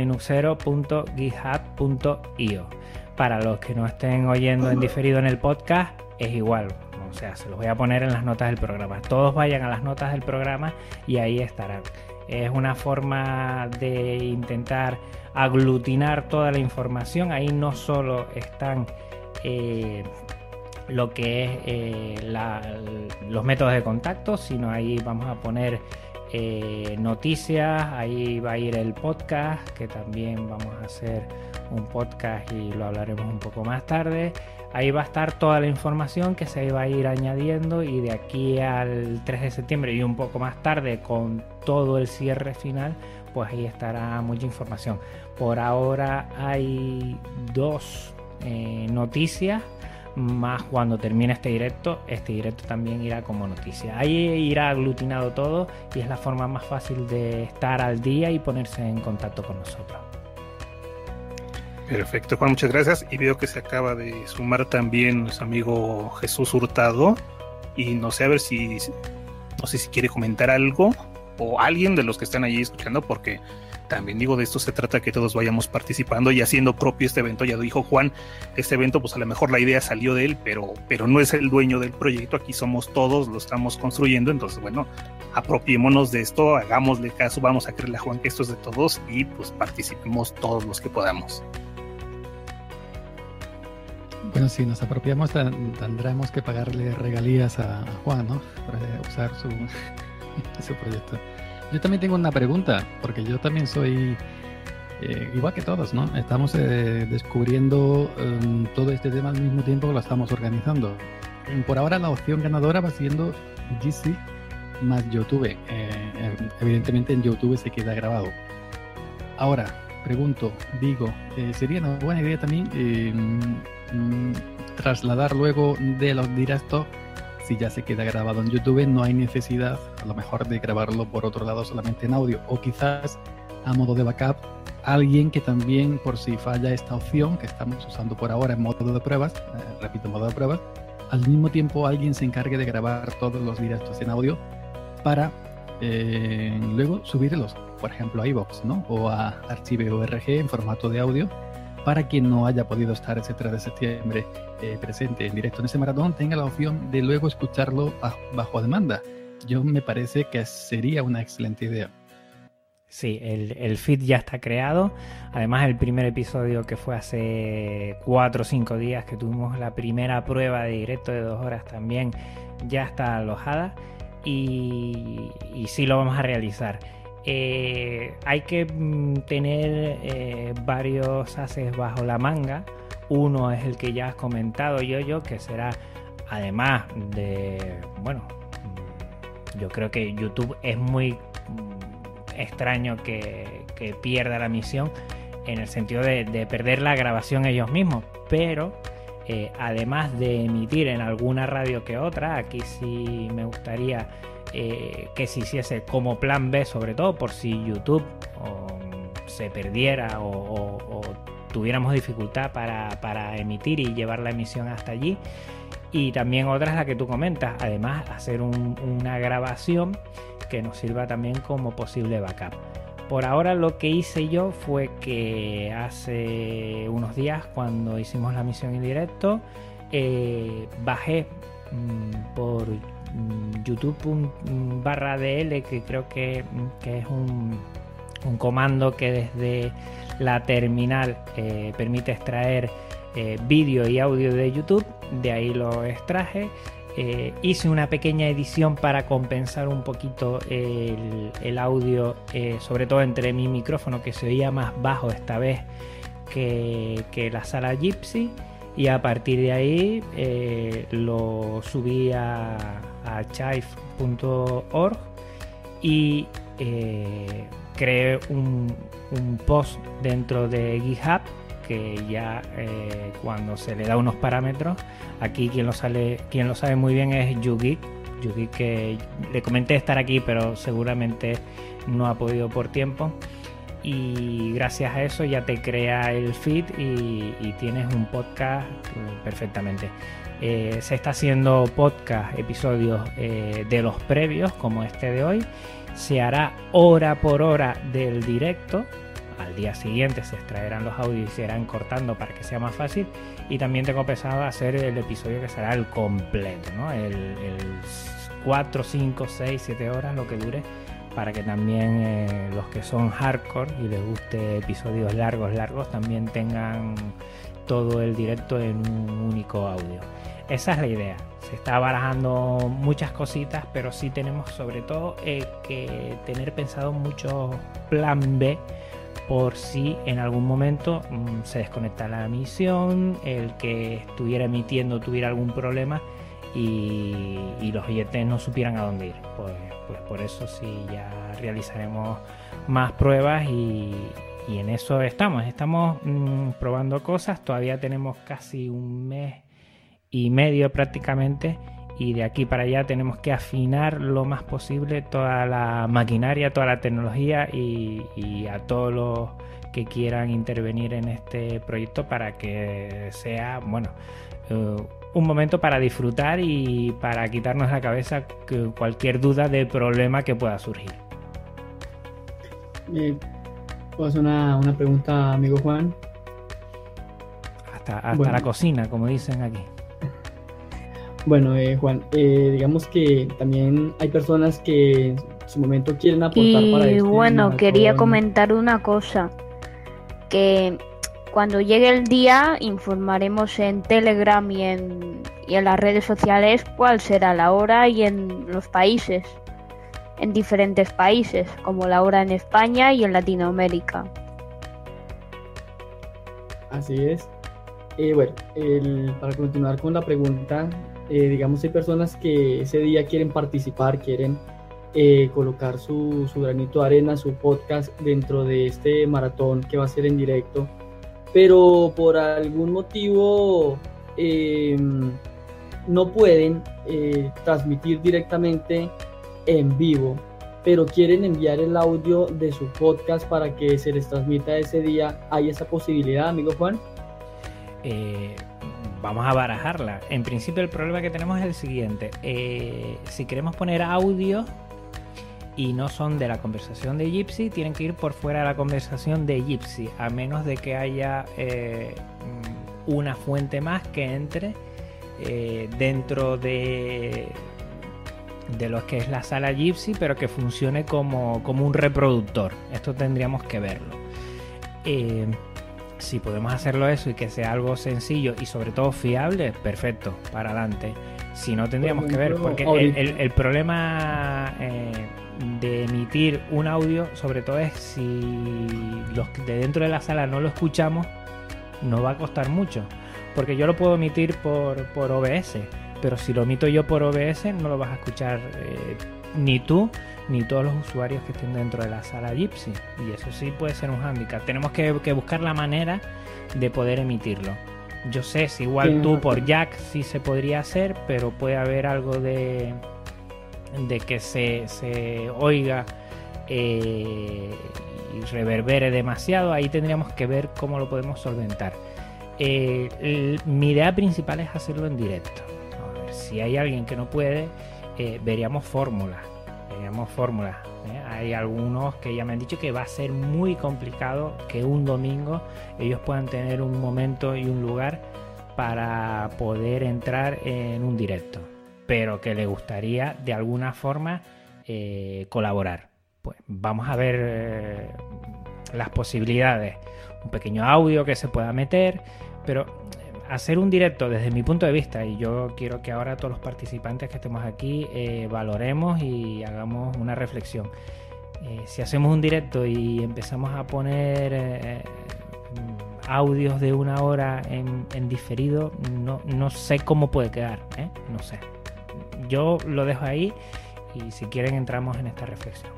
maratonlinuxero.github.io. Para los que no estén oyendo en diferido en el podcast, es igual, o sea, se los voy a poner en las notas del programa. Todos vayan a las notas del programa y ahí estarán. Es una forma de intentar aglutinar toda la información. Ahí no solo están lo que es los métodos de contacto, sino ahí vamos a poner noticias, ahí va a ir el podcast, que también vamos a hacer un podcast y lo hablaremos un poco más tarde. Ahí va a estar toda la información que se va a ir añadiendo, y de aquí al 3 de septiembre y un poco más tarde con todo el cierre final, pues ahí estará mucha información. Por ahora hay 2 noticias, más cuando termine este directo también irá como noticia. Ahí irá aglutinado todo y es la forma más fácil de estar al día y ponerse en contacto con nosotros. Perfecto, Juan, muchas gracias. Y veo que se acaba de sumar también nuestro amigo Jesús Hurtado. Y no sé, a ver si quiere comentar algo, o alguien de los que están allí escuchando, porque también digo, de esto se trata, que todos vayamos participando y haciendo propio este evento. Ya lo dijo Juan, este evento, pues a lo mejor la idea salió de él, pero no es el dueño del proyecto. Aquí somos todos, lo estamos construyendo. Entonces, bueno, apropiémonos de esto, hagámosle caso, vamos a creerle a Juan que esto es de todos y pues participemos todos los que podamos.
Bueno, si nos apropiamos, tendremos que pagarle regalías a Juan, ¿no? Para usar su proyecto. Yo también tengo una pregunta, porque yo también soy igual que todos, ¿no? Estamos descubriendo todo este tema al mismo tiempo que lo estamos organizando. Por ahora la opción ganadora va siendo Jitsi más YouTube. Evidentemente en YouTube se queda grabado. Ahora, pregunto, digo, sería una buena idea también trasladar luego de los directos. Si ya se queda grabado en YouTube, no hay necesidad a lo mejor de grabarlo por otro lado solamente en audio, o quizás a modo de backup, alguien que también, por si falla esta opción que estamos usando por ahora en modo de pruebas, repito, modo de pruebas, al mismo tiempo alguien se encargue de grabar todos los directos en audio para luego subirlos, por ejemplo a iVoox, ¿no? O a Archive.org en formato de audio, para quien no haya podido estar ese 3 de septiembre presente en directo en ese maratón, tenga la opción de luego escucharlo bajo demanda. Yo me parece que sería una excelente idea.
Sí, el feed ya está creado. Además, el primer episodio, que fue hace 4 o 5 días que tuvimos la primera prueba de directo de 2 horas, también ya está alojada y sí lo vamos a realizar. Hay que tener varios ases bajo la manga. Uno es el que ya has comentado, yo, que será, además de, bueno, yo creo que YouTube es muy extraño que pierda la misión, en el sentido de perder la grabación ellos mismos, pero además de emitir en alguna radio que otra, aquí sí me gustaría que se hiciese como plan B, sobre todo por si YouTube se perdiera o tuviéramos dificultad para emitir y llevar la emisión hasta allí. Y también otra es la que tú comentas, además hacer una grabación que nos sirva también como posible backup. Por ahora lo que hice yo fue que hace unos días, cuando hicimos la misión en directo, bajé por youtube.com/dl, que creo que es un comando que desde la terminal permite extraer vídeo y audio de YouTube. De ahí lo extraje. Hice una pequeña edición para compensar un poquito el audio, sobre todo entre mi micrófono, que se oía más bajo esta vez que la sala Jitsi, y a partir de ahí lo subí a chive.org y creé un post dentro de GitHub, que ya cuando se le da unos parámetros, aquí quien lo sabe muy bien es Yugi, que le comenté estar aquí, pero seguramente no ha podido por tiempo, y gracias a eso ya te crea el feed y tienes un podcast perfectamente. Se está haciendo podcast, episodios de los previos, como este de hoy. Se hará hora por hora del directo. Al día siguiente se extraerán los audios y se irán cortando para que sea más fácil. Y también tengo pensado hacer el episodio que será el completo, ¿no? El 4, 5, 6, 7 horas, lo que dure, para que también los que son hardcore y les guste episodios largos también tengan todo el directo en un único audio. Esa es la idea. Se está barajando muchas cositas, pero sí tenemos sobre todo que tener pensado mucho plan B, por si en algún momento se desconecta la emisión, el que estuviera emitiendo tuviera algún problema y los oyentes no supieran a dónde ir. Pues por eso sí ya realizaremos más pruebas y en eso estamos probando cosas. Todavía tenemos casi un mes y medio prácticamente, y de aquí para allá tenemos que afinar lo más posible toda la maquinaria, toda la tecnología y a todos los que quieran intervenir en este proyecto para que sea, bueno, un momento para disfrutar y para quitarnos la cabeza cualquier duda de problema que pueda surgir.
¿Puedo hacer una pregunta, amigo Juan?
Hasta bueno, la cocina, como dicen aquí.
Bueno, Juan, digamos que también hay personas que en su momento quieren aportar para
esto. Y bueno, quería comentar una cosa, que cuando llegue el día informaremos en Telegram y en las redes sociales cuál será la hora y en los países, en diferentes países, como la hora en España y en Latinoamérica.
Así es. Bueno, para continuar con la pregunta, digamos hay personas que ese día quieren participar, quieren colocar su granito de arena, su podcast dentro de este maratón que va a ser en directo, pero por algún motivo no pueden transmitir directamente en vivo, pero quieren enviar el audio de su podcast para que se les transmita ese día. ¿Hay esa posibilidad, amigo Juan?
Vamos a barajarla. En principio el problema que tenemos es el siguiente. Si queremos poner audio y no son de la conversación de Jitsi, tienen que ir por fuera de la conversación de Jitsi, a menos de que haya una fuente más que entre dentro de lo que es la sala Jitsi, pero que funcione como un reproductor. Esto tendríamos que verlo. Si podemos hacerlo eso y que sea algo sencillo y sobre todo fiable, perfecto, para adelante. Si no, tendríamos que ver, porque el problema de emitir un audio, sobre todo es si los de dentro de la sala no lo escuchamos, nos va a costar mucho, porque yo lo puedo emitir por OBS, pero si lo emito yo por OBS no lo vas a escuchar ni tú ni todos los usuarios que estén dentro de la sala Jitsi, y eso sí puede ser un hándicap. Tenemos que buscar la manera de poder emitirlo. Yo sé si igual tú por Jack sí se podría hacer, pero puede haber algo de que se oiga y reverbere demasiado. Ahí tendríamos que ver cómo lo podemos solventar. Mi idea principal es hacerlo en directo. A ver, si hay alguien que no puede, veríamos fórmulas. Hay algunos que ya me han dicho que va a ser muy complicado que un domingo ellos puedan tener un momento y un lugar para poder entrar en un directo, pero que les gustaría de alguna forma colaborar. Pues vamos a ver las posibilidades, un pequeño audio que se pueda meter, pero hacer un directo desde mi punto de vista, y yo quiero que ahora todos los participantes que estemos aquí valoremos y hagamos una reflexión. Si hacemos un directo y empezamos a poner audios de una hora en diferido, no sé cómo puede quedar, no sé. Yo lo dejo ahí y si quieren entramos en esta reflexión.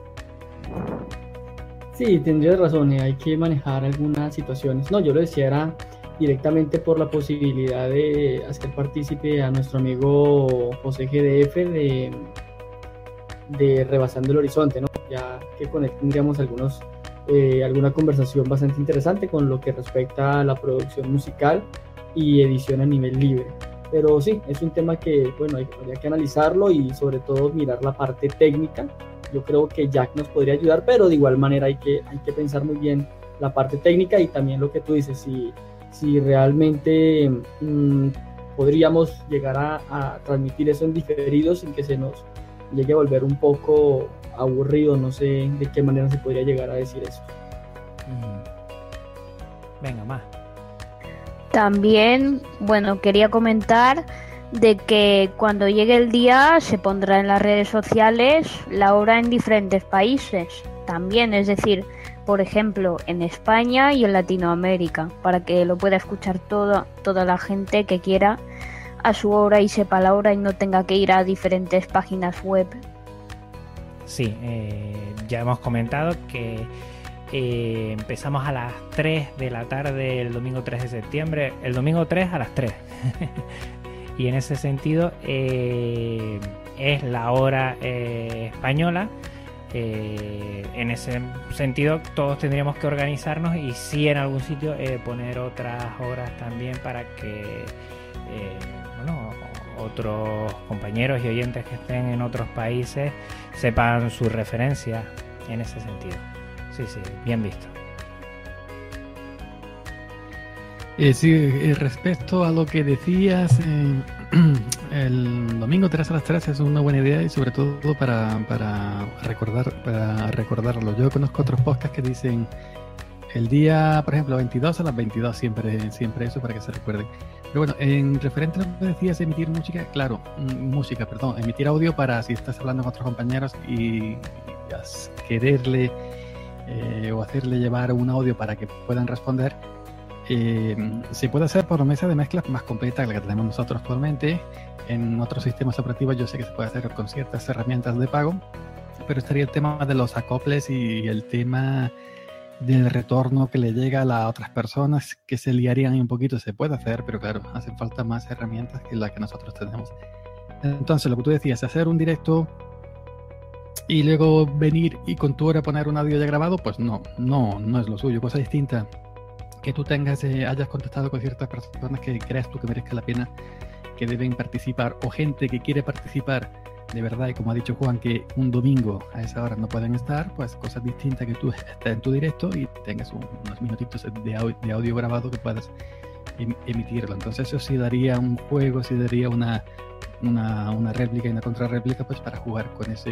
Sí, tendrías razón, hay que manejar algunas situaciones. No, yo lo decía era directamente por la posibilidad de hacer partícipe a nuestro amigo José GDF de Rebasando el Horizonte, ¿no? Ya que con él tendríamos alguna conversación bastante interesante con lo que respecta a la producción musical y edición a nivel libre. Pero sí, es un tema que, bueno, habría que analizarlo y sobre todo mirar la parte técnica. Yo creo que Jack nos podría ayudar, pero de igual manera hay que pensar muy bien la parte técnica y también lo que tú dices, si realmente podríamos llegar a transmitir eso en diferido sin que se nos llegue a volver un poco aburrido. No sé de qué manera se podría llegar a decir eso.
Venga, más.
También, bueno, quería comentar de que cuando llegue el día se pondrá en las redes sociales la hora en diferentes países también, es decir, por ejemplo, en España y en Latinoamérica, para que lo pueda escuchar toda la gente que quiera a su hora y sepa la hora y no tenga que ir a diferentes páginas web.
Sí, ya hemos comentado que empezamos a las 3 de la tarde el domingo 3 de septiembre, el domingo 3 a las 3. y en ese sentido es la hora española. En ese sentido todos tendríamos que organizarnos y sí en algún sitio poner otras horas también para que otros compañeros y oyentes que estén en otros países sepan su referencia en ese sentido. Sí, bien visto.
Sí, respecto a lo que decías, el domingo 3 a las 3 es una buena idea y sobre todo para recordarlo. Yo conozco otros podcasts que dicen el día, por ejemplo, 22 a las 22, siempre eso para que se recuerden. Pero bueno, en referente a lo que decías, emitir emitir audio para si estás hablando con otros compañeros y quererle o hacerle llevar un audio para que puedan responder. Se puede hacer por mesa de mezclas más completa que la que tenemos nosotros actualmente. En otros sistemas operativos yo sé que se puede hacer con ciertas herramientas de pago, pero estaría el tema de los acoples y el tema del retorno que le llega a las otras personas, que se liarían un poquito. Se puede hacer, pero claro, hacen falta más herramientas que las que nosotros tenemos. Entonces, lo que tú decías, hacer un directo y luego venir y con tu hora poner un audio ya grabado, pues no es lo suyo. Cosa distinta que tú hayas contactado con ciertas personas que creas tú que merezca la pena, que deben participar, o gente que quiere participar de verdad, y como ha dicho Juan, que un domingo a esa hora no pueden estar, pues cosas distintas que tú estés en tu directo y tengas unos minutitos de audio grabado que puedas emitirlo. Entonces eso sí daría un juego, sí daría una réplica y una contrarréplica, pues para jugar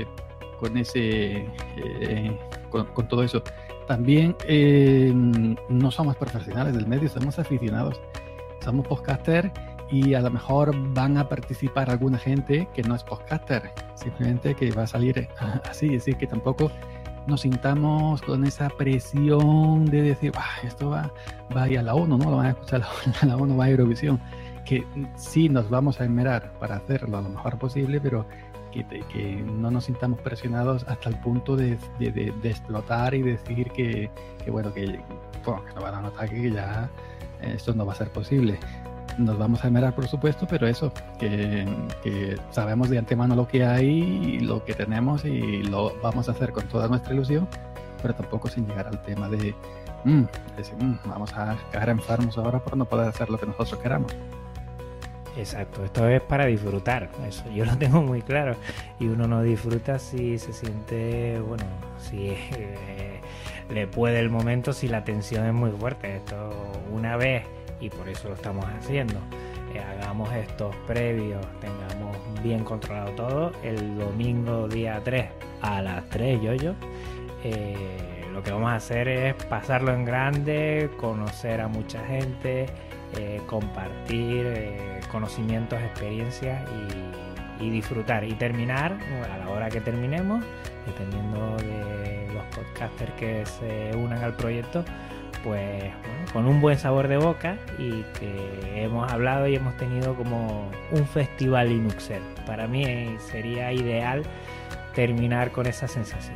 con todo eso. También no somos profesionales del medio, somos aficionados, somos podcasters y a lo mejor van a participar alguna gente que no es podcaster, simplemente que va a salir así, así que tampoco nos sintamos con esa presión de decir, esto va a ir a la ONU, ¿no? Lo van a escuchar a la ONU, va a Eurovisión, que sí nos vamos a esmerar para hacerlo lo mejor posible, pero que no nos sintamos presionados hasta el punto de explotar y decir que no van a notar que ya esto no va a ser posible. Nos vamos a esmerar, por supuesto, pero eso, que sabemos de antemano lo que hay y lo que tenemos y lo vamos a hacer con toda nuestra ilusión, pero tampoco sin llegar al tema de decir, vamos a caer enfermos ahora por no poder hacer lo que nosotros queramos.
Exacto, esto es para disfrutar, eso yo lo tengo muy claro, y uno no disfruta si se siente, si le puede el momento, si la tensión es muy fuerte. Esto una vez, y por eso lo estamos haciendo, hagamos estos previos, tengamos bien controlado todo, el domingo día 3 a las 3 lo que vamos a hacer es pasarlo en grande, conocer a mucha gente, compartir conocimientos, experiencias y disfrutar y terminar a la hora que terminemos, dependiendo de los podcasters que se unan al proyecto, pues con un buen sabor de boca y que hemos hablado y hemos tenido como un festival Linuxero. Para mí sería ideal terminar con esa sensación.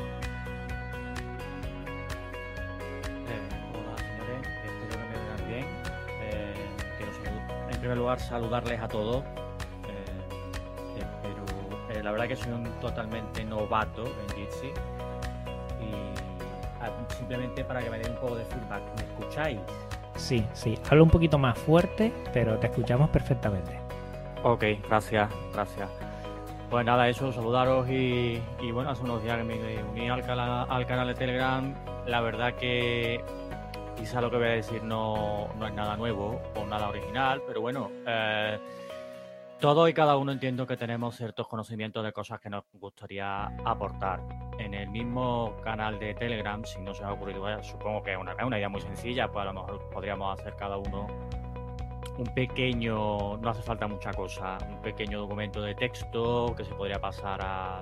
En primer lugar, saludarles a todos, pero la verdad que soy un totalmente novato en Jitsi y simplemente para que me den un poco de feedback. ¿Me escucháis?
Sí, hablo un poquito más fuerte, pero te escuchamos perfectamente.
Ok, gracias. Pues nada, eso, saludaros y hace unos días que me uní al canal de Telegram. La verdad que quizá lo que voy a decir no es nada nuevo o nada original, pero todos y cada uno entiendo que tenemos ciertos conocimientos de cosas que nos gustaría aportar. En el mismo canal de Telegram, si no se os ha ocurrido, supongo que es una idea muy sencilla, pues a lo mejor podríamos hacer cada uno un pequeño, no hace falta mucha cosa, un pequeño documento de texto que se podría pasar a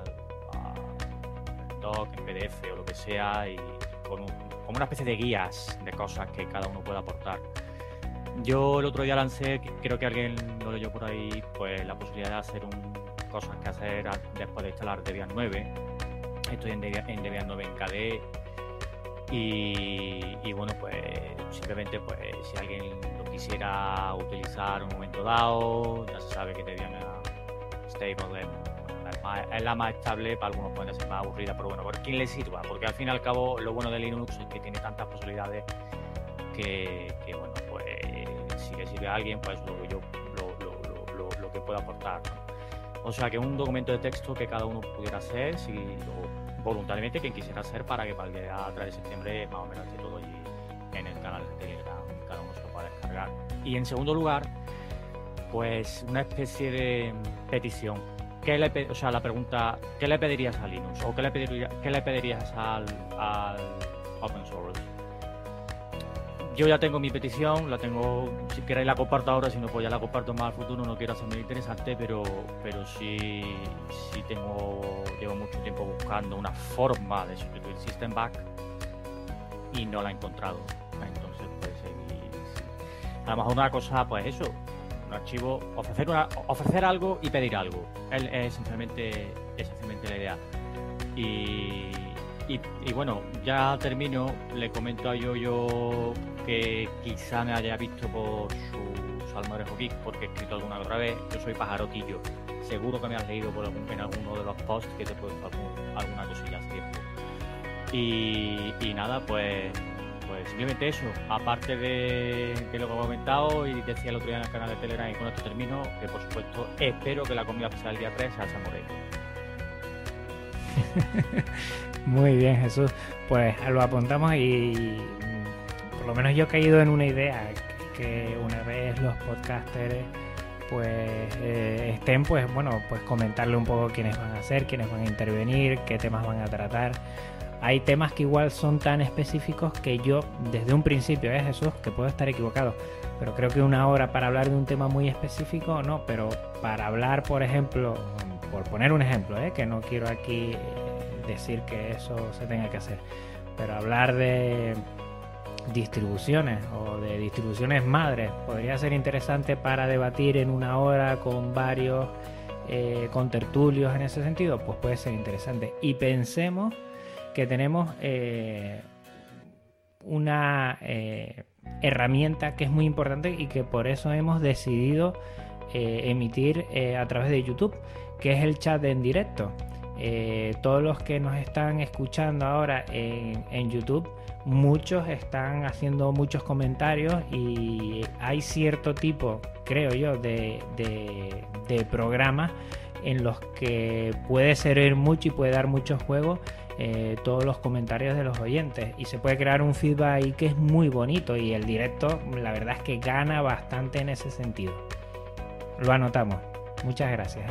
doc, en PDF o lo que sea, y como una especie de guías de cosas que cada uno pueda aportar. Yo el otro día lancé, creo que alguien lo leyó por ahí, pues la posibilidad de hacer cosas que hacer después de instalar Debian 9. Estoy en Debian 9 en KDE Y bueno, pues simplemente pues si alguien lo quisiera utilizar en un momento dado, ya se sabe que Debian Stable es la más estable. Para algunos puede ser más aburrida, pero bueno, por quien le sirva, porque al fin y al cabo lo bueno de Linux es que tiene tantas posibilidades que bueno, pues si le sirve a alguien, pues lo que pueda aportar, ¿no? O sea que un documento de texto que cada uno pudiera hacer, voluntariamente quien quisiera hacer, para que para el día 3 de septiembre más o menos esté todo allí en el canal de Telegram, cada uno se lo pueda descargar. Y en segundo lugar, pues una especie de petición. La pregunta, ¿qué le pedirías a Linux? ¿O qué le pedirías al open source? Yo ya tengo mi petición, la tengo, si queréis la comparto ahora, si no pues ya la comparto más al futuro, no quiero hacerme interesante, pero sí llevo mucho tiempo buscando una forma de sustituir System Back y no la he encontrado. Entonces, pues a lo mejor una cosa, pues eso, un archivo, ofrecer algo y pedir algo. Es esencialmente la idea. Y bueno, ya termino, le comento a Yoyo que quizá me haya visto por su Salmorejo Geek, porque he escrito alguna otra vez. Yo soy Pajarotillo. Seguro que me has leído en alguno de los posts que te he puesto alguna cosilla así. Y nada, pues simplemente eso. Aparte de lo que he comentado y decía el otro día en el canal de Telegram, y con esto termino, que por supuesto espero que la comida oficial del día 3 sea Salmorejo.
Muy bien, Jesús. Pues lo apuntamos y por lo menos yo he caído en una idea, que una vez los podcasters pues estén, pues bueno, pues comentarle un poco quiénes van a ser, quiénes van a intervenir, qué temas van a tratar. Hay temas que igual son tan específicos que yo desde un principio, Jesús, que puedo estar equivocado, pero creo que una hora para hablar de un tema muy específico no, pero para hablar, por ejemplo, por poner un ejemplo, que no quiero aquí decir que eso se tenga que hacer, pero hablar de distribuciones o de distribuciones madres podría ser interesante para debatir en una hora con varios contertulios en ese sentido, pues puede ser interesante. Y pensemos que tenemos una herramienta que es muy importante y que por eso hemos decidido emitir a través de YouTube, que es el chat en directo. Todos los que nos están escuchando ahora en YouTube, muchos están haciendo muchos comentarios y hay cierto tipo, creo yo, de programas en los que puede servir mucho y puede dar mucho juego todos los comentarios de los oyentes, y se puede crear un feedback ahí que es muy bonito, y el directo la verdad es que gana bastante en ese sentido. Lo anotamos. Muchas gracias.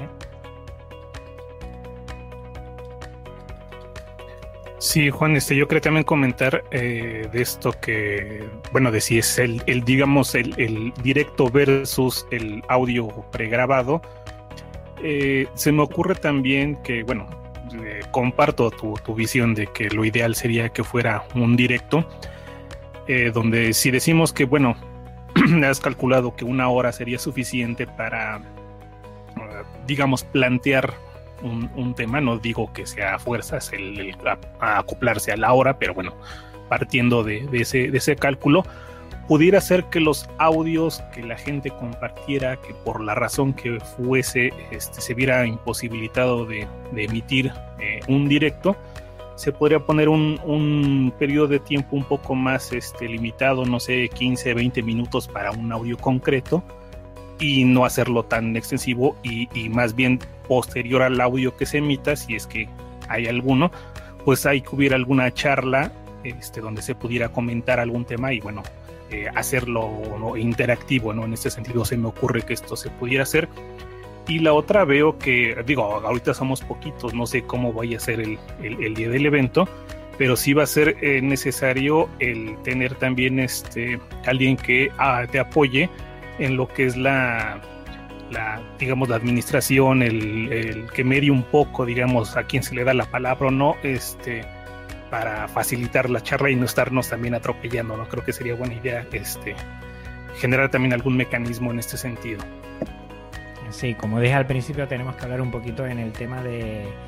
Sí, Juan, yo quería también comentar de esto que, bueno, de si es el directo versus el audio pregrabado. Se me ocurre también que, bueno, comparto tu visión de que lo ideal sería que fuera un directo, donde si decimos que, bueno, has calculado que una hora sería suficiente para, digamos, plantear un tema, no digo que sea a fuerzas a acoplarse a la hora, pero bueno, partiendo de ese cálculo, pudiera ser que los audios que la gente compartiera, que por la razón que fuese se viera imposibilitado de emitir un directo, se podría poner un periodo de tiempo un poco más limitado, no sé, 15, 20 minutos para un audio concreto, y no hacerlo tan extensivo y más bien posterior al audio que se emita, si es que hay alguno, pues ahí que hubiera alguna charla donde se pudiera comentar algún tema y bueno, hacerlo, ¿no?, interactivo, ¿no? En este sentido se me ocurre que esto se pudiera hacer. Y la otra, veo que, digo, ahorita somos poquitos, no sé cómo vaya a ser el día del evento, pero sí va a ser necesario el tener también alguien que te apoye en lo que es digamos, la administración, el que medie un poco, digamos, a quién se le da la palabra o no, para facilitar la charla y no estarnos también atropellando, ¿no? Creo que sería buena idea generar también algún mecanismo en este sentido.
Sí, como dije al principio, tenemos que hablar un poquito en el tema de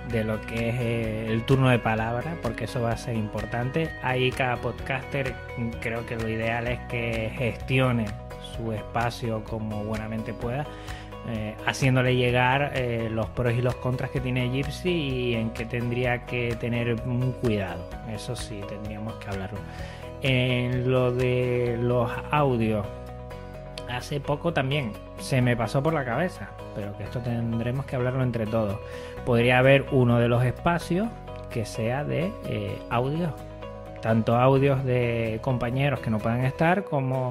de lo que es el turno de palabra, porque eso va a ser importante. Ahí cada podcaster, creo que lo ideal es que gestione su espacio como buenamente pueda, haciéndole llegar los pros y los contras que tiene Jitsi y en qué tendría que tener un cuidado. Eso sí, tendríamos que hablarlo. En lo de los audios, hace poco también se me pasó por la cabeza, pero que esto tendremos que hablarlo entre todos. Podría haber uno de los espacios que sea de audios, tanto audios de compañeros que no puedan estar como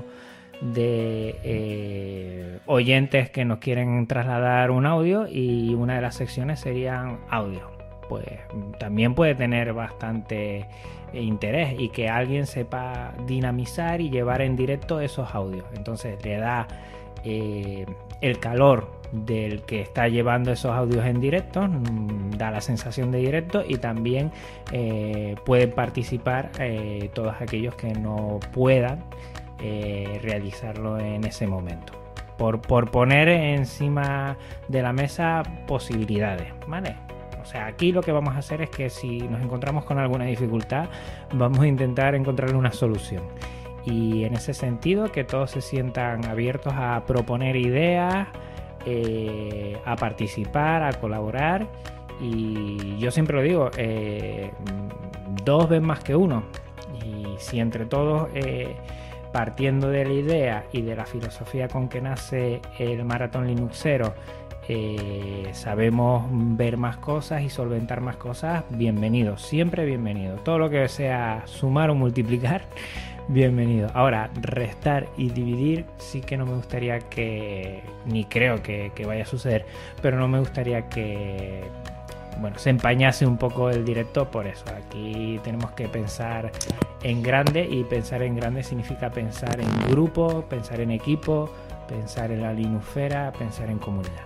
de oyentes que nos quieren trasladar un audio, y una de las secciones serían audios. Pues también puede tener bastante interés y que alguien sepa dinamizar y llevar en directo esos audios. Entonces le da el calor del que está llevando esos audios en directo, da la sensación de directo, y también pueden participar todos aquellos que no puedan realizarlo en ese momento. Por poner encima de la mesa posibilidades, ¿vale? O sea, aquí lo que vamos a hacer es que si nos encontramos con alguna dificultad, vamos a intentar encontrar una solución. Y en ese sentido, que todos se sientan abiertos a proponer ideas, a participar, a colaborar. Y yo siempre lo digo, dos ven más que uno. Y si entre todos, partiendo de la idea y de la filosofía con que nace el Maratón Linuxero, sabemos ver más cosas y solventar más cosas, bienvenido, siempre bienvenido. Todo lo que sea sumar o multiplicar, bienvenido. Ahora, restar y dividir sí que no me gustaría que, ni creo que vaya a suceder, pero no me gustaría que, bueno, se empañase un poco el directo por eso. Aquí tenemos que pensar en grande, y pensar en grande significa pensar en grupo, pensar en equipo, pensar en la Linuxera, pensar en comunidad.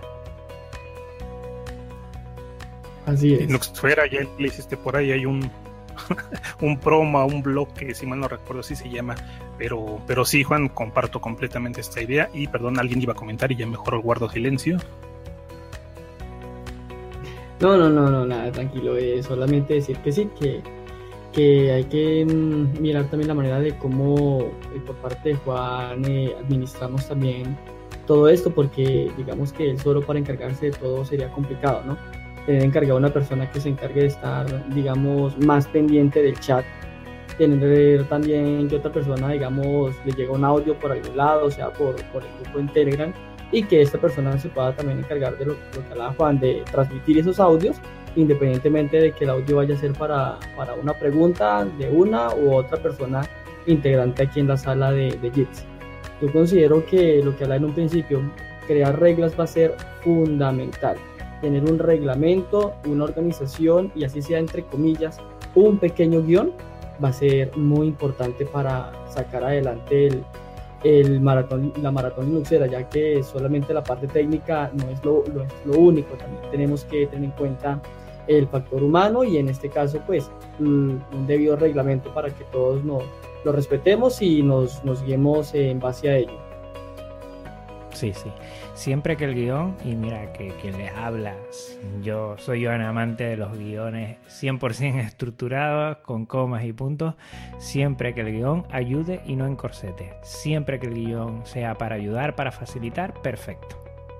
Así es.
Linuxera, ya le hiciste por ahí, hay un promo, un blog que si mal no recuerdo así se llama, pero sí, Juan, comparto completamente esta idea. Y perdón, alguien iba a comentar y ya mejor guardo silencio.
No, nada, tranquilo, solamente decir que sí, que hay que mirar también la manera de cómo por parte de Juan administramos también todo esto, porque digamos que él solo para encargarse de todo sería complicado, ¿no? Tener encargado a una persona que se encargue de estar, digamos, más pendiente del chat, tener también que otra persona, digamos, le llega un audio por algún lado, o sea, por el grupo en Telegram, y que esta persona se pueda también encargar de lo que hablaba Juan, de transmitir esos audios, independientemente de que el audio vaya a ser para una pregunta de una u otra persona integrante aquí en la sala de Jitsi. Yo considero que lo que hablaba en un principio, crear reglas va a ser fundamental. Tener un reglamento, una organización, y así sea entre comillas, un pequeño guión, va a ser muy importante para sacar adelante la maratón linuxera, ya que solamente la parte técnica no es lo único. También tenemos que tener en cuenta el factor humano, y en este caso pues un debido reglamento para que todos lo respetemos y nos guiemos en base a ello.
Sí, siempre que el guión, y mira que quien les habla, yo soy un amante de los guiones 100% estructurados, con comas y puntos, siempre que el guión ayude y no encorsete, siempre que el guión sea para ayudar, para facilitar, perfecto.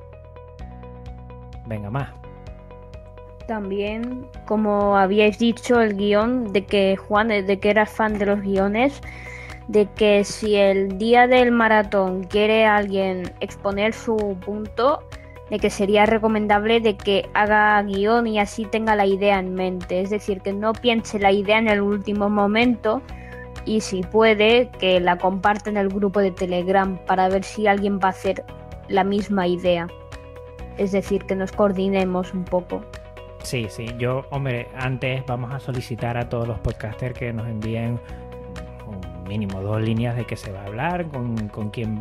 Venga, más.
También, como habíais dicho, el guión, de que Juan, de que eras fan de los guiones, de que si el día del maratón quiere alguien exponer su punto, de que sería recomendable de que haga guión y así tenga la idea en mente, es decir, que no piense la idea en el último momento, y si puede, que la comparte en el grupo de Telegram para ver si alguien va a hacer la misma idea, es decir, que nos coordinemos un poco.
Sí, yo, hombre, antes vamos a solicitar a todos los podcasters que nos envíen mínimo 2 líneas de qué se va a hablar, con quién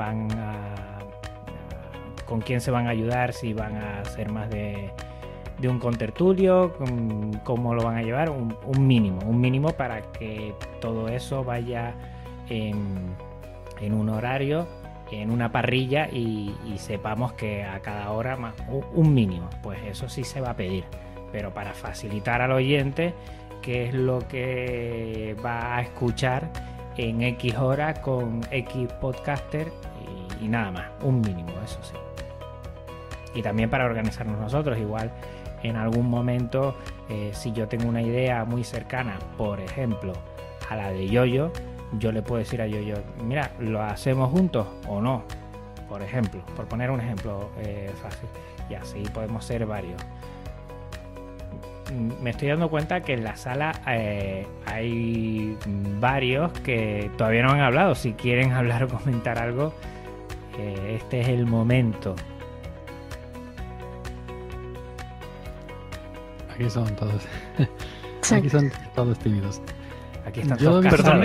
con quién se van a ayudar, si van a hacer más de un contertulio, cómo lo van a llevar, un mínimo para que todo eso vaya en un horario, en una parrilla, y sepamos que a cada hora más un mínimo, pues eso sí se va a pedir. pero para facilitar al oyente qué es lo que va a escuchar en X hora con X podcaster y nada más, un mínimo, eso sí. Y también para organizarnos nosotros, igual en algún momento, si yo tengo una idea muy cercana, por ejemplo, a la de Yoyo, yo le puedo decir a Yoyo, mira, ¿lo hacemos juntos o no? Por ejemplo, por poner un ejemplo fácil. Y así podemos ser varios. Me estoy dando cuenta que en la sala hay varios que todavía no han hablado. Si quieren hablar o comentar algo, este es el momento.
Aquí son todos. Aquí son todos tímidos.
Aquí están
Yo
todos
Perdón,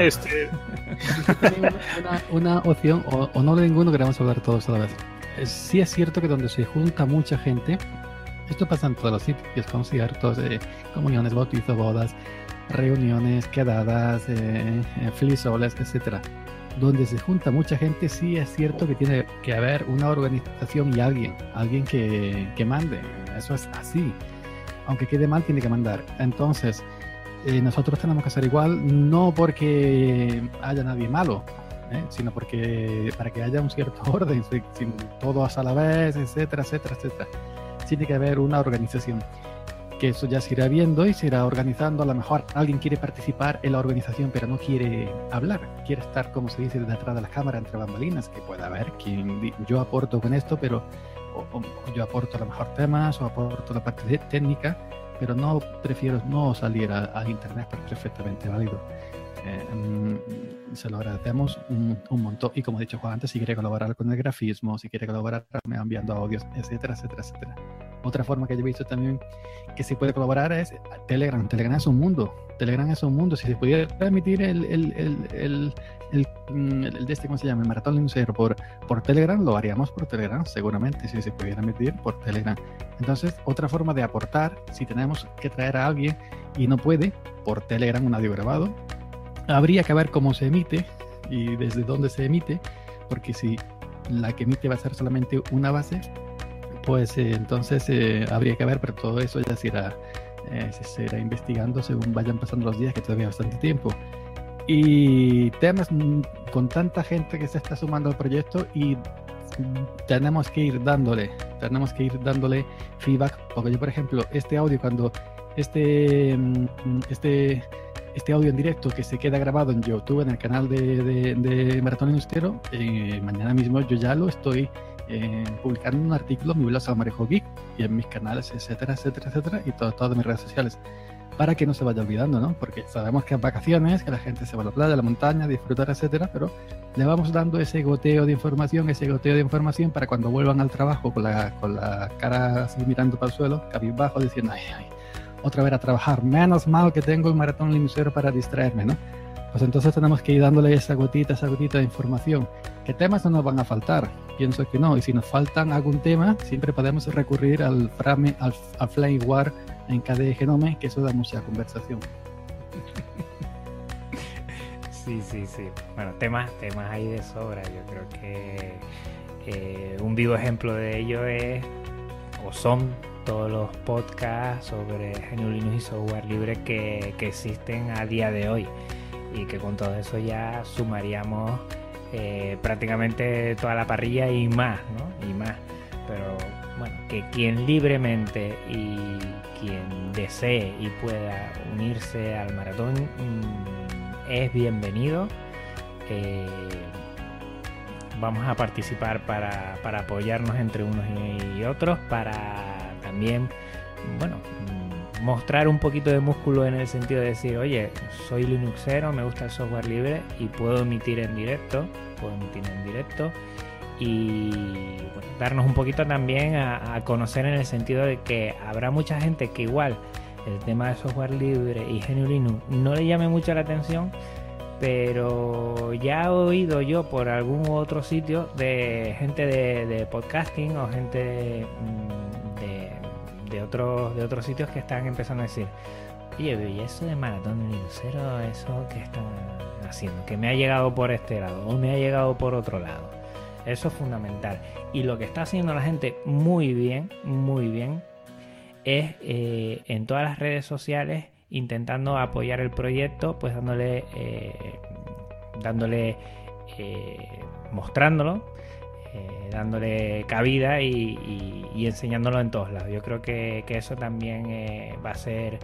una opción, o no de ninguno, queremos hablar todos a la vez. Sí es cierto que donde se junta mucha gente, esto pasa en todos los sitios, conciertos, comuniones, bautizos, bodas, reuniones, quedadas, filisoles, etcétera. Donde se junta mucha gente, sí es cierto que tiene que haber una organización y alguien que mande. Eso es así. Aunque quede mal, tiene que mandar. Entonces, nosotros tenemos que hacer igual, no porque haya nadie malo, sino porque para que haya un cierto orden, sin todos a la vez, etcétera, etcétera, etcétera. Tiene que haber una organización, que eso ya se irá viendo y se irá organizando. A lo mejor alguien quiere participar en la organización, pero no quiere hablar, quiere estar, como se dice, detrás de la cámara, entre bambalinas, que puede haber quien yo aporto con esto, pero o yo aporto a lo mejor temas, o aporto la parte técnica, pero no prefiero no salir a internet, porque es perfectamente válido. Se lo agradecemos un montón. Y como he dicho Juan antes, si quiere colaborar con el grafismo, si quiere colaborar enviando audios, etcétera, etcétera, etcétera. Otra forma que yo he visto también que se puede colaborar es Telegram. Telegram es un mundo. Telegram es un mundo. Si se pudiera emitir el de este, ¿cómo se llama? El Maratón Linuxero por Telegram, lo haríamos por Telegram, seguramente, si se pudiera emitir por Telegram. Entonces, otra forma de aportar, si tenemos que traer a alguien y no puede, por Telegram un audio grabado, habría que ver cómo se emite y desde dónde se emite, porque si la que emite va a ser solamente una base, pues entonces habría que ver, pero todo eso ya se irá investigando según vayan pasando los días, que todavía hay bastante tiempo. Y temas con tanta gente que se está sumando al proyecto, y tenemos que ir dándole feedback, porque yo, por ejemplo, este audio, cuando este audio en directo que se queda grabado en YouTube, en el canal de Maratón Linuxero, mañana mismo yo ya lo estoy publicando un artículo en mi blog Salmorejo Geek y en mis canales, etcétera, etcétera, etcétera, y todas mis redes sociales, para que no se vaya olvidando, ¿no? Porque sabemos que en vacaciones, que la gente se va a la playa, a la montaña, a disfrutar, etcétera, pero le vamos dando ese goteo de información para cuando vuelvan al trabajo con la cara así mirando para el suelo, cabizbajo, diciendo, ay, otra vez a trabajar, menos mal que tengo el Maratón Linuxero para distraerme, ¿no? Pues entonces tenemos que ir dándole esa gotita de información. ¿Qué temas no nos van a faltar? Pienso que no, y si nos faltan algún tema, siempre podemos recurrir al Flameware en KDE Genome, que eso da mucha conversación.
Sí. Bueno, temas hay de sobra. Yo creo que un vivo ejemplo de ello son todos los podcasts sobre GNU Linux y software libre que existen a día de hoy, y que con todo eso ya sumaríamos prácticamente toda la parrilla y más, ¿no? Y más. Pero bueno, que quien libremente y quien desee y pueda unirse al maratón es bienvenido. Vamos a participar para apoyarnos entre unos y otros, para también, bueno, mostrar un poquito de músculo en el sentido de decir, oye, soy linuxero, me gusta el software libre y puedo emitir en directo, y bueno, darnos un poquito también a conocer, en el sentido de que habrá mucha gente que igual el tema de software libre y GNU Linux no le llame mucho la atención, pero ya he oído yo por algún otro sitio de gente de podcasting o gente de otros sitios que están empezando a decir, oye, ¿y eso de Maratón Linuxero, eso que están haciendo? Que me ha llegado por este lado o me ha llegado por otro lado. Eso es fundamental. Y lo que está haciendo la gente muy bien, es en todas las redes sociales intentando apoyar el proyecto, pues mostrándolo, dándole cabida y enseñándolo en todos lados. Yo creo que eso también va a ser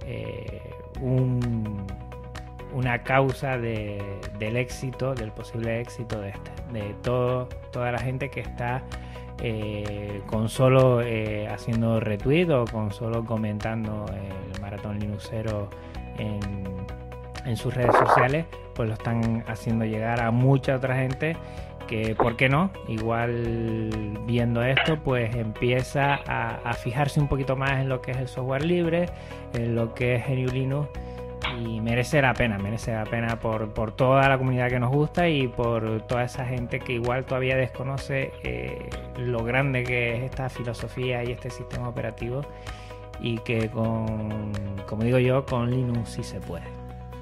una causa del éxito, del posible éxito de toda la gente que está con solo haciendo retweet o con solo comentando el Maratón Linuxero en sus redes sociales, pues lo están haciendo llegar a mucha otra gente que, ¿por qué no? Igual viendo esto, pues empieza a fijarse un poquito más en lo que es el software libre, en lo que es GNU Linux, y merece la pena por toda la comunidad que nos gusta y por toda esa gente que igual todavía desconoce lo grande que es esta filosofía y este sistema operativo, y que como digo yo, con Linux sí se puede.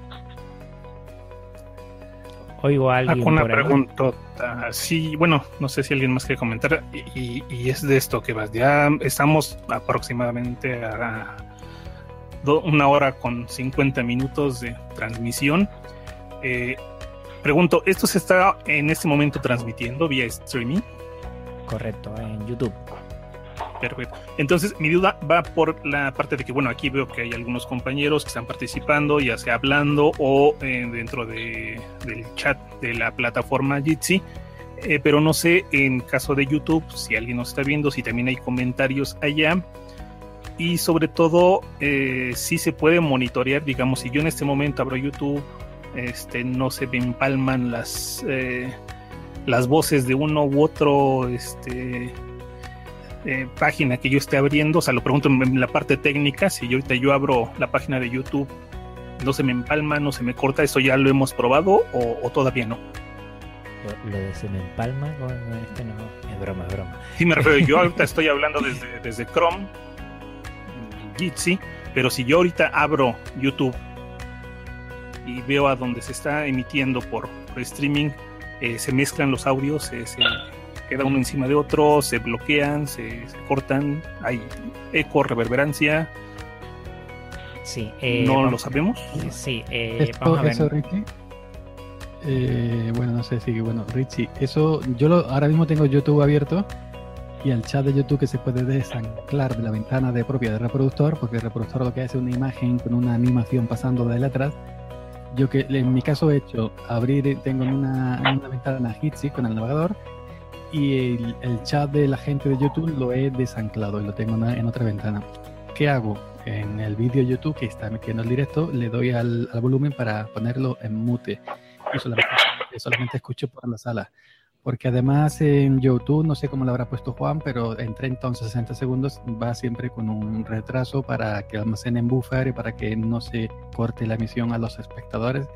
Oigo a alguien
una
por ahí.
preguntota. Sí, bueno, no sé si alguien más quiere comentar, y es de esto que vas. Ya estamos aproximadamente a 1 hora con 50 minutos de transmisión. Pregunto, ¿esto se está en este momento transmitiendo vía streaming?
Correcto, en YouTube.
Perfecto. Entonces, mi duda va por la parte de que, bueno, aquí veo que hay algunos compañeros que están participando, ya sea hablando o dentro del chat de la plataforma Jitsi, pero no sé, en caso de YouTube, si alguien nos está viendo, si también hay comentarios allá, y sobre todo, si se puede monitorear, digamos, si yo en este momento abro YouTube, no se me empalman las voces de uno u otro, página que yo esté abriendo. O sea, lo pregunto en la parte técnica, si ahorita yo abro la página de YouTube, no se me empalma, no se me corta. ¿Eso ya lo hemos probado o todavía no?
Lo de se me empalma con no, es broma.
Sí, me refiero, yo ahorita estoy hablando desde Chrome, Jitsi, pero si yo ahorita abro YouTube y veo a donde se está emitiendo por streaming, se mezclan los audios, se queda uno encima de otro, se bloquean, se cortan, hay eco, reverberancia.
Sí,
¿no lo sabemos?
Sí, vamos a ver.
Eso, Richie. Bueno, no sé si, Richie, eso, ahora mismo tengo YouTube abierto y el chat de YouTube que se puede desanclar de la ventana propia del reproductor, porque el reproductor lo que hace es una imagen con una animación pasando de letras. Yo que en mi caso he hecho tengo en una ventana Jitsi con el navegador, y el chat de la gente de YouTube lo he desanclado y lo tengo en otra ventana. ¿Qué hago? En el vídeo YouTube que está emitiendo el directo, le doy al volumen para ponerlo en mute y solamente escucho por la sala, porque además en YouTube, no sé cómo lo habrá puesto Juan, pero en 30 o 60 segundos va siempre con un retraso para que almacene en buffer y para que no se corte la emisión a los espectadores.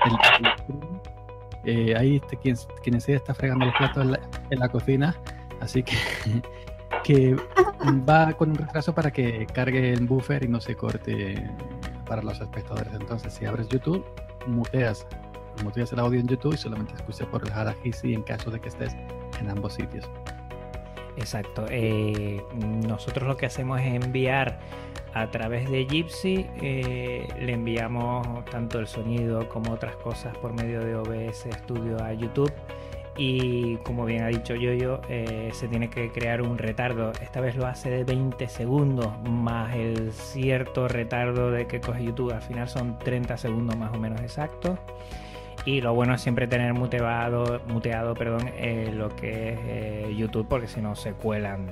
Ahí quien sea está fregando los platos en la cocina, así que va con un retraso para que cargue el buffer y no se corte para los espectadores. Entonces, si abres YouTube, muteas el audio en YouTube y solamente escuchas por el Jitsi en caso de que estés en ambos sitios.
Exacto. Nosotros lo que hacemos es enviar a través de Jitsi, le enviamos tanto el sonido como otras cosas por medio de OBS Studio a YouTube, y como bien ha dicho Yoyo, se tiene que crear un retardo. Esta vez lo hace de 20 segundos más el cierto retardo de que coge YouTube. Al final son 30 segundos más o menos exactos. Y lo bueno es siempre tener muteado lo que es YouTube, porque si no se cuelan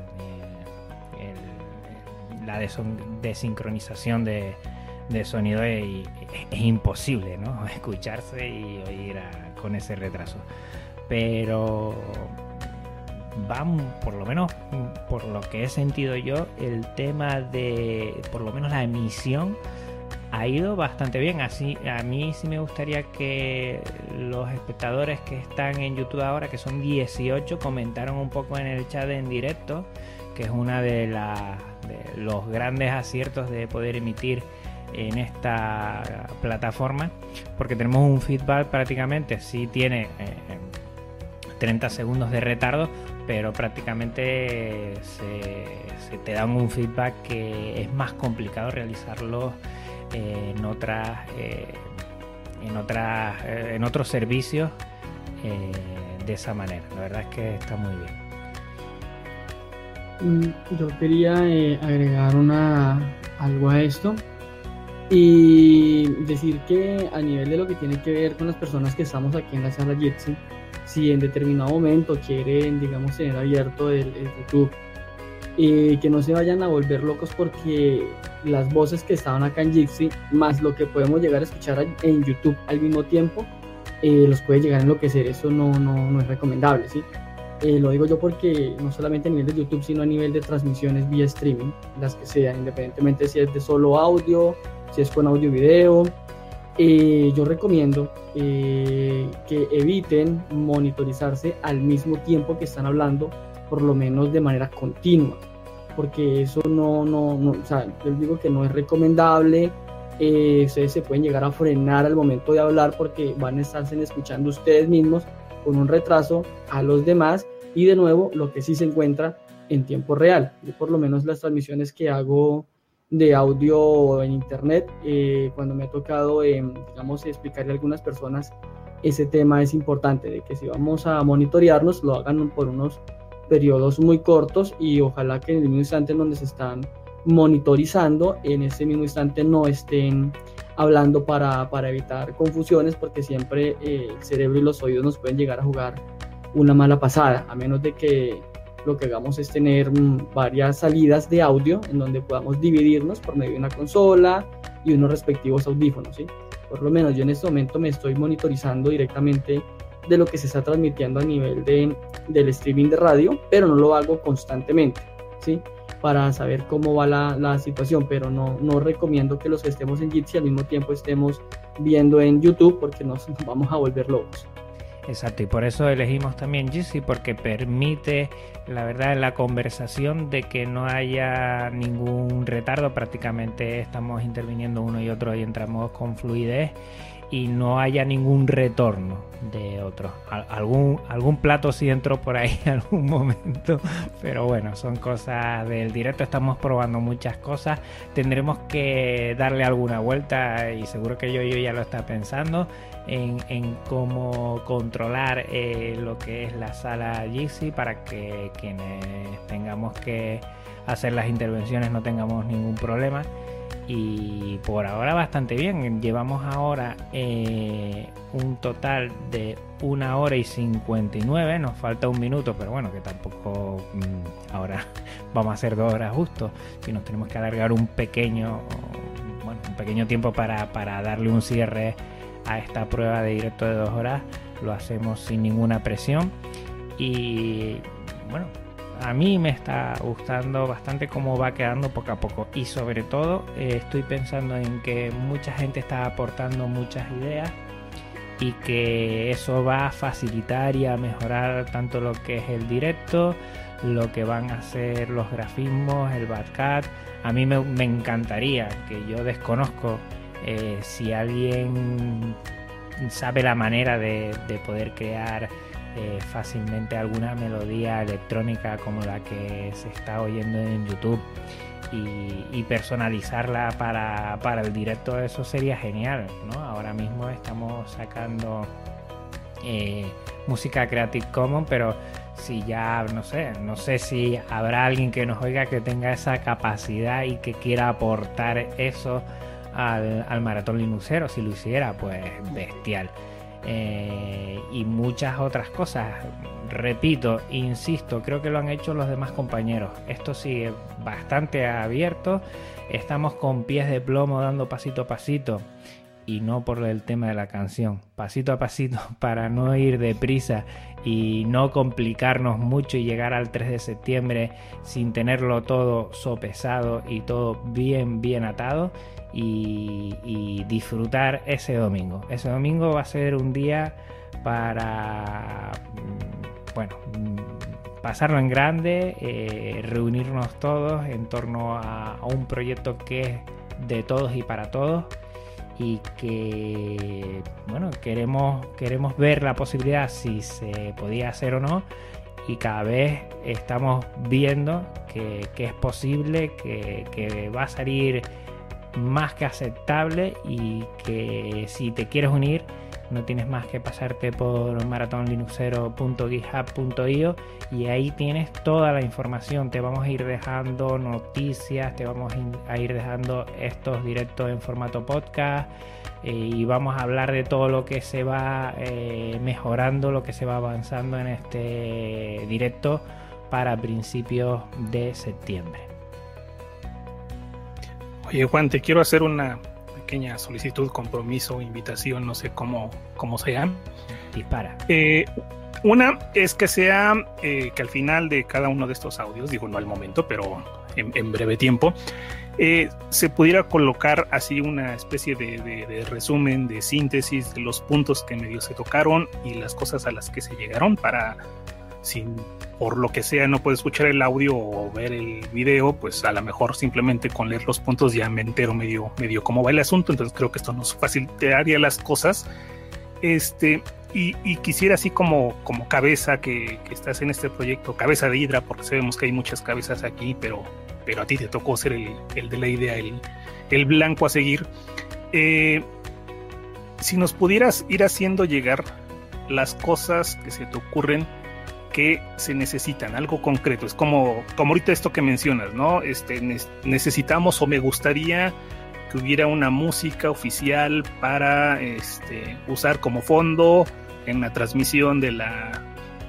la desincronización de sonido, y es imposible, ¿no? Escucharse y oír con ese retraso. Pero por lo menos por lo que he sentido yo, el tema de por lo menos la emisión ha ido bastante bien. Así, a mí sí me gustaría que los espectadores que están en YouTube ahora, que son 18, comentaron un poco en el chat en directo, que es una de los grandes aciertos de poder emitir en esta plataforma, porque tenemos un feedback prácticamente, sí tiene 30 segundos de retardo, pero prácticamente se te dan un feedback que es más complicado realizarlo en otros servicios de esa manera. La verdad es que está muy bien.
Yo quería agregar algo a esto y decir que a nivel de lo que tiene que ver con las personas que estamos aquí en la sala Jitsi, si en determinado momento quieren, digamos, tener abierto el YouTube, que no se vayan a volver locos porque las voces que estaban acá en Jitsi, más lo que podemos llegar a escuchar en YouTube al mismo tiempo, los puede llegar a enloquecer. Eso no es recomendable, ¿sí? Lo digo yo porque no solamente a nivel de YouTube, sino a nivel de transmisiones vía streaming, las que sean, independientemente si es de solo audio, si es con audio y video, yo recomiendo que eviten monitorizarse al mismo tiempo que están hablando, por lo menos de manera continua, porque eso o sea, yo digo que no es recomendable. Ustedes se pueden llegar a frenar al momento de hablar porque van a estarse escuchando ustedes mismos con un retraso a los demás, y de nuevo lo que sí se encuentra en tiempo real. Yo por lo menos las transmisiones que hago de audio en internet, cuando me ha tocado digamos, explicarle a algunas personas ese tema, es importante de que si vamos a monitorearnos lo hagan por unos periodos muy cortos, y ojalá que en el mismo instante en donde se están monitorizando, en ese mismo instante no estén hablando para evitar confusiones, porque siempre el cerebro y los oídos nos pueden llegar a jugar una mala pasada, a menos de que lo que hagamos es tener varias salidas de audio en donde podamos dividirnos por medio de una consola y unos respectivos audífonos, ¿sí? Por lo menos yo en este momento me estoy monitorizando directamente de lo que se está transmitiendo a nivel del streaming de radio, pero no lo hago constantemente, ¿sí? Para saber cómo va la situación, pero no recomiendo que los que estemos en Jitsi al mismo tiempo estemos viendo en YouTube, porque nos vamos a volver locos.
Exacto, y por eso elegimos también Jitsi, porque permite, la verdad, en la conversación de que no haya ningún retardo. Prácticamente estamos interviniendo uno y otro y entramos con fluidez, y no haya ningún retorno de otro. Algún plato sí entró por ahí en algún momento, pero bueno, son cosas del directo. Estamos probando muchas cosas, tendremos que darle alguna vuelta, y seguro que yo ya lo está pensando en cómo controlar lo que es la sala Jitsi, para que quienes tengamos que hacer las intervenciones no tengamos ningún problema. Y por ahora bastante bien. Llevamos ahora un total de 1 hora y 59. Nos falta 1 minuto, pero bueno, que tampoco ahora vamos a hacer 2 horas justo. Si nos tenemos que alargar un pequeño tiempo para darle un cierre a esta prueba de directo de 2 horas, lo hacemos sin ninguna presión. Y bueno, a mí me está gustando bastante cómo va quedando poco a poco, y sobre todo estoy pensando en que mucha gente está aportando muchas ideas, y que eso va a facilitar y a mejorar tanto lo que es el directo, lo que van a ser los grafismos, el Badcat. A mí me encantaría, que yo desconozco si alguien sabe la manera de poder crear fácilmente alguna melodía electrónica como la que se está oyendo en YouTube, y personalizarla para el directo. Eso sería genial, ¿no? Ahora mismo estamos sacando música Creative Commons, pero si ya no sé si habrá alguien que nos oiga que tenga esa capacidad y que quiera aportar eso al Maratón Linuxero. Si lo hiciera, pues bestial. Y muchas otras cosas. Repito, insisto, creo que lo han hecho los demás compañeros. Esto sigue bastante abierto. Estamos con pies de plomo, dando pasito a pasito, y no por el tema de la canción, pasito a pasito, para no ir deprisa y no complicarnos mucho y llegar al 3 de septiembre sin tenerlo todo sopesado y todo bien atado, y disfrutar ese domingo. Ese domingo va a ser un día para pasarlo en grande, reunirnos todos en torno a un proyecto que es de todos y para todos, y que queremos ver la posibilidad, si se podía hacer o no, y cada vez estamos viendo que es posible, que va a salir más que aceptable y que si te quieres unir no tienes más que pasarte por maratonlinuxero.github.io y ahí tienes toda la información. Te vamos a ir dejando noticias, te vamos a ir dejando estos directos en formato podcast y vamos a hablar de todo lo que se va mejorando, lo que se va avanzando en este directo para principios de septiembre.
Oye, Juan, te quiero hacer una pequeña solicitud, compromiso, invitación, no sé cómo sea.
Dispara.
Una es que sea que al final de cada uno de estos audios, digo no al momento, pero en breve tiempo, se pudiera colocar así una especie de resumen, de síntesis de los puntos que medio se tocaron y las cosas a las que se llegaron para, si por lo que sea no puedo escuchar el audio o ver el video, pues a lo mejor simplemente con leer los puntos ya me entero medio cómo va el asunto. Entonces creo que esto nos facilitaría las cosas. Y quisiera así como cabeza que estás en este proyecto, cabeza de Hydra, porque sabemos que hay muchas cabezas aquí, pero a ti te tocó ser el de la idea, el blanco a seguir. Si nos pudieras ir haciendo llegar las cosas que se te ocurren que se necesitan, algo concreto, es como ahorita esto que mencionas, ¿no? Necesitamos o me gustaría que hubiera una música oficial para usar como fondo en la transmisión de la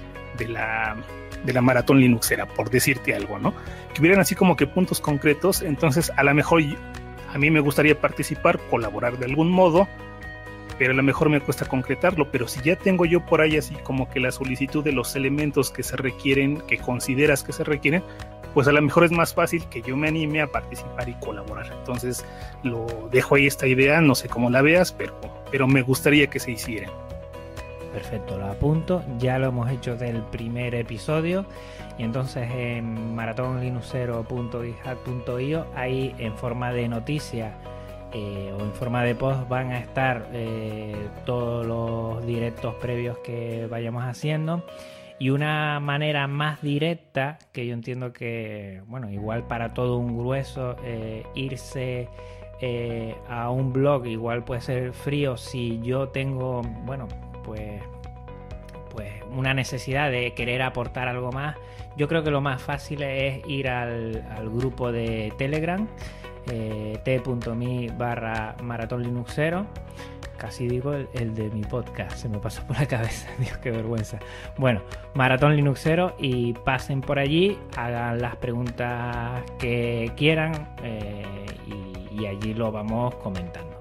Maratón Linuxera, por decirte algo, ¿no? Que hubieran así como que puntos concretos. Entonces a lo mejor a mí me gustaría participar, colaborar de algún modo, pero a lo mejor me cuesta concretarlo. Pero si ya tengo yo por ahí así como que la solicitud de los elementos que se requieren, que consideras que se requieren, pues a lo mejor es más fácil que yo me anime a participar y colaborar. Entonces lo dejo ahí esta idea, no sé cómo la veas, pero me gustaría que se hiciera.
Perfecto, lo apunto, ya lo hemos hecho del primer episodio y entonces en maratonlinuxero.github.io ahí en forma de noticia o en forma de post van a estar todos los directos previos que vayamos haciendo. Y una manera más directa, que yo entiendo que, bueno, igual para todo un grueso, irse a un blog igual puede ser frío si yo tengo, bueno, pues una necesidad de querer aportar algo más. Yo creo que lo más fácil es ir al grupo de Telegram, t.me/maratonlinuxero. Casi digo el de mi podcast, se me pasó por la cabeza, Dios, qué vergüenza. Bueno, Maratón Linuxero, y pasen por allí, hagan las preguntas que quieran y allí lo vamos comentando.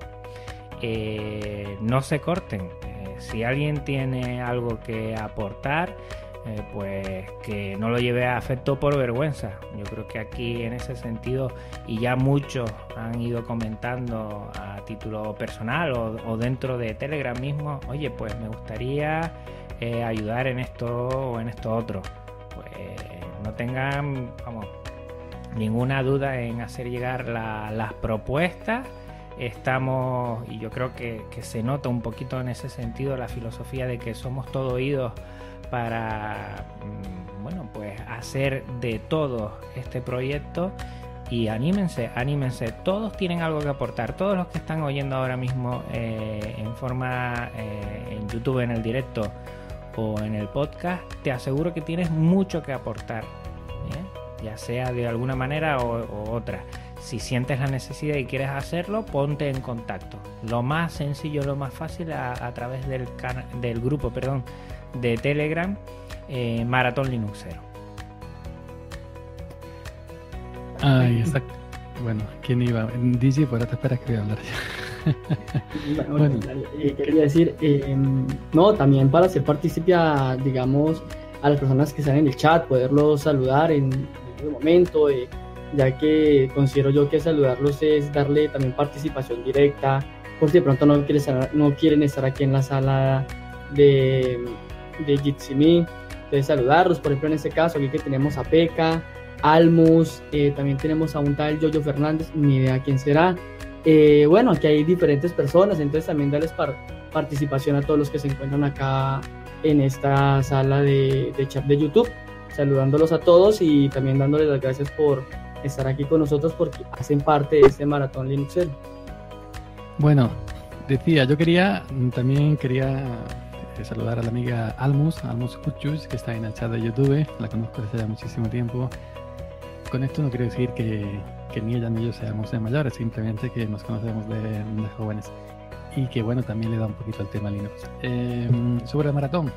No se corten, si alguien tiene algo que aportar, pues que no lo lleve a afecto por vergüenza. Yo creo que aquí en ese sentido, y ya muchos han ido comentando a título personal o dentro de Telegram mismo, oye, pues me gustaría ayudar en esto o en esto otro. Pues no tengan, vamos, ninguna duda en hacer llegar las propuestas. Estamos, y yo creo que se nota un poquito en ese sentido la filosofía de que somos todo oídos para, bueno, pues hacer de todo este proyecto. Y anímense, todos tienen algo que aportar. Todos los que están oyendo ahora mismo en forma en YouTube, en el directo o en el podcast, te aseguro que tienes mucho que aportar, ya sea de alguna manera o otra. Si sientes la necesidad y quieres hacerlo, ponte en contacto. Lo más sencillo, lo más fácil, a través del grupo de Telegram, Maratón Linuxero.
Ay, exacto. Bueno, ¿quién iba? DJ, por ahora te esperas que voy a hablar ya.
Bueno. Quería decir, no, también para hacer partícipe digamos, a las personas que están en el chat, poderlos saludar en el momento, ya que considero yo que saludarlos es darle también participación directa, por si de pronto no quieren estar aquí en la sala de Jitsi.me. Entonces saludarlos, por ejemplo en este caso aquí que tenemos a Pekka, Almus, también tenemos a un tal Yoyo Fernández, ni idea quién será. Bueno, aquí hay diferentes personas, entonces también darles participación a todos los que se encuentran acá en esta sala de chat de YouTube. saludándolos a todos y también dándoles las gracias por estar aquí con nosotros porque hacen parte de este maratón Linuxero.
Bueno, decía, también quería saludar a la amiga Almus Kuchus, que está en el chat de YouTube, la conozco desde hace muchísimo tiempo. Con esto no quiero decir que ni ella ni yo seamos de mayores, simplemente que nos conocemos de jóvenes. Y que bueno, también le da un poquito al tema Linux. Sobre la maratón,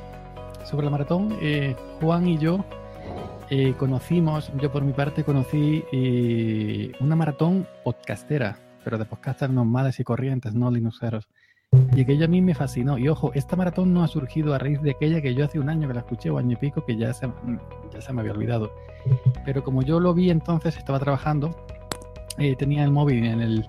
Juan y yo yo por mi parte conocí una maratón podcastera, pero de podcasters normales y corrientes, no linuxeros. Y aquello a mí me fascinó. Y ojo, esta maratón no ha surgido a raíz de aquella que yo hace un año que la escuché, o año y pico, que ya se me había olvidado. Pero como yo lo vi entonces, estaba trabajando, tenía el móvil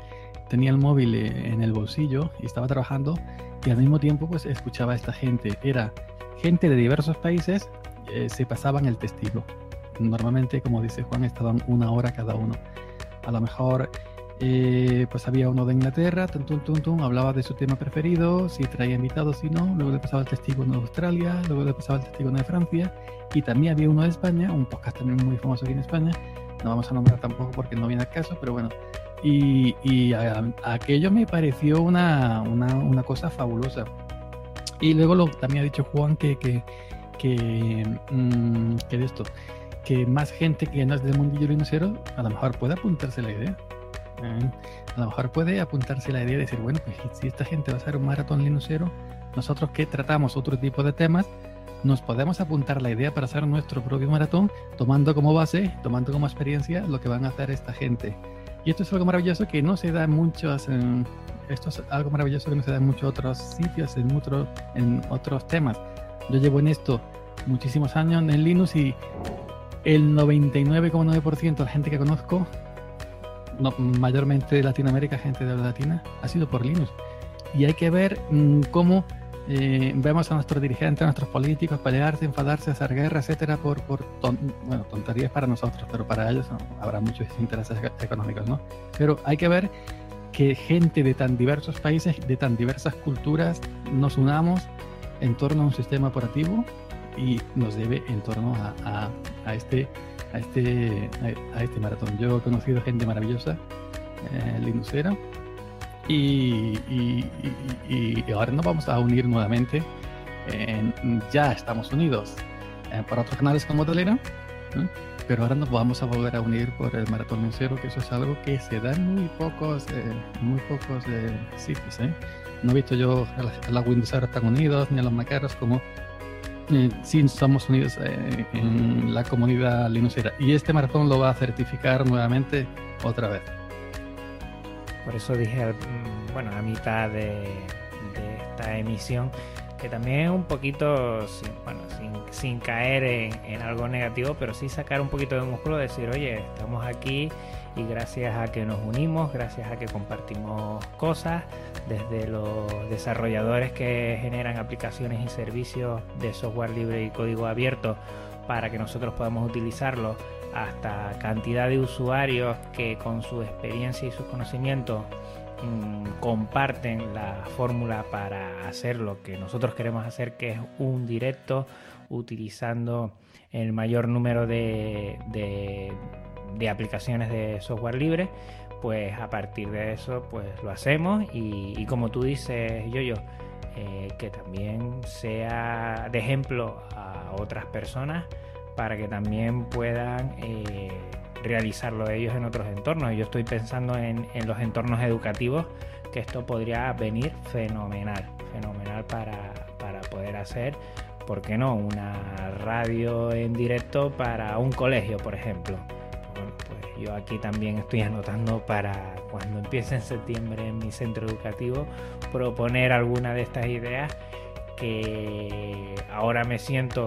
en el bolsillo y estaba trabajando, y al mismo tiempo pues escuchaba a esta gente. Era gente de diversos países, se pasaban el testigo. Normalmente, como dice Juan, estaban 1 hora cada uno. A lo mejor pues había uno de Inglaterra, hablaba de su tema preferido, si traía invitados, si no, luego le pasaba el testigo de Australia, luego le pasaba el testigo de Francia, y también había uno de España, un podcast también muy famoso aquí en España, no vamos a nombrar tampoco porque no viene al caso, pero bueno. Y aquello me pareció una cosa fabulosa. Y luego también ha dicho Juan que de esto, que más gente que no es del mundillo linuxero a lo mejor puede apuntarse la idea. A lo mejor puede apuntarse la idea de decir, bueno, pues si esta gente va a hacer un maratón linuxero, nosotros que tratamos otro tipo de temas, nos podemos apuntar la idea para hacer nuestro propio maratón, tomando como base, tomando como experiencia lo que van a hacer esta gente. Y esto es algo maravilloso que no se da en muchos otros sitios, en otros temas. Yo llevo en esto muchísimos años en Linux y el 99,9% de la gente que conozco, mayormente de Latinoamérica, gente de habla latina, ha sido por Linux. Y hay que ver cómo vemos a nuestros dirigentes, a nuestros políticos pelearse, enfadarse, hacer guerra, etcétera, por tonterías para nosotros, pero para ellos habrá muchos intereses económicos, ¿no? Pero hay que ver que gente de tan diversos países, de tan diversas culturas, nos unamos en torno a un sistema operativo y nos lleve en torno a este maratón. Yo he conocido gente maravillosa, linuxera, y ahora nos vamos a unir nuevamente. Ya estamos unidos por otros canales como Telegram, ¿no? Pero ahora nos vamos a volver a unir por el maratón linuxero, que eso es algo que se da en muy pocos sitios, ¿eh? No he visto yo a los Windowseros tan unidos, ni a los Maceros como sí somos unidos en la comunidad linuxera. Y este maratón lo va a certificar nuevamente otra vez.
Por eso dije, a mitad de esta emisión, que también es un poquito, sin caer en algo negativo, pero sí sacar un poquito de músculo, decir, oye, estamos aquí y gracias a que nos unimos, gracias a que compartimos cosas, desde los desarrolladores que generan aplicaciones y servicios de software libre y código abierto para que nosotros podamos utilizarlo, hasta cantidad de usuarios que con su experiencia y sus conocimientos comparten la fórmula para hacer lo que nosotros queremos hacer, que es un directo utilizando el mayor número de aplicaciones de software libre. Pues a partir de eso pues lo hacemos y como tú dices, Yoyo, que también sea de ejemplo a otras personas para que también puedan realizarlo ellos en otros entornos. Yo estoy pensando en los entornos educativos, que esto podría venir fenomenal para poder hacer, ¿por qué no?, una radio en directo para un colegio, por ejemplo. Bueno, pues yo aquí también estoy anotando para cuando empiece en septiembre en mi centro educativo proponer alguna de estas ideas, que ahora me siento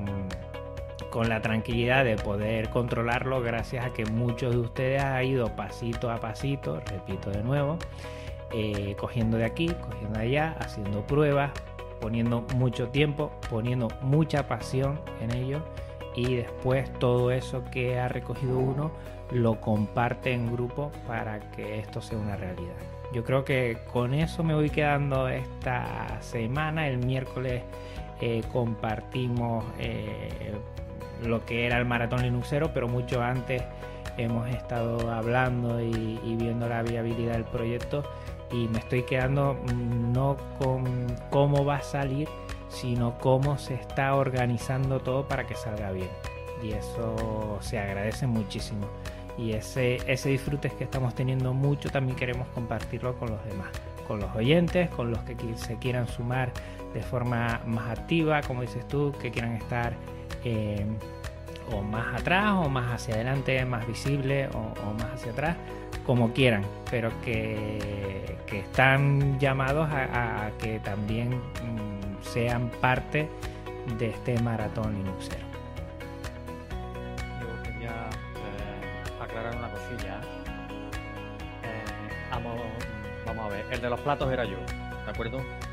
con la tranquilidad de poder controlarlo gracias a que muchos de ustedes han ido pasito a pasito, repito de nuevo, cogiendo de aquí, cogiendo de allá, haciendo pruebas, poniendo mucho tiempo, poniendo mucha pasión en ello, y después todo eso que ha recogido uno lo comparte en grupo para que esto sea una realidad. Yo creo que con eso me voy quedando esta semana. El miércoles compartimos lo que era el Maratón Linuxero, pero mucho antes hemos estado hablando y viendo la viabilidad del proyecto, y me estoy quedando no con cómo va a salir, sino cómo se está organizando todo para que salga bien, y eso se agradece muchísimo. Y ese disfrute que estamos teniendo mucho también queremos compartirlo con los demás, con los oyentes, con los que se quieran sumar de forma más activa, como dices tú, que quieran estar o más atrás o más hacia adelante, más visible o más hacia atrás, como quieran, pero que están llamados a que también sean parte de este maratón linuxero.
Yo quería aclarar una cosilla. Vamos a ver, el de los platos era yo, ¿de acuerdo?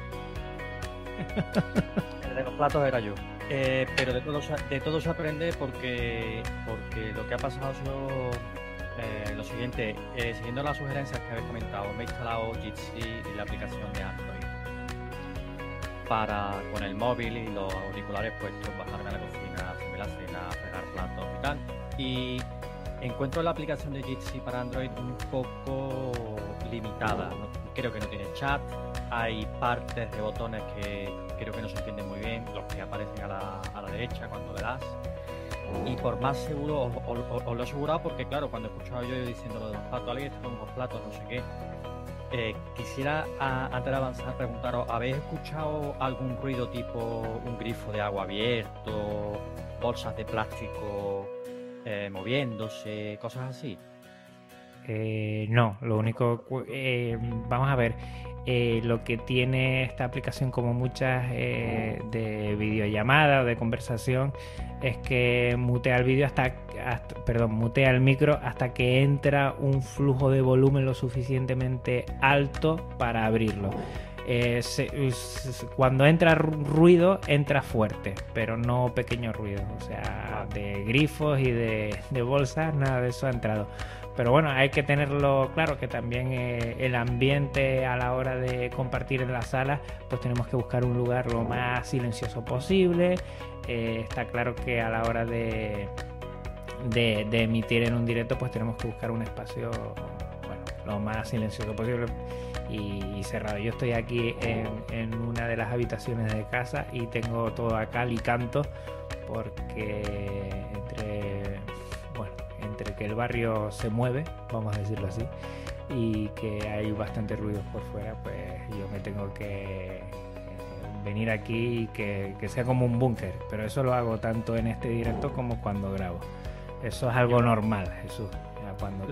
El de los platos era yo. Pero de todo se aprende porque lo que ha pasado ha sido lo siguiente. Siguiendo las sugerencias que habéis comentado, me he instalado Jitsi y la aplicación de Android para, con el móvil y los auriculares puestos, bajarme a la cocina, hacerme la cena, fregar platos y tal. Y encuentro la aplicación de Jitsi para Android un poco limitada. Creo que no tiene chat, hay partes de botones que creo que no se entienden muy bien, los que aparecen a la derecha cuando le das. Y por más seguro, os lo he asegurado porque, claro, cuando he escuchado yo diciendo lo de los platos, alguien está con unos platos, no sé qué. Quisiera, antes de avanzar, preguntaros, ¿habéis escuchado algún ruido tipo un grifo de agua abierto, bolsas de plástico moviéndose, cosas así?
No, lo único, vamos a ver, lo que tiene esta aplicación, como muchas de videollamada o de conversación, es que mutea el vídeo mutea el micro hasta que entra un flujo de volumen lo suficientemente alto para abrirlo. Cuando entra ruido, entra fuerte, pero no pequeño ruido, o sea, de grifos y de bolsas, nada de eso ha entrado. Pero bueno, hay que tenerlo claro que también el ambiente a la hora de compartir en la sala, pues tenemos que buscar un lugar lo más silencioso posible. Está claro que a la hora de emitir en un directo, pues tenemos que buscar un espacio, bueno, lo más silencioso posible y cerrado. Yo estoy aquí en una de las habitaciones de casa y tengo todo a cal y canto, porque entre que el barrio se mueve, vamos a decirlo así, y que hay bastante ruido por fuera, pues yo me tengo que venir aquí y que sea como un búnker. Pero eso lo hago tanto en este directo como cuando grabo. Eso es algo normal, Jesús. Cuando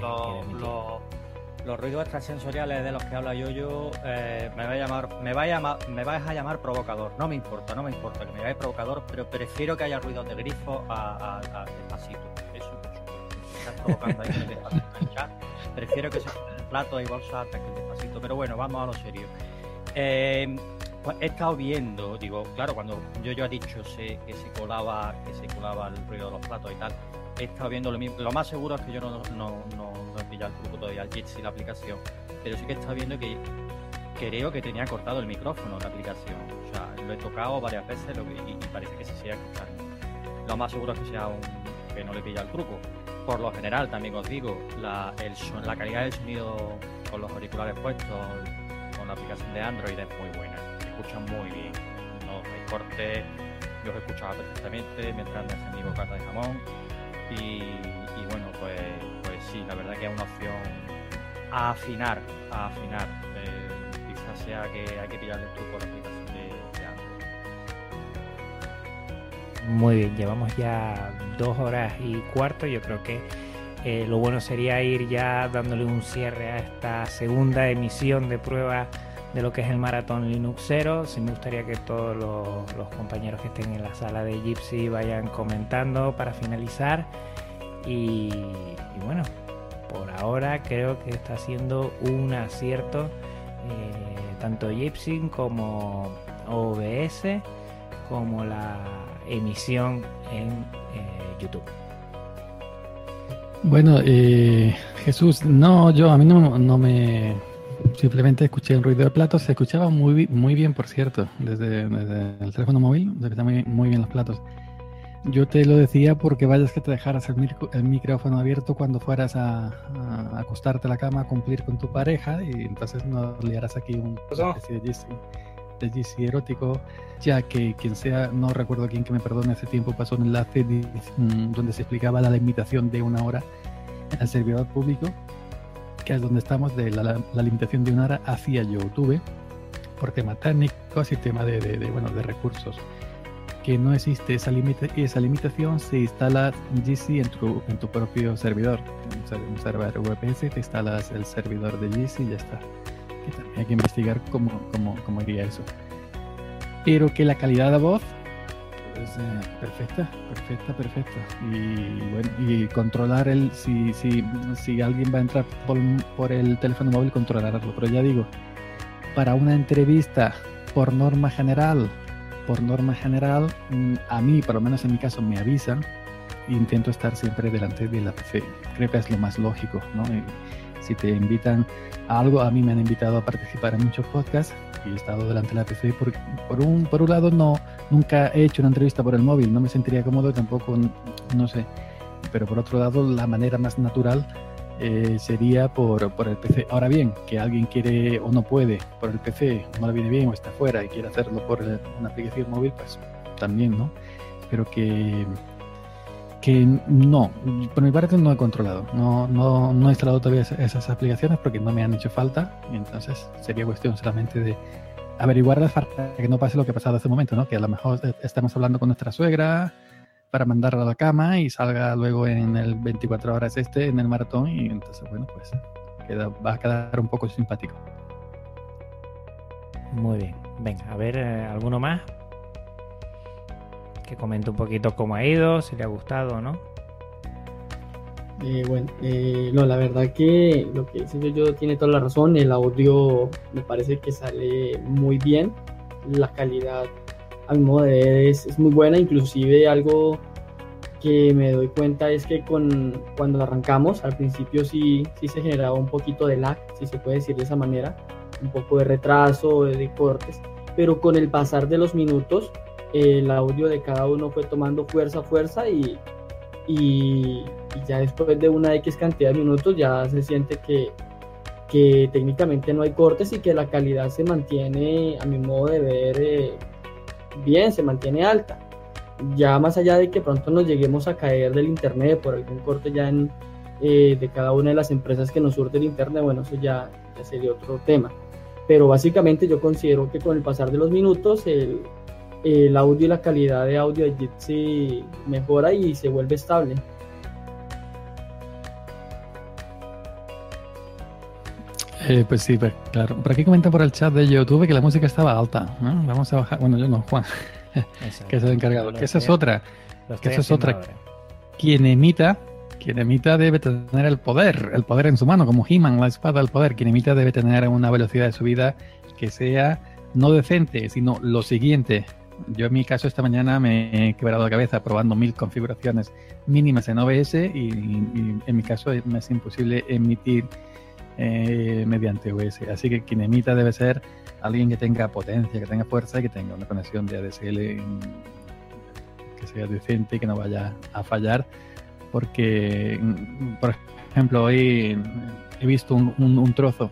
los ruidos extrasensoriales de los que habla Yoyo, me vais a llamar provocador. No me importa que me llaméis provocador, pero prefiero que haya ruidos de grifo a despacito. Eso estás provocando ahí el despacito en el chat. Prefiero que se el plato y bolsa antes que el despacito. Pero bueno, vamos a lo serio. Pues he estado viendo, digo, claro, cuando Yoyo ha dicho que se colaba el ruido de los platos y tal, he estado viendo lo mismo. Lo más seguro es que yo no he pillado el truco todavía, el Jitsi, la aplicación, pero sí que he estado viendo que creo que tenía cortado el micrófono la aplicación. O sea, lo he tocado varias veces y parece que se sigue escuchando. Lo más seguro es que sea que no le pilla el truco. Por lo general, también os digo, la calidad del sonido con los auriculares puestos, con la aplicación de Android es muy buena. Se escuchan muy bien. No hay cortes, yo os escuchaba perfectamente mientras me hacen mi bocata de jamón. Y bueno, pues sí, la verdad que es una opción a afinar. Quizás sea que hay que pillarle el truco a la aplicación de Android.
Muy bien, llevamos ya 2 horas y cuarto. Yo creo que lo bueno sería ir ya dándole un cierre a esta segunda emisión de prueba de lo que es el Maratón Linuxero. Sí me gustaría que todos los compañeros que estén en la sala de Jitsi vayan comentando para finalizar. Y bueno, por ahora creo que está siendo un acierto tanto Jitsi como OBS como la emisión en YouTube.
Bueno, Jesús, a mí no me... Simplemente escuché un ruido de platos. Se escuchaba muy bien, por cierto, desde el teléfono móvil. Se escuchaban muy bien los platos. Yo te lo decía porque vayas que te dejaras el micrófono abierto cuando fueras a acostarte a la cama a cumplir con tu pareja y entonces no liaras aquí una especie de GC erótico, ya que quien sea, no recuerdo quién que me perdone, hace tiempo pasó un enlace donde se explicaba la limitación de 1 hora en el servidor público, que es donde estamos, de la limitación de 1 hora hacia YouTube, por temas técnicos y tema de recursos. Que no existe esa limitación si instalas GC en tu propio servidor. En un servidor VPS te instalas el servidor de GC y ya está. Que también hay que investigar cómo iría eso. Pero que la calidad de voz pues perfecta. Y controlar si alguien va a entrar por el teléfono móvil, controlarlo. Pero ya digo, para una entrevista, por norma general, a mí, por lo menos en mi caso, me avisan e intento estar siempre delante de la PC. Creo que es lo más lógico, ¿no? Y si te invitan a algo, a mí me han invitado a participar en muchos podcasts y he estado delante de la PC. Por un lado, nunca he hecho una entrevista por el móvil, no me sentiría cómodo, tampoco, no sé. Pero por otro lado, la manera más natural sería por el PC. Ahora bien, que alguien quiere o no puede por el PC, no le viene bien o está fuera y quiere hacerlo por una aplicación móvil, pues también, ¿no? Pero que no, por mi parte no he controlado, no he instalado todavía esas aplicaciones porque no me han hecho falta, y entonces sería cuestión solamente de averiguarlas para que no pase lo que ha pasado hace un momento, ¿no? Que a lo mejor estamos hablando con nuestra suegra para mandarla a la cama y salga luego en el 24 horas en el maratón, y entonces, bueno, pues va a quedar un poco simpático.
Muy bien. Venga, a ver, ¿alguno más? Que comente un poquito cómo ha ido, si le ha gustado o no.
No, la verdad que lo que dice yo tiene toda la razón. El audio me parece que sale muy bien. La calidad, a mi modo de ver, es muy buena. Inclusive algo que me doy cuenta es que cuando arrancamos, al principio sí se generaba un poquito de lag, si se puede decir de esa manera, un poco de retraso, de cortes, pero con el pasar de los minutos, el audio de cada uno fue tomando fuerza y ya después de una X cantidad de minutos ya se siente que técnicamente no hay cortes y que la calidad se mantiene, a mi modo de ver, bien, se mantiene alta. Ya más allá de que pronto nos lleguemos a caer del internet por algún corte ya de cada una de las empresas que nos surte el internet, bueno, eso ya sería otro tema. Pero básicamente yo considero que con el pasar de los minutos el audio y la calidad de audio de Jitsi mejora y se vuelve estable.
Pues sí, pues, claro. Por aquí comentan por el chat de YouTube que la música estaba alta, ¿no? Vamos a bajar. Bueno, yo no, Juan, que es el encargado. Que esa es otra. Quien emita debe tener el poder en su mano, como He-Man, la espada del poder. Quien emita debe tener una velocidad de subida que sea no decente, sino lo siguiente. Yo en mi caso esta mañana me he quebrado la cabeza probando 1000 configuraciones mínimas en OBS y en mi caso me es imposible emitir mediante OBS. Así que quien emita debe ser alguien que tenga potencia, que tenga fuerza y que tenga una conexión de ADSL que sea decente y que no vaya a fallar. Porque, por ejemplo, hoy he visto un trozo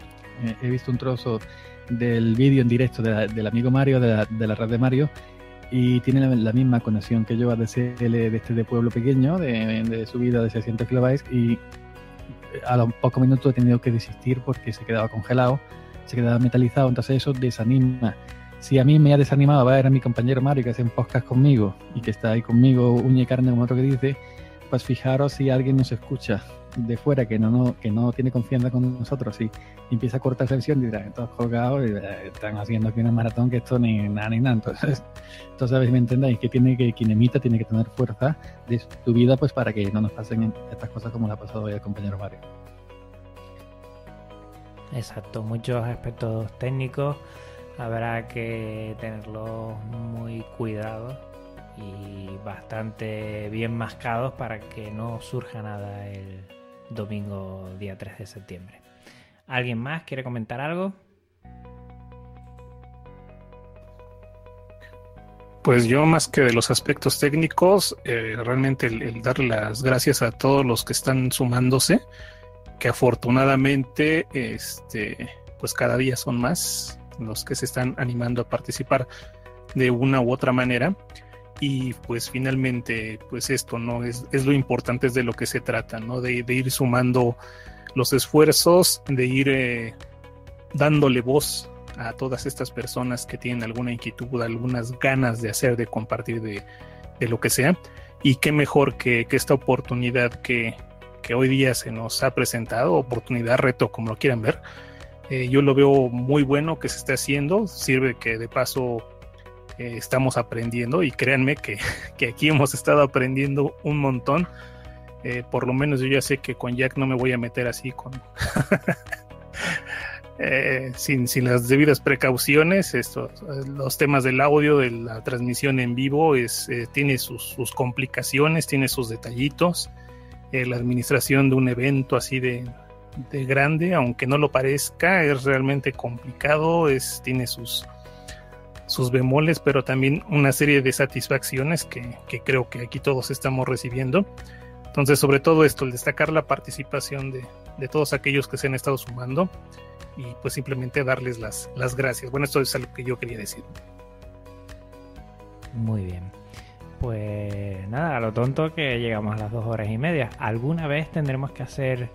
del vídeo en directo del amigo Mario, de la red de Mario, y tiene la misma conexión que yo, ADSL de pueblo pequeño, de subida de 600 kilobytes, y a los pocos minutos he tenido que desistir porque se quedaba congelado, se quedaba metalizado, entonces eso desanima. Si a mí me ha desanimado ver a mi compañero Mario, que hace un podcast conmigo y que está ahí conmigo uña y carne, como otro que dice, pues fijaros si alguien nos escucha de fuera que no tiene confianza con nosotros y empieza a cortar sesión y dirá, todos colgados y están haciendo aquí una maratón que esto ni nada. Entonces a ver si me entendéis que quien emita tiene que tener fuerza de su vida, pues para que no nos pasen estas cosas como le ha pasado hoy al compañero Mario.
Exacto, muchos aspectos técnicos habrá que tenerlos muy cuidados y bastante bien mascados para que no surja nada el domingo día 3 de septiembre. ¿Alguien más quiere comentar algo?
Pues yo, más que de los aspectos técnicos, realmente el darle las gracias a todos los que están sumándose, que afortunadamente pues cada día son más los que se están animando a participar de una u otra manera. Y pues finalmente, pues esto, ¿no? Es lo importante, es de lo que se trata, ¿no? De ir sumando los esfuerzos, de ir dándole voz a todas estas personas que tienen alguna inquietud, algunas ganas de hacer, de compartir, de lo que sea. Y qué mejor que esta oportunidad que hoy día se nos ha presentado, oportunidad, reto, como lo quieran ver. Yo lo veo muy bueno que se esté haciendo, sirve que de paso estamos aprendiendo, y créanme que aquí hemos estado aprendiendo un montón. Por lo menos yo ya sé que con Jack no me voy a meter así con sin las debidas precauciones. Los temas del audio, de la transmisión en vivo, tiene sus complicaciones, tiene sus detallitos. La administración de un evento así de grande, aunque no lo parezca, es realmente complicado, tiene sus bemoles, pero también una serie de satisfacciones que creo que aquí todos estamos recibiendo. Entonces, sobre todo esto, el destacar la participación de todos aquellos que se han estado sumando, y pues simplemente darles las gracias. Bueno, esto es algo que yo quería decir.
Muy bien. Pues nada, a lo tonto que llegamos a las 2 horas y media. ¿Alguna vez tendremos que hacer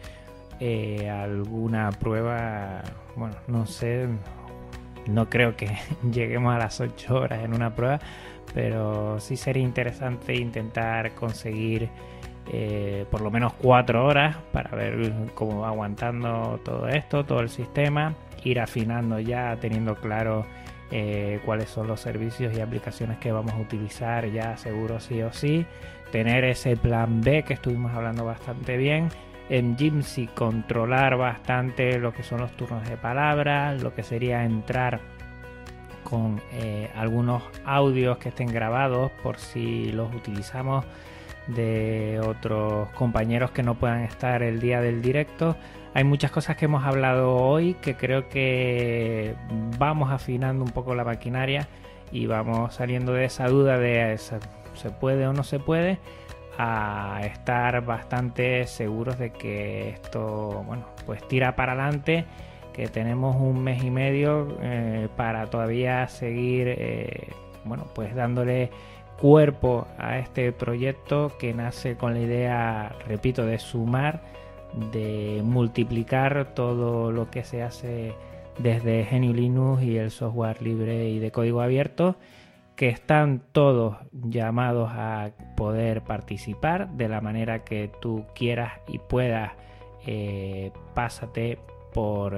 alguna prueba? Bueno, no sé, no creo que lleguemos a las 8 horas en una prueba, pero sí sería interesante intentar conseguir por lo menos 4 horas para ver cómo va aguantando todo esto, todo el sistema, ir afinando ya, teniendo claro cuáles son los servicios y aplicaciones que vamos a utilizar ya seguro sí o sí, tener ese plan B que estuvimos hablando bastante bien. En Jitsi controlar bastante lo que son los turnos de palabra, lo que sería entrar con algunos audios que estén grabados por si los utilizamos de otros compañeros que no puedan estar el día del directo. Hay muchas cosas que hemos hablado hoy que creo que vamos afinando un poco la maquinaria y vamos saliendo de esa duda de se puede o no se puede, a estar bastante seguros de que esto, bueno, pues tira para adelante, que tenemos 1 mes y medio para todavía seguir, bueno, pues dándole cuerpo a este proyecto que nace con la idea, repito, de sumar, de multiplicar todo lo que se hace desde GNU Linux y el software libre y de código abierto, que están todos llamados a poder participar de la manera que tú quieras y puedas. Pásate por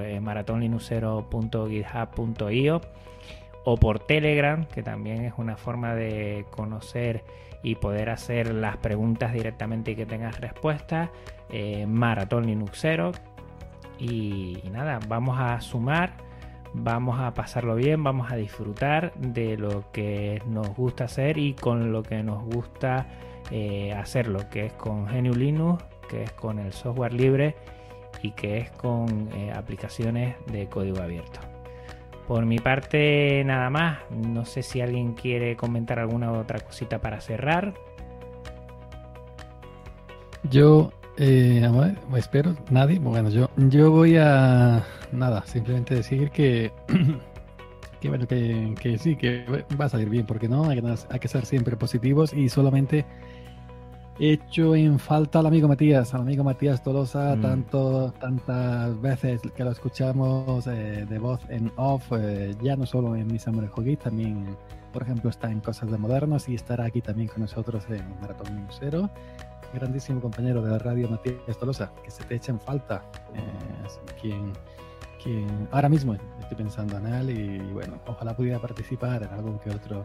maratonlinuxero.github.io o por Telegram, que también es una forma de conocer y poder hacer las preguntas directamente y que tengas respuestas. Maratón Linuxero. Y nada, vamos a sumar, vamos a pasarlo bien, vamos a disfrutar de lo que nos gusta hacer y con lo que nos gusta hacerlo, que es con GNU Linux, que es con el software libre y que es con aplicaciones de código abierto. Por mi parte nada más, no sé si alguien quiere comentar alguna otra cosita para cerrar.
Yo, espero, nadie, bueno, yo voy a, nada, simplemente decir que bueno, que sí, que va a salir bien, porque no, hay que ser siempre positivos, y solamente hecho en falta al amigo Matías Tolosa, tantas veces que lo escuchamos de voz en off, ya no solo en Mis Amores Hoggy, también, por ejemplo, está en Cosas de Modernos y estará aquí también con nosotros en Maratón Linuxero. Grandísimo compañero de la radio, Matías Tolosa, que se te echa en falta. Quien ahora mismo estoy pensando en él, y bueno, ojalá pudiera participar en algún que otro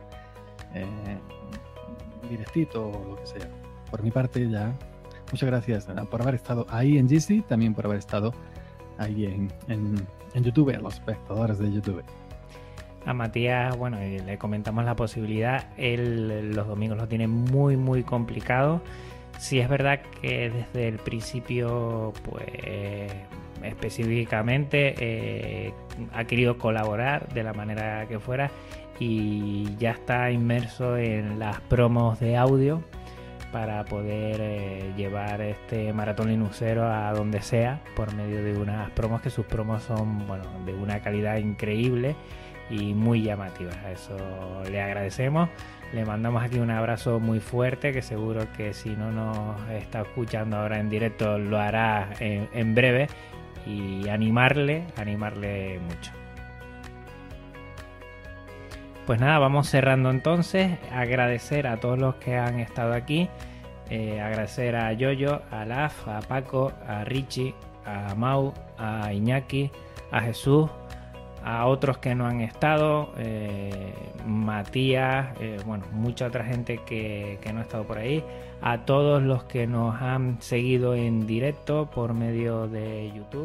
directito o lo que sea. Por mi parte ya, muchas gracias por haber estado ahí en Jitsi, también por haber estado ahí en YouTube, a los espectadores de YouTube.
A Matías, bueno, le comentamos la posibilidad. Él los domingos lo tiene muy muy complicado. Sí es verdad que desde el principio, pues específicamente ha querido colaborar de la manera que fuera, y ya está inmerso en las promos de audio para poder llevar este Maratón Linuxero a donde sea por medio de unas promos que sus promos son, bueno, de una calidad increíble y muy llamativas. A eso le agradecemos. Le mandamos aquí un abrazo muy fuerte, que seguro que si no nos está escuchando ahora en directo lo hará en breve, y animarle mucho. Pues nada, vamos cerrando entonces. Agradecer a todos los que han estado aquí. Agradecer a Yoyo, a Laf, a Paco, a Richie, a Mau, a Iñaki, a Jesús, a otros que no han estado, Matías, bueno, mucha otra gente que no ha estado por ahí, a todos los que nos han seguido en directo por medio de YouTube,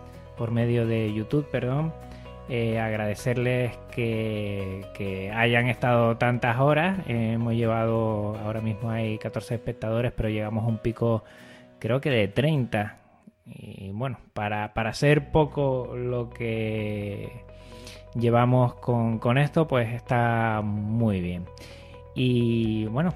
agradecerles que hayan estado tantas horas. Hemos llevado, ahora mismo hay 14 espectadores, pero llegamos a un pico creo que de 30. Y bueno, para ser poco lo que llevamos con esto, pues está muy bien. Y bueno,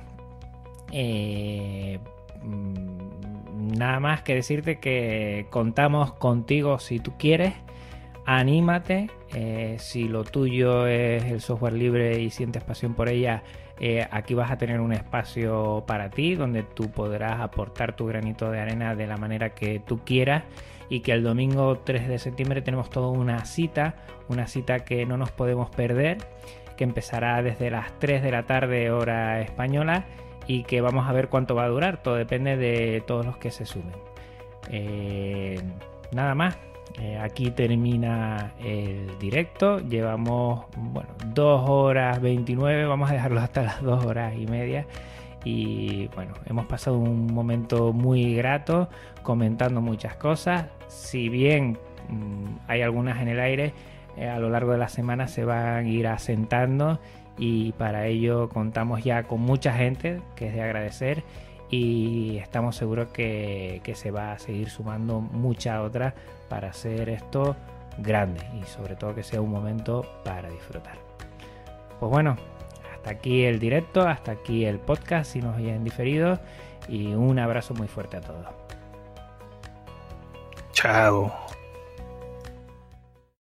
nada más que decirte que contamos contigo si tú quieres. Anímate, si lo tuyo es el software libre y sientes pasión por ella, aquí vas a tener un espacio para ti donde tú podrás aportar tu granito de arena de la manera que tú quieras, y que el domingo 3 de septiembre tenemos toda una cita que no nos podemos perder, que empezará desde las 3 de la tarde hora española, y que vamos a ver cuánto va a durar. Todo depende de todos los que se sumen. Nada más. Aquí termina el directo. Llevamos 2 horas 29, vamos a dejarlo hasta las 2 horas y media. Y bueno, hemos pasado un momento muy grato comentando muchas cosas. Si bien hay algunas en el aire, a lo largo de la semana se van a ir asentando, y para ello contamos ya con mucha gente, que es de agradecer, y estamos seguros que se va a seguir sumando mucha otra para hacer esto grande, y sobre todo que sea un momento para disfrutar. Pues bueno, hasta aquí el directo, hasta aquí el podcast si nos oyen diferido, y un abrazo muy fuerte a todos.
Chao.